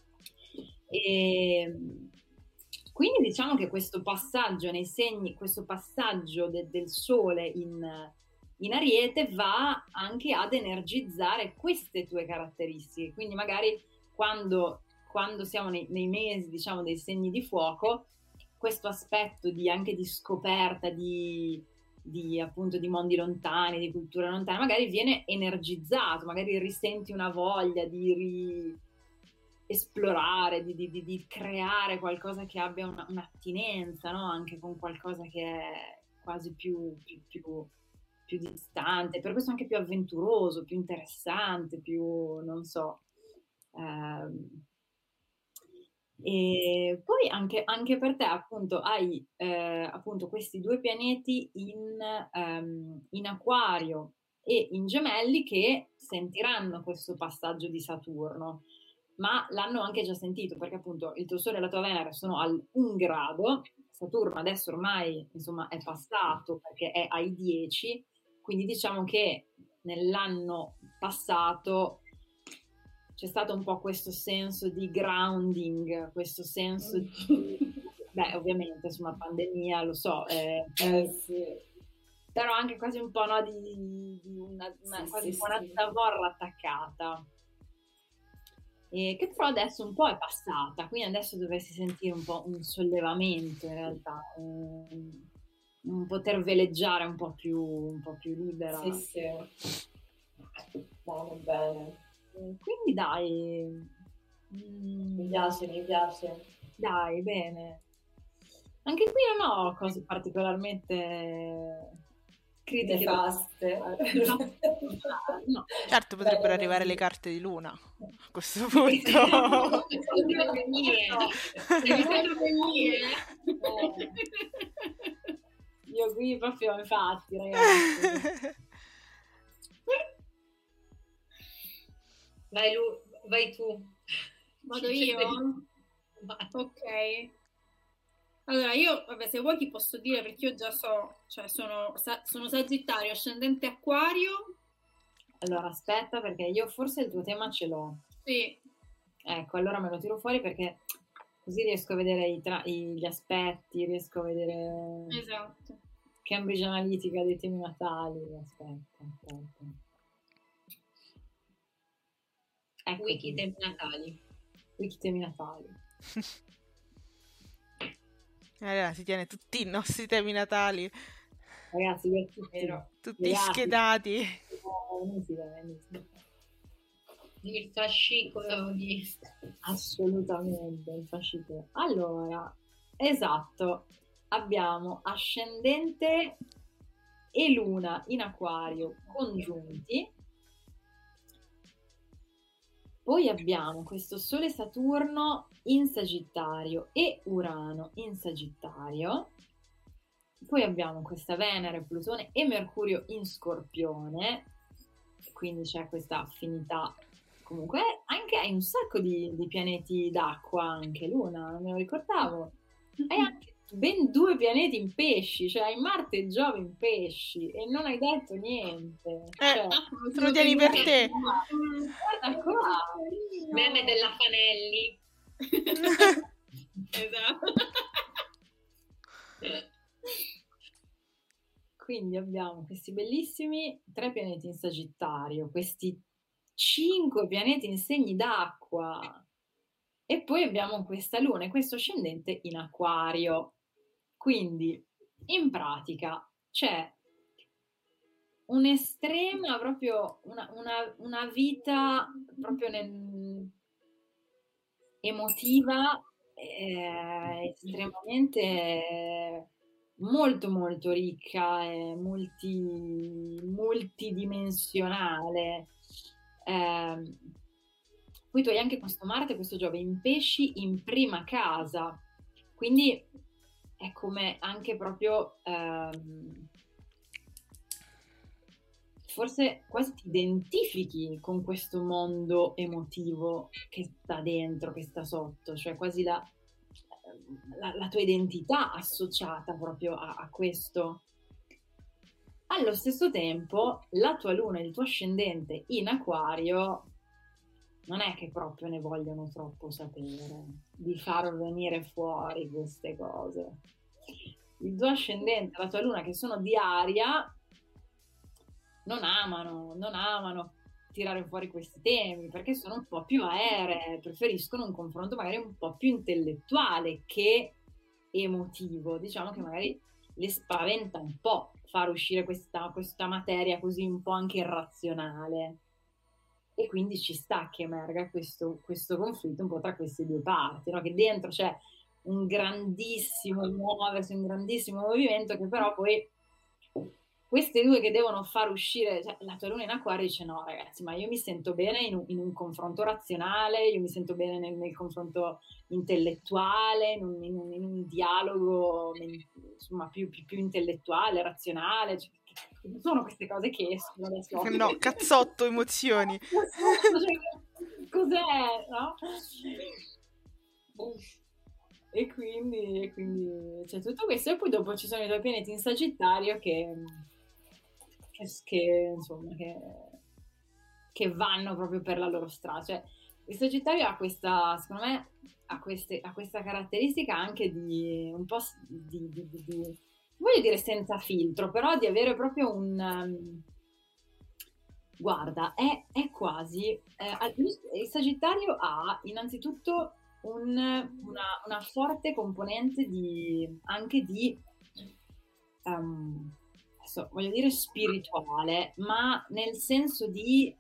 E quindi diciamo che questo passaggio nei segni, questo passaggio del Sole in Ariete va anche ad energizzare queste tue caratteristiche, quindi magari quando siamo nei mesi, diciamo, dei segni di fuoco, questo aspetto anche di scoperta appunto di mondi lontani, di culture lontane, magari viene energizzato, magari risenti una voglia di esplorare, di creare qualcosa che abbia un'attinenza, no? Anche con qualcosa che è quasi più distante, per questo anche più avventuroso, più interessante, più, non so. E poi anche per te appunto hai appunto questi due pianeti in Acquario e in Gemelli che sentiranno questo passaggio di Saturno, ma l'hanno anche già sentito perché appunto il tuo Sole e la tua Venere sono all'1 grado, Saturno adesso ormai insomma è passato perché è ai 10, quindi diciamo che nell'anno passato c'è stato un po' questo senso di grounding, questo senso di... Beh, ovviamente, insomma, pandemia, lo so. Sì. Però anche quasi un po', no, di una zavorra attaccata. E che però adesso un po' è passata, quindi adesso dovresti sentire un po' un sollevamento, in realtà. Un poter veleggiare un po' più libera. Sì. Bene. Quindi dai. Mi piace. Dai, bene. Anche qui non ho cose particolarmente critiche. Nefaste. No. Certo, potrebbero arrivare le carte di Luna a questo punto. Io qui proprio, infatti, ragazzi. Vai tu. Vado io? Ok. Allora, io, vabbè, se vuoi ti posso dire, perché io già so, cioè sono Sagittario, ascendente Acquario. Allora, aspetta, perché io forse il tuo tema ce l'ho. Sì. Ecco, allora me lo tiro fuori perché così riesco a vedere gli aspetti, riesco a vedere... Esatto. Cambridge Analytica dei temi natali. Aspetta. Ecco, Wiki temi natali. Allora si tiene tutti i nostri temi natali. Ragazzi, tutti schedati. Il fascicolo di... Assolutamente, il fascicolo. Allora, esatto, abbiamo ascendente e luna in Acquario congiunti. Poi abbiamo questo Sole Saturno in Sagittario e Urano in Sagittario. Poi abbiamo questa Venere, Plutone e Mercurio in Scorpione, quindi c'è questa affinità. Comunque anche hai un sacco di pianeti d'acqua, anche Luna, non me lo ricordavo. Hai anche ben 2 pianeti in pesci, cioè hai Marte e Giove in pesci e non hai detto niente. Cioè, te lo tieni per te. Guarda qua. Meme della Fanelli. Esatto. Quindi abbiamo questi bellissimi 3 pianeti in Sagittario, questi 5 pianeti in segni d'acqua e poi abbiamo questa Luna e questo ascendente in Acquario. Quindi in pratica c'è un'estrema, proprio una vita proprio emotiva, estremamente molto molto ricca e multidimensionale. Poi tu hai anche questo Marte e questo Giove in pesci in prima casa, quindi è come anche proprio forse quasi ti identifichi con questo mondo emotivo che sta dentro, che sta sotto, cioè quasi la tua identità associata proprio a questo. Allo stesso tempo, la tua Luna e il tuo ascendente in Acquario non è che proprio ne vogliono troppo sapere di far venire fuori queste cose. Il tuo ascendente e la tua Luna, che sono di aria, non amano tirare fuori questi temi perché sono un po' più aeree, preferiscono un confronto magari un po' più intellettuale che emotivo. Diciamo che magari le spaventa un po' far uscire questa materia così un po' anche irrazionale, e quindi ci sta che emerga questo conflitto un po' tra queste 2 parti, no? Che dentro c'è un grandissimo muoversi, un grandissimo movimento, che però poi queste 2 che devono far uscire, cioè, la tua Luna in Acquario dice no ragazzi, ma io mi sento bene in un confronto razionale, io mi sento bene nel confronto intellettuale, in un dialogo insomma più intellettuale, razionale, cioè, sono queste cose che escono adesso. No, cazzotto, emozioni. Cos'è, no? E quindi c'è tutto questo, e poi dopo ci sono i 2 pianeti in Sagittario che insomma che vanno proprio per la loro strada. Cioè, il Sagittario ha questa, secondo me, ha questa caratteristica anche di un po' di voglio dire senza filtro, però di avere proprio guarda, è quasi il Sagittario ha innanzitutto una forte componente anche di adesso voglio dire spirituale, ma nel senso di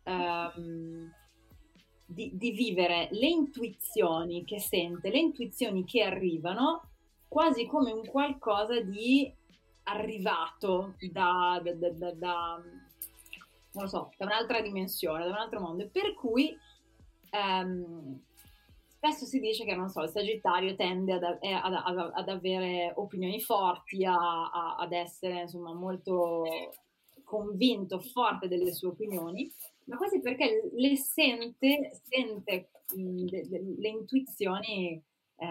vivere le intuizioni che sente, le intuizioni che arrivano quasi come un qualcosa di arrivato da non lo so, da un'altra dimensione, da un altro mondo, per cui spesso si dice che, non so, il Sagittario tende ad avere opinioni forti, ad essere, insomma, molto convinto, forte delle sue opinioni, ma quasi perché le sente le intuizioni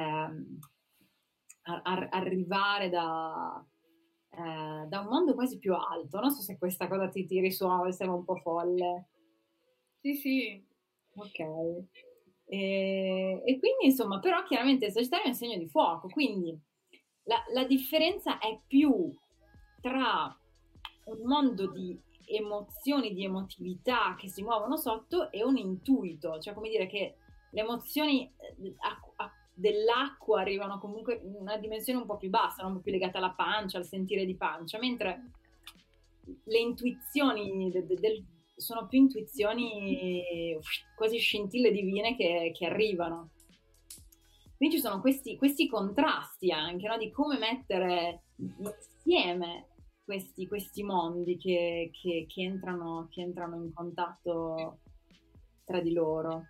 arrivare da un mondo quasi più alto. Non so se questa cosa ti risuona, sembra un po' folle. Sì. Ok. E quindi insomma, però chiaramente il Sagittario è un segno di fuoco, quindi la differenza è più tra un mondo di emozioni, di emotività che si muovono sotto e un intuito, cioè come dire che le emozioni dell'acqua arrivano comunque in una dimensione un po' più bassa, un po' più legata alla pancia, al sentire di pancia, mentre le intuizioni sono più intuizioni quasi scintille divine che arrivano. Quindi ci sono questi contrasti anche, no? Di come mettere insieme questi mondi che entrano in contatto tra di loro.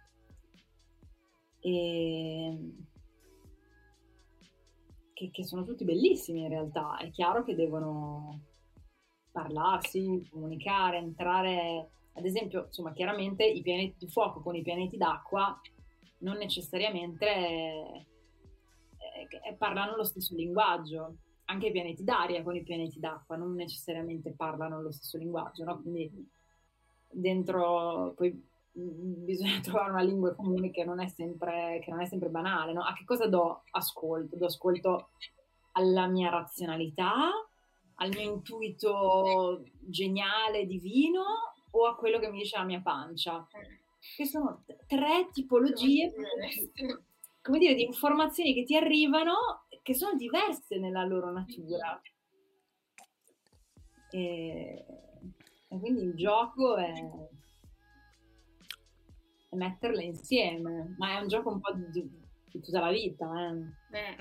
che sono tutti bellissimi in realtà. È chiaro che devono parlarsi, comunicare, entrare, ad esempio, insomma, chiaramente i pianeti di fuoco con i pianeti d'acqua non necessariamente parlano lo stesso linguaggio. Anche i pianeti d'aria con i pianeti d'acqua non necessariamente parlano lo stesso linguaggio, no? Quindi dentro poi bisogna trovare una lingua comune che non è sempre banale, no? A che cosa do ascolto? Do ascolto alla mia razionalità, al mio intuito geniale, divino, o a quello che mi dice la mia pancia? Che sono 3 tipologie, come dire, di informazioni che ti arrivano, che sono diverse nella loro natura. E quindi il gioco è metterle insieme, ma è un gioco un po' di tutta la vita. Non è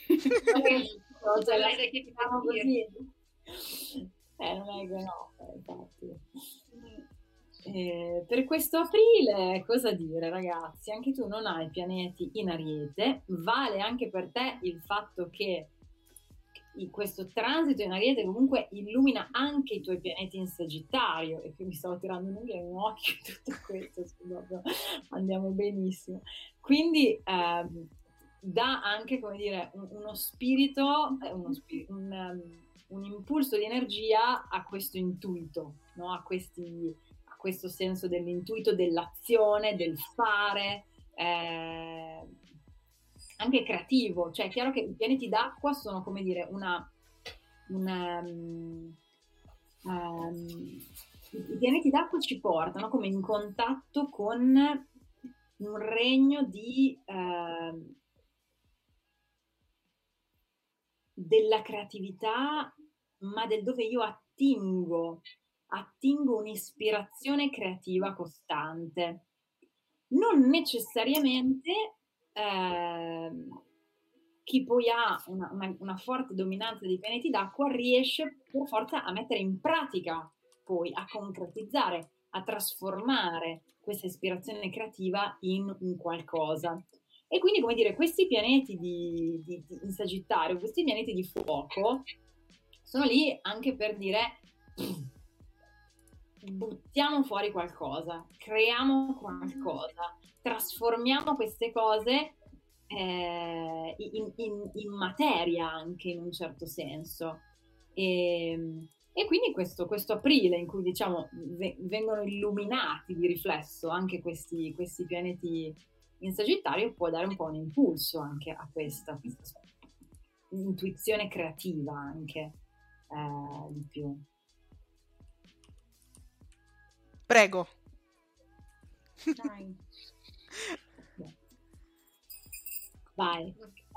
che no, infatti. Per questo aprile, cosa dire, ragazzi? Anche tu non hai pianeti in Ariete, vale anche per te il fatto che questo transito in Ariete comunque illumina anche i tuoi pianeti in Sagittario, e quindi stavo tirando un occhio a tutto questo, andiamo benissimo. Quindi dà anche, come dire, uno spirito, un impulso di energia a questo intuito, no? A questo senso dell'intuito, dell'azione, del fare, anche creativo. Cioè è chiaro che i pianeti d'acqua sono, come dire, i pianeti d'acqua ci portano come in contatto con un regno della creatività, ma del dove io attingo un'ispirazione creativa costante. Non necessariamente chi poi ha una forte dominanza dei pianeti d'acqua riesce per forza a mettere in pratica, poi a concretizzare, a trasformare questa ispirazione creativa in un qualcosa. E quindi, come dire, questi pianeti in Sagittario, questi pianeti di fuoco, sono lì anche per dire: buttiamo fuori qualcosa, creiamo qualcosa, trasformiamo queste cose in materia anche, in un certo senso. E quindi questo aprile in cui, diciamo, vengono illuminati di riflesso anche questi pianeti in Sagittario può dare un po' un impulso anche a questa intuizione creativa anche di più. Prego. Dai. Vai.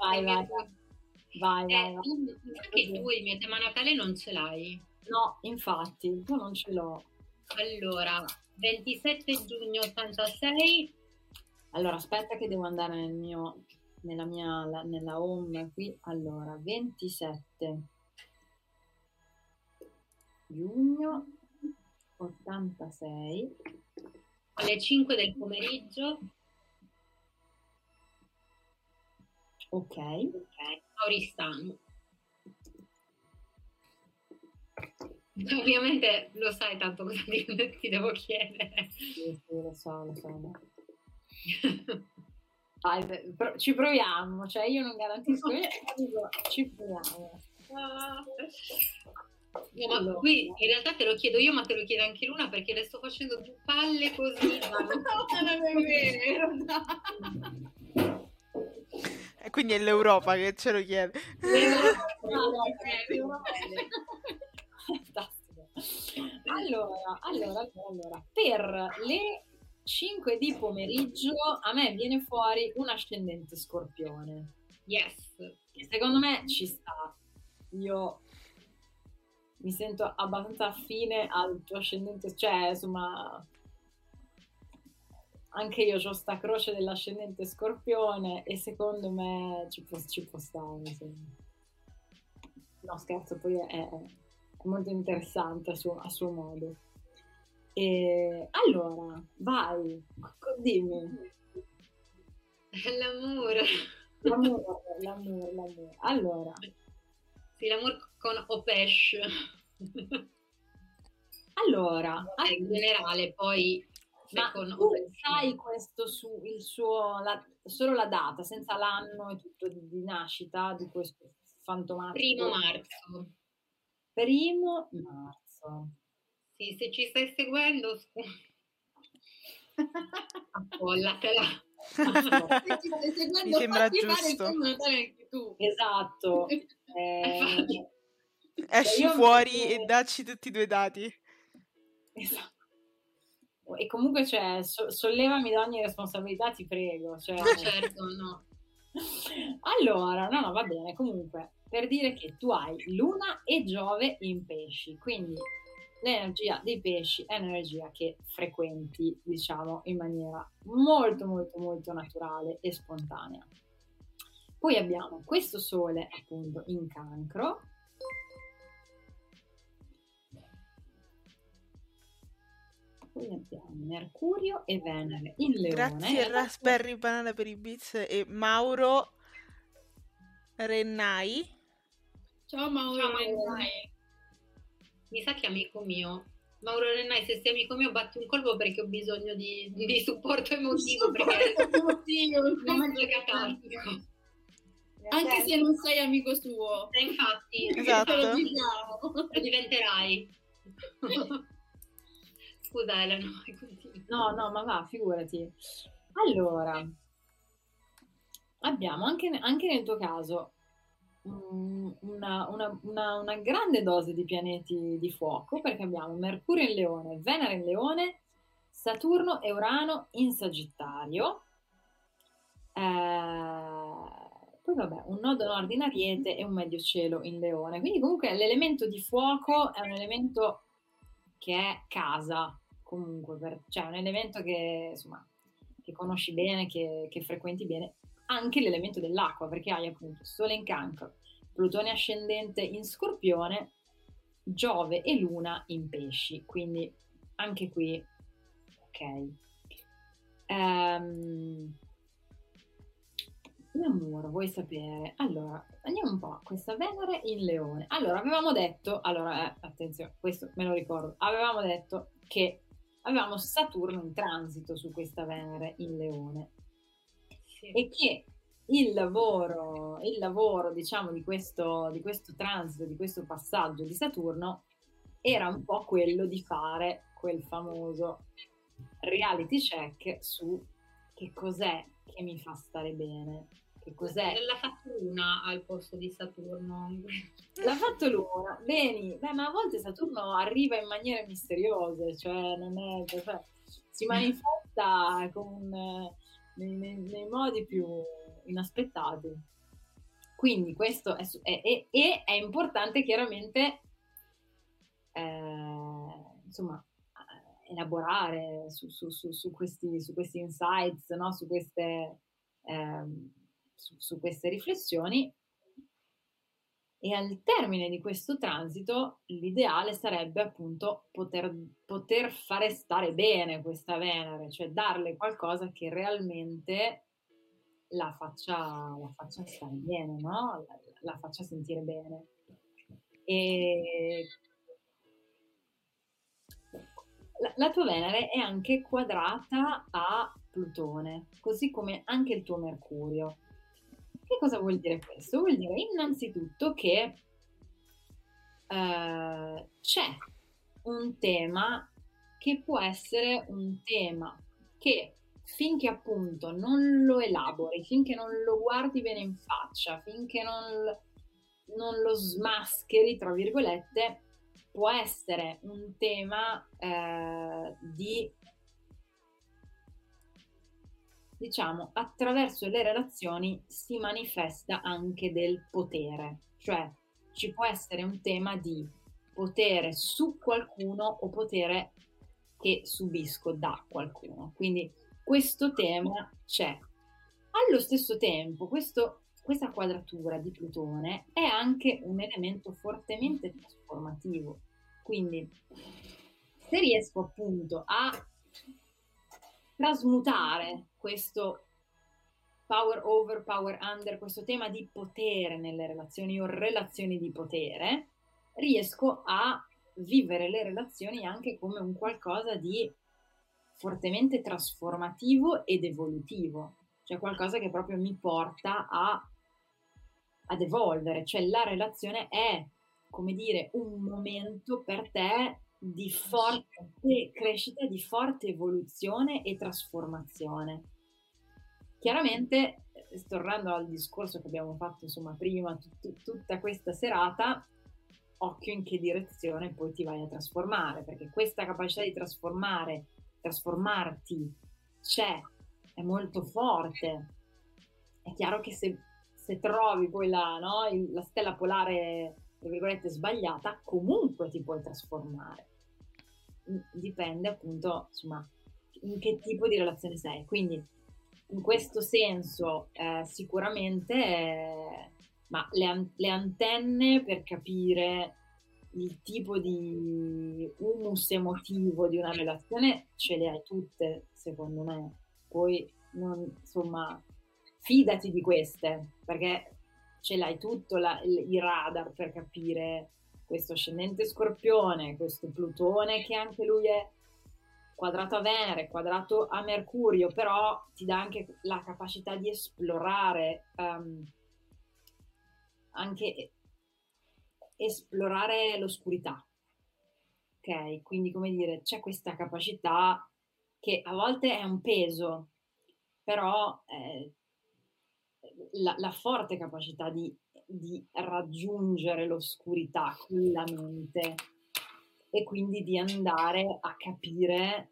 Anche tu il mio tema natale non ce l'hai? No, infatti, tu non ce l'ho. Allora, 27 giugno 86. Allora, aspetta che devo andare nella home qui. Allora, 27 giugno 86. Alle 5 del pomeriggio. Ok. Oristano. Ovviamente lo sai tanto cosa ti devo chiedere. Sì, lo so. Ci proviamo, cioè io non garantisco, ci proviamo. No, ma qui in realtà te lo chiedo io, ma te lo chiede anche Luna, perché le sto facendo 2 palle così. Non è vero, E quindi è l'Europa che ce lo chiede. Fantastico. Allora, per le 5 di pomeriggio a me viene fuori un ascendente Scorpione. Yes. Secondo me ci sta. Io mi sento abbastanza affine al tuo ascendente, cioè insomma anche io ho sta croce dell'ascendente Scorpione e secondo me ci può stare, insomma. No, scherzo, poi è molto interessante a suo modo. E allora, vai, dimmi. L'amore. L'amour. Allora. Sì, l'amour con Opesh. Allora, in generale, poi ma con tu sai questo solo la data, senza l'anno e tutto di nascita di questo fantomatico? 1 marzo. 1 marzo. Sì, se ci stai seguendo, apollatela. Se ci stai seguendo, mi sembra fatti fare il giusto. segno natale anche tu. Esatto. Esci fuori e dacci tutti i tuoi dati. Esatto. E comunque, cioè, sollevami da ogni responsabilità, ti prego. Cioè... certo, no. Allora, no, va bene. Comunque, per dire che tu hai Luna e Giove in pesci, quindi l'energia dei pesci è un'energia che frequenti, diciamo, in maniera molto, molto, molto naturale e spontanea. Poi abbiamo questo Sole, appunto, in Cancro. Poi abbiamo Mercurio e Venere in Leone. Grazie Raspberry Banana per i bits e Mauro Rennai. Ciao Mauro Rennai. Mi sa che è amico mio. Mauro Rennai, se sei amico mio, batti un colpo perché ho bisogno di supporto emotivo. Perché non è catatico. Anche se non sei amico suo. Infatti, esatto. Lo diventerai. Scusa Elena. No, ma va, figurati. Allora, abbiamo anche nel tuo caso una grande dose di pianeti di fuoco, perché abbiamo Mercurio in Leone, Venere in Leone, Saturno e Urano in Sagittario. Poi vabbè, un nodo nord in Ariete e un medio cielo in Leone. Quindi comunque l'elemento di fuoco è un elemento che è casa, comunque, cioè un elemento che, insomma, che conosci bene, che frequenti bene. Anche l'elemento dell'acqua, perché hai appunto Sole in Cancro, Plutone ascendente in Scorpione, Giove e Luna in Pesci. Quindi anche qui, ok. L'amore, vuoi sapere? Allora, andiamo un po'. Questa Venere in Leone. Allora, avevamo detto, attenzione, questo me lo ricordo, avevamo detto che avevamo Saturno in transito su questa Venere in Leone. Sì. E che il lavoro, diciamo, di questo transito, di questo passaggio di Saturno era un po' quello di fare quel famoso reality check su che cos'è che mi fa stare bene, che cos'è. L'ha fatto Luna al posto di Saturno. L'ha fatto Luna, bene, ma a volte Saturno arriva in maniere misteriose, cioè non è, cioè, si manifesta nei modi più inaspettati. Quindi questo è importante chiaramente insomma elaborare su questi insights, no? su queste riflessioni, e al termine di questo transito l'ideale sarebbe appunto poter fare stare bene questa Venere, cioè darle qualcosa che realmente la faccia stare bene, no? La faccia sentire bene. E la tua Venere è anche quadrata a Plutone, così come anche il tuo Mercurio. Che cosa vuol dire questo? Vuol dire innanzitutto che c'è un tema che può essere un tema che finché appunto non lo elabori, finché non lo guardi bene in faccia, finché non lo smascheri, tra virgolette, può essere un tema di, diciamo, attraverso le relazioni si manifesta anche del potere, cioè ci può essere un tema di potere su qualcuno o potere che subisco da qualcuno, quindi questo tema c'è. Allo stesso tempo questa quadratura di Plutone è anche un elemento fortemente trasformativo, quindi se riesco appunto a trasmutare questo power over, power under, questo tema di potere nelle relazioni o relazioni di potere, riesco a vivere le relazioni anche come un qualcosa di fortemente trasformativo ed evolutivo, cioè qualcosa che proprio mi porta ad evolvere, cioè la relazione è, come dire, un momento per te di forte crescita, di forte evoluzione e trasformazione. Chiaramente, tornando al discorso che abbiamo fatto insomma prima, tutta questa serata, occhio in che direzione poi ti vai a trasformare, perché questa capacità di trasformarti c'è, è molto forte. È chiaro che se trovi poi la stella polare, tra virgolette, sbagliata, comunque ti puoi trasformare. Dipende appunto, insomma, in che tipo di relazione sei. Quindi in questo senso sicuramente ma le antenne per capire il tipo di humus emotivo di una relazione ce le hai tutte, secondo me. Poi insomma, fidati di queste, perché ce l'hai tutto i radar per capire questo ascendente Scorpione, questo Plutone che anche lui è quadrato a Venere, quadrato a Mercurio, però ti dà anche la capacità di esplorare, anche esplorare l'oscurità. Ok? Quindi, come dire, c'è questa capacità che a volte è un peso, però la forte capacità di raggiungere l'oscurità con la mente e quindi di andare a capire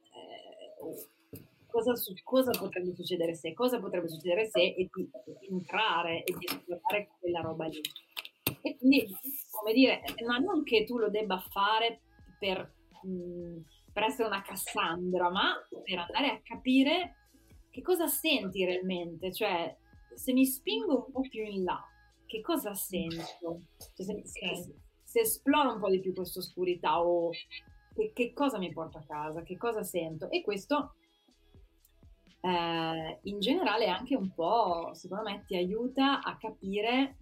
cosa potrebbe succedere se e di entrare e di esplorare quella roba lì. E quindi, come dire, ma non che tu lo debba fare per essere una Cassandra, ma per andare a capire che cosa senti realmente, cioè se mi spingo un po' più in là, che cosa sento? Cioè, se esploro un po' di più questa oscurità o che cosa mi porta a casa, che cosa sento, e questo in generale anche un po', secondo me, ti aiuta a capire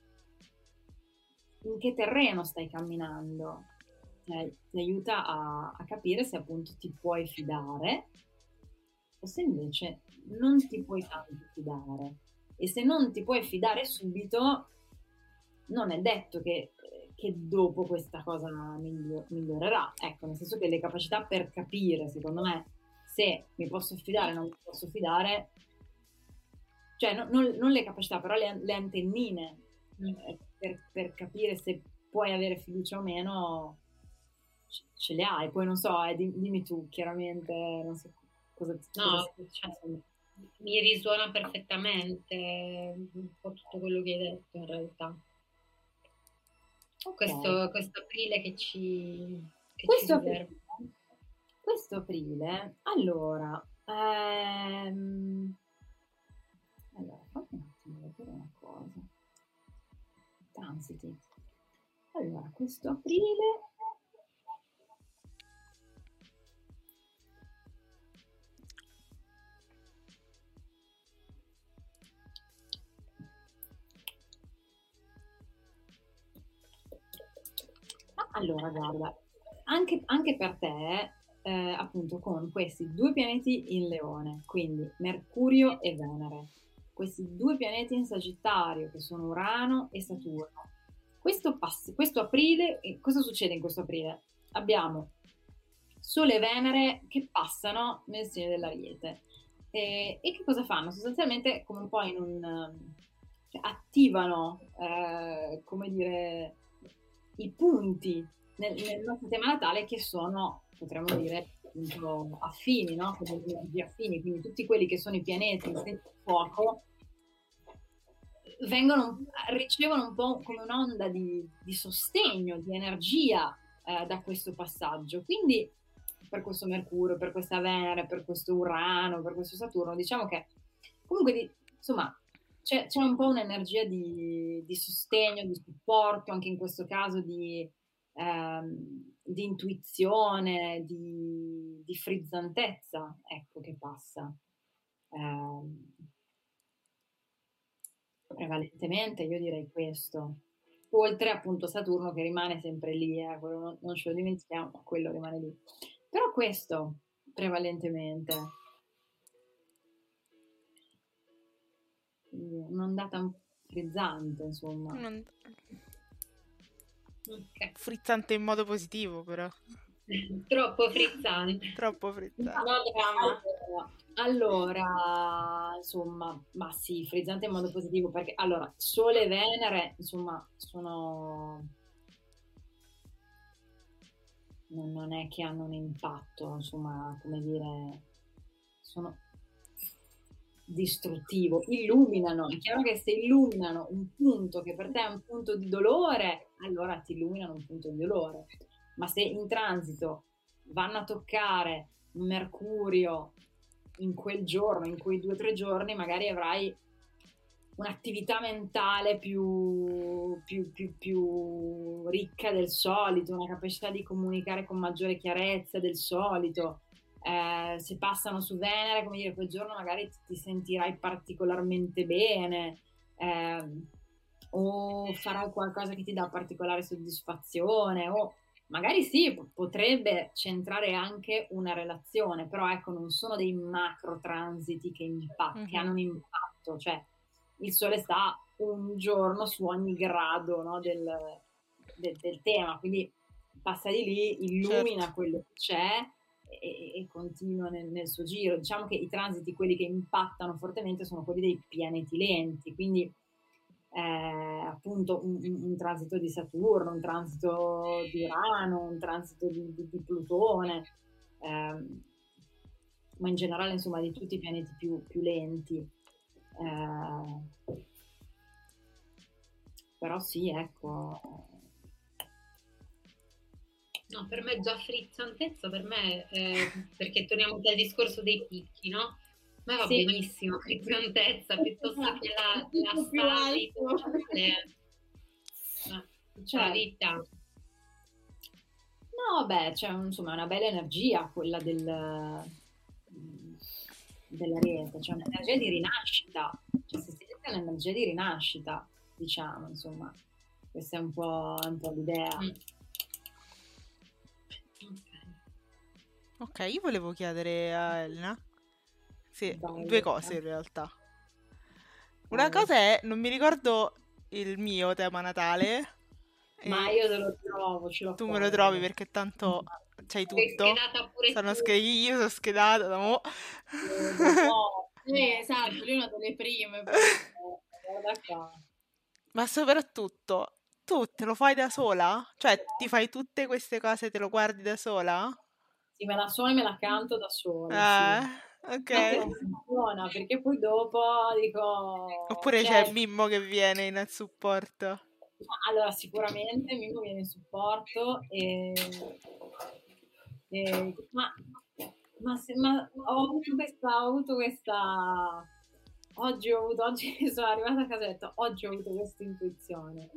in che terreno stai camminando, cioè, ti aiuta a capire se appunto ti puoi fidare o se invece non ti puoi tanto fidare. E se non ti puoi fidare subito, non è detto che dopo questa cosa migliorerà. Ecco, nel senso che le capacità per capire, secondo me, se mi posso fidare o non mi posso fidare, cioè non le capacità, però le antennine per capire se puoi avere fiducia o meno, ce le hai. Poi non so, dimmi tu, chiaramente, non so cosa mi risuona perfettamente un po' tutto quello che hai detto in realtà. Okay. Questo aprile che ci serve. Questo aprile, allora fammi un attimo vedere una cosa. Transiti. Allora, questo aprile allora, guarda, anche per te, appunto, con questi due pianeti in Leone, quindi Mercurio e Venere, questi due pianeti in Sagittario, che sono Urano e Saturno. Questo aprile, cosa succede in questo aprile? Abbiamo Sole e Venere che passano nel segno dell'Ariete. E che cosa fanno? Sostanzialmente, come un po' cioè, attivano, come dire, i punti nel nostro tema natale che sono, potremmo dire, appunto, affini, no? Affini, quindi tutti quelli che sono i pianeti in segno di fuoco ricevono un po' come un'onda di sostegno, di energia da questo passaggio. Quindi per questo Mercurio, per questa Venere, per questo Urano, per questo Saturno, diciamo che comunque insomma c'è un po' un'energia di sostegno, di supporto, anche in questo caso di intuizione, di frizzantezza, ecco, che passa. Prevalentemente io direi questo. Oltre appunto Saturno che rimane sempre lì, quello non ce lo dimentichiamo, quello rimane lì. Però questo prevalentemente. Un'ondata frizzante, insomma. Okay. Frizzante in modo positivo, però. Troppo frizzante. Troppo frizzante. Allora, insomma, ma sì, frizzante in modo positivo, perché allora, Sole e Venere, insomma, non è che hanno un impatto, insomma, come dire, sono distruttivo, illuminano, è chiaro che se illuminano un punto che per te è un punto di dolore, allora ti illuminano un punto di dolore, ma se in transito vanno a toccare un Mercurio in quel giorno, in quei 2 o 3 giorni, magari avrai un'attività mentale più ricca del solito, una capacità di comunicare con maggiore chiarezza del solito. Se passano su Venere, come dire, quel giorno magari ti sentirai particolarmente bene, o farai qualcosa che ti dà particolare soddisfazione, o magari sì, potrebbe centrare anche una relazione, però ecco, non sono dei macro transiti che hanno un impatto, cioè il Sole sta un giorno su ogni grado, no, del tema, quindi passa di lì, illumina certo quello che c'è e continua nel suo giro. Diciamo che i transiti, quelli che impattano fortemente, sono quelli dei pianeti lenti, quindi appunto un transito di Saturno, un transito di Urano, un transito di Plutone, ma in generale insomma di tutti i pianeti più lenti. Però sì, ecco. No, per me già frizzantezza, per me, perché torniamo al discorso dei picchi, no? A me va benissimo, frizzantezza, piuttosto che la vita. No, beh, c'è insomma una bella energia quella dell'Ariete, c'è un'energia di rinascita, cioè si sente un'energia di rinascita, diciamo, insomma, questa è un po' l'idea. Ok, io volevo chiedere a Elena due cose in realtà. Una cosa è, non mi ricordo il mio tema natale. Ma io te lo trovo, ce l'ho. Tu me lo trovi perché tanto c'hai tutto. Io sono schedata da mo'. Esatto, lui è una delle prime. Guarda qua. Ma soprattutto, tu te lo fai da sola? Cioè, ti fai tutte queste cose e te lo guardi da sola? Sì, me la suono e me la canto da sola. Sì. Ok. Non funziona, perché poi dopo dico... Oppure c'è Mimmo che viene in supporto? Allora, sicuramente Mimmo viene in supporto ma ho avuto questa... Oggi sono arrivata a casa e ho detto, oggi ho avuto questa intuizione.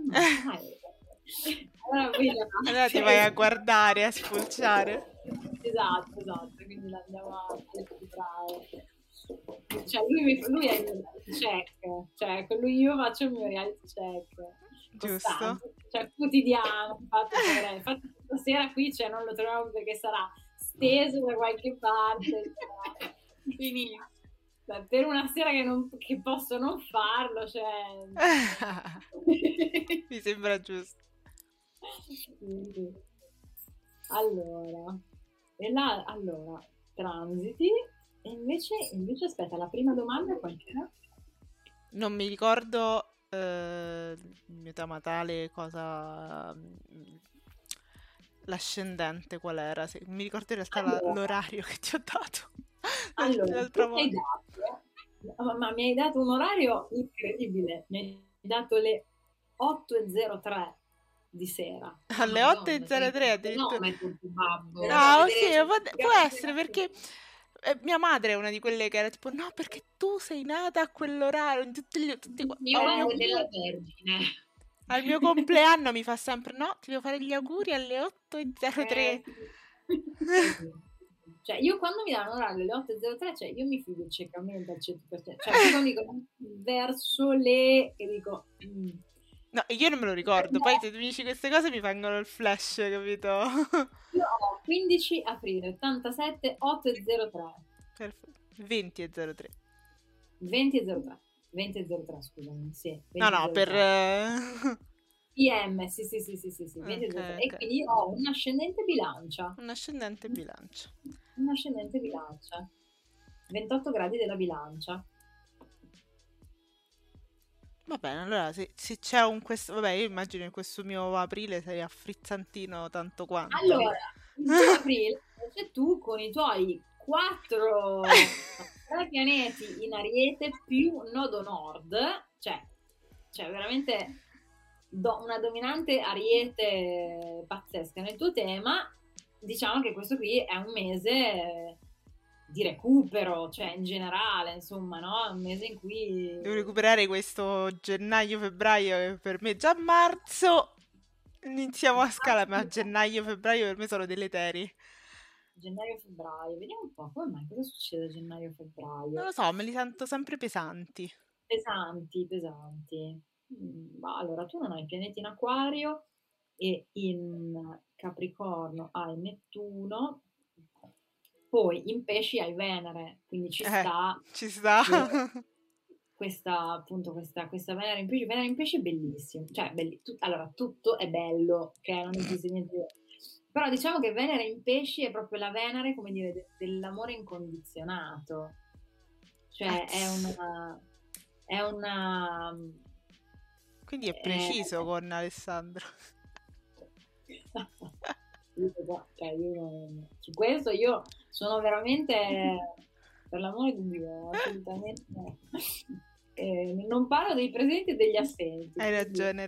Allora ti vai a guardare, a spulciare. Esatto, quindi l'andiamo a recuperare. Cioè lui è il reality check, cioè con lui io faccio il mio reality check. Giusto. Cioè quotidiano, infatti stasera qui non lo troviamo perché sarà steso da qualche parte. Finito. Per una sera che posso non farlo, cioè... Mi sembra giusto. Allora, transiti, e invece aspetta, la prima domanda qual era? Non mi ricordo il mio tema natale, cosa... l'ascendente qual era, mi ricordo in realtà l'orario che ti ho dato. Allora, mi hai dato un orario incredibile, mi hai dato le 8:03 di sera. Alle 8:03 addirittura. No, sì, può essere perché mia madre è una di quelle che era tipo no, perché tu sei nata a quell'orario. Io della Vergine. Al mio compleanno mi fa sempre no, ti devo fare gli auguri alle 8:03. Cioè, io quando mi danno l'orario alle 8.03, cioè, io mi fido ciecamente al 100%. Cioè, quando dico verso le... e dico... No, io non me lo ricordo, poi se tu mi dici queste cose mi vengono il flash, capito? Io ho 15 aprile, 87, 8.03. Perfetto. 20.03. 20.03. 20.03, scusami, sì. 20.03. No, per... PM, sì, 20.03. Okay. E quindi ho un ascendente bilancia. Un ascendente bilancia. Un ascendente bilancia. 28 gradi della bilancia. Va bene, allora se c'è questo... Vabbè, io immagino che questo mio aprile sei a frizzantino tanto quanto. Allora, il tuo aprile, se tu con i tuoi 3 pianeti in Ariete più nodo nord, cioè veramente una dominante Ariete pazzesca nel tuo tema, diciamo che questo qui è un mese di recupero, cioè in generale, insomma, no? Un mese in cui... Devo recuperare questo gennaio-febbraio che per me già marzo iniziamo a scala, ma gennaio-febbraio per me sono deleteri. Gennaio-febbraio, vediamo un po', come mai, cosa succede a gennaio-febbraio? Non lo so, me li sento sempre pesanti. Pesanti. Allora, tu non hai pianeti in Acquario e in Capricorno hai Nettuno, poi in Pesci hai Venere, quindi ci sta. Questa Venere in Pesci. Venere in Pesci è bellissimo, cioè allora tutto è bello, che non esiste niente. Però diciamo che Venere in Pesci è proprio la Venere, come dire, dell'amore incondizionato. Cioè è una... Quindi è preciso con Alessandro. Su questo io sono veramente per l'amore di Dio, assolutamente no. Non parlo dei presenti e degli assenti. Hai ragione.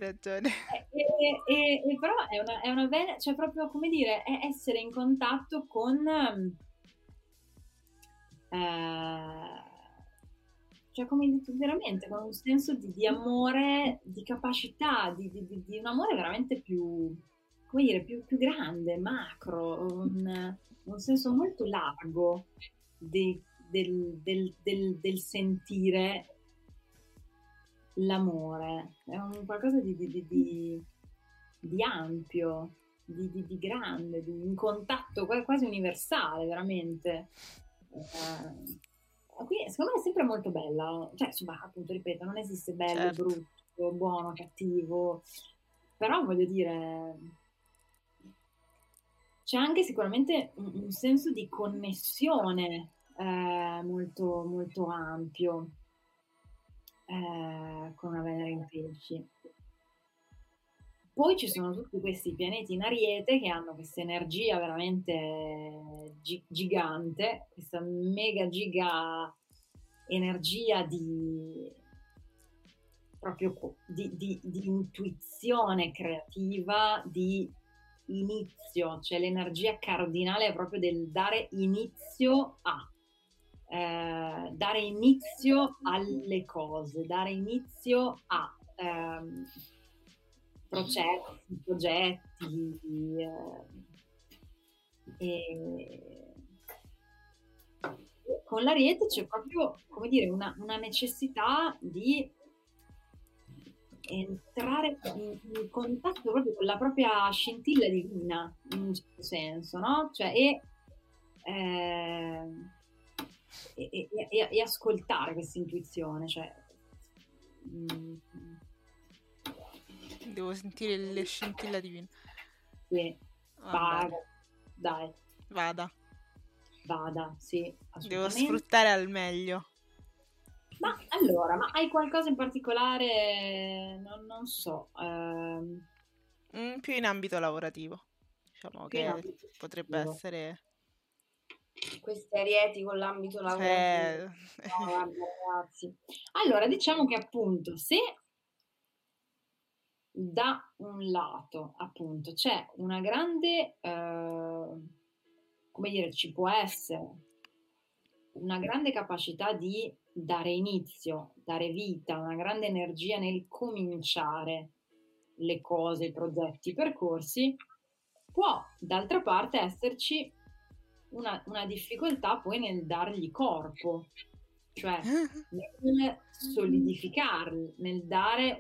Però è una bella, cioè proprio come dire, è essere in contatto con cioè come detto, veramente con un senso di amore, di capacità, di un amore veramente più, come dire, più grande, macro, un senso molto largo del sentire l'amore. È un qualcosa di ampio, di grande, in contatto quasi universale, veramente. Quindi secondo me è sempre molto bella, cioè insomma, appunto, ripeto, non esiste bello, certo, brutto, buono, cattivo, però voglio dire, c'è anche sicuramente un senso di connessione molto, molto ampio con una Venere in Pesci. Poi ci sono tutti questi pianeti in Ariete che hanno questa energia veramente gigante, questa mega giga energia di intuizione creativa, di inizio, cioè l'energia cardinale è proprio del dare inizio dare inizio alle cose, dare inizio a progetti, con l'Ariete c'è proprio, come dire, una necessità di entrare in contatto proprio con la propria scintilla divina, in un certo senso, no? Cioè, e ascoltare questa intuizione, cioè... Devo sentire le scintille divine. Sì, vada, sì, assolutamente. Devo sfruttare al meglio. Ma allora, hai qualcosa in particolare? Non so. Più in ambito lavorativo, diciamo che potrebbe essere... Questi arieti con l'ambito lavorativo. No, guarda, ragazzi. Allora, diciamo che appunto, se da un lato appunto c'è una grande come dire, ci può essere una grande capacità di dare inizio, dare vita, una grande energia nel cominciare le cose, i progetti, i percorsi, può d'altra parte esserci una difficoltà poi nel dargli corpo, cioè nel solidificarli, nel dare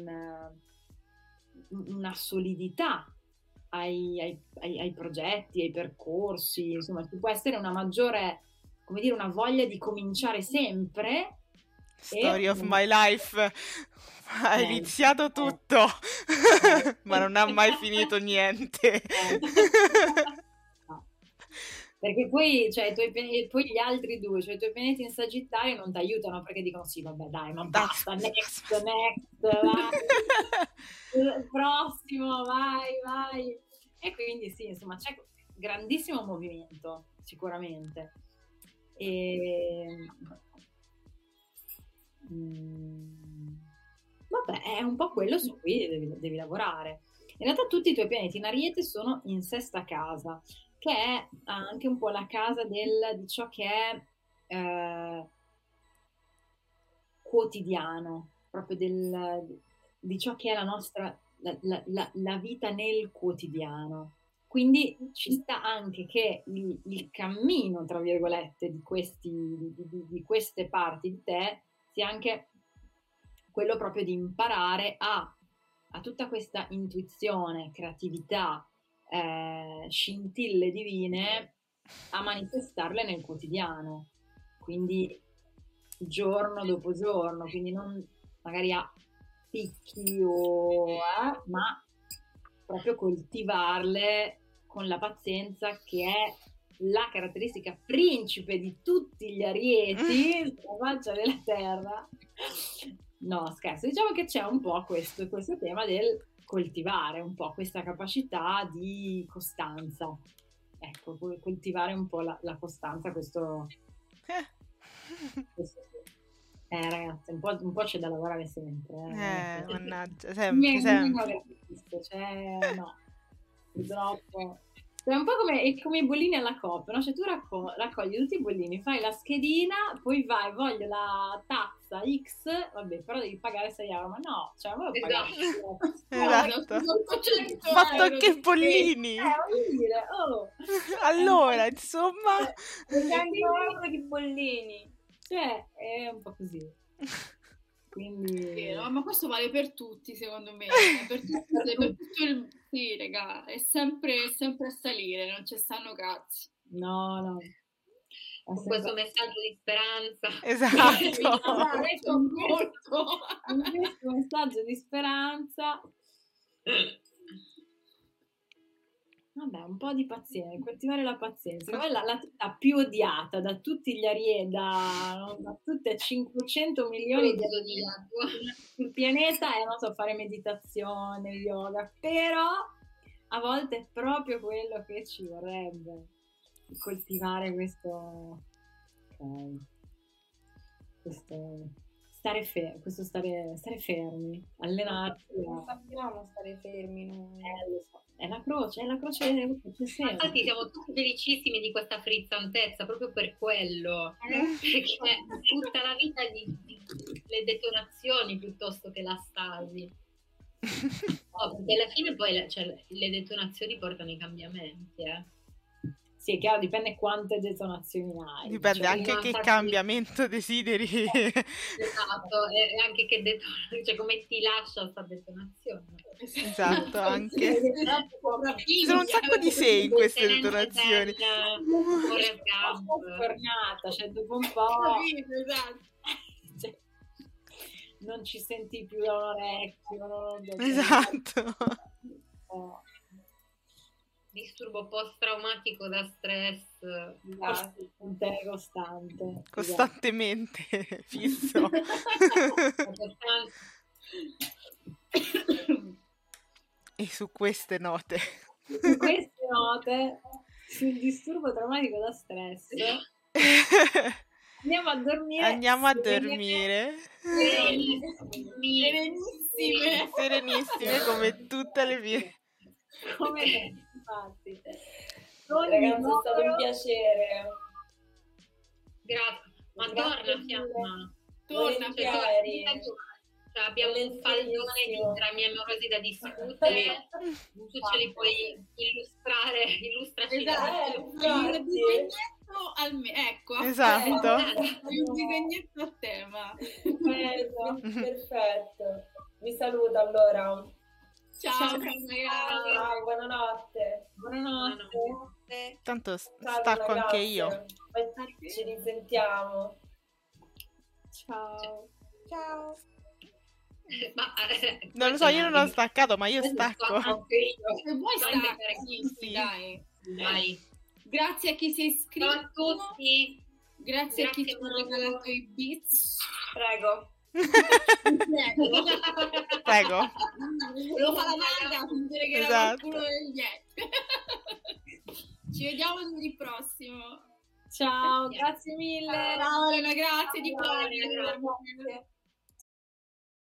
una solidità ai progetti, ai percorsi, insomma, ci può essere una maggiore, come dire, una voglia di cominciare sempre. Story of my life. Ha iniziato tutto, ma non ha mai finito niente. Perché poi, cioè, poi gli altri due, cioè i tuoi pianeti in Sagittario non ti aiutano, perché dicono sì, vabbè, dai, ma basta, next, vai. Prossimo, vai. E quindi sì, insomma, c'è grandissimo movimento, sicuramente. Vabbè, è un po' quello su cui devi lavorare. In realtà tutti i tuoi pianeti in Ariete sono in sesta casa, che è anche un po' la casa di ciò che è quotidiano, proprio di ciò che è la nostra, la vita nel quotidiano. Quindi ci sta anche che il cammino, tra virgolette, di queste parti di te sia anche quello proprio di imparare a tutta questa intuizione, creatività, scintille divine, a manifestarle nel quotidiano, quindi giorno dopo giorno, quindi non magari a picchi ma proprio coltivarle con la pazienza, che è la caratteristica principe di tutti gli arieti sulla faccia della terra. No, scherzo, diciamo che c'è un po' questo tema del coltivare un po' questa capacità di costanza. Ecco, coltivare un po' la costanza, questo ragazzi, un po' c'è da lavorare sempre. Mannaggia, sempre. No, purtroppo. È un po' come i bollini alla Coop, no? Cioè tu raccogli tutti i bollini, fai la schedina, poi vai, voglio la tazza X, vabbè, però devi pagare 6 euro, ma no, cioè voglio pagare esatto. Fatto anche i bollini. Voglio dire, allora, insomma, euro di bollini, cioè è un po' così. Quindi... no, ma questo vale per tutti, secondo me, per tutto il... Sì, raga, è sempre a salire, non ci stanno cazzi. No. Con questo messaggio di speranza. Esatto. Con questo messaggio di speranza. Vabbè, un po' di pazienza, coltivare la pazienza. Poi la più odiata da tutti gli arieti, da tutte 500 milioni di sul pianeta è, non so, fare meditazione, yoga, però a volte è proprio quello che ci vorrebbe, coltivare questo stare fermi, allenarsi. Non sappiamo stare fermi noi. Lo so. È la croce che c'è. Infatti siamo tutti felicissimi di questa frizzantezza proprio per quello, perché tutta la vita le detonazioni piuttosto che la stasi. Perché alla fine poi le detonazioni portano i cambiamenti. Sì, è chiaro, dipende quante detonazioni hai. Dipende anche che cambiamento desideri. Esatto, e anche che come ti lascia questa detonazione. Esatto, anche. Ci sono un sacco di sé in queste detonazioni. Tornata, cioè dopo un po'... Esatto. Non ci senti più da un orecchio. Esatto. Disturbo post-traumatico da stress. Costante. Costantemente, fisso. E su queste note, sul disturbo traumatico da stress, andiamo a dormire serenissime come tutte le vie. Come infatti. Ragazzi, è stato un piacere. Grazie. Ma torna, Fiamma. Volentieri. Cioè, abbiamo un faldone tra mie amorosi da discutere, tu ce li puoi illustrarci. Esatto, un disegnetto ecco, esatto. Un disegnetto a tema. Perfetto. Vi saluto allora. Ciao ragazzi. Ciao, buonanotte. Buonanotte. Tanto stacco anche io. Poi ci risentiamo. Ciao. Ma, non lo so, io non ho staccato, ma io stacco. Se vuoi staccare, sì, dai. Grazie a chi si è iscritto. Ciao a tutti. Grazie a chi ci ha regalato i beats. Prego. Prego. Lo fa la Magda, fingere che era il culo del niente. Ci vediamo lunedì prossimo. Ciao, grazie mille. Ciao Elena, grazie di cuore.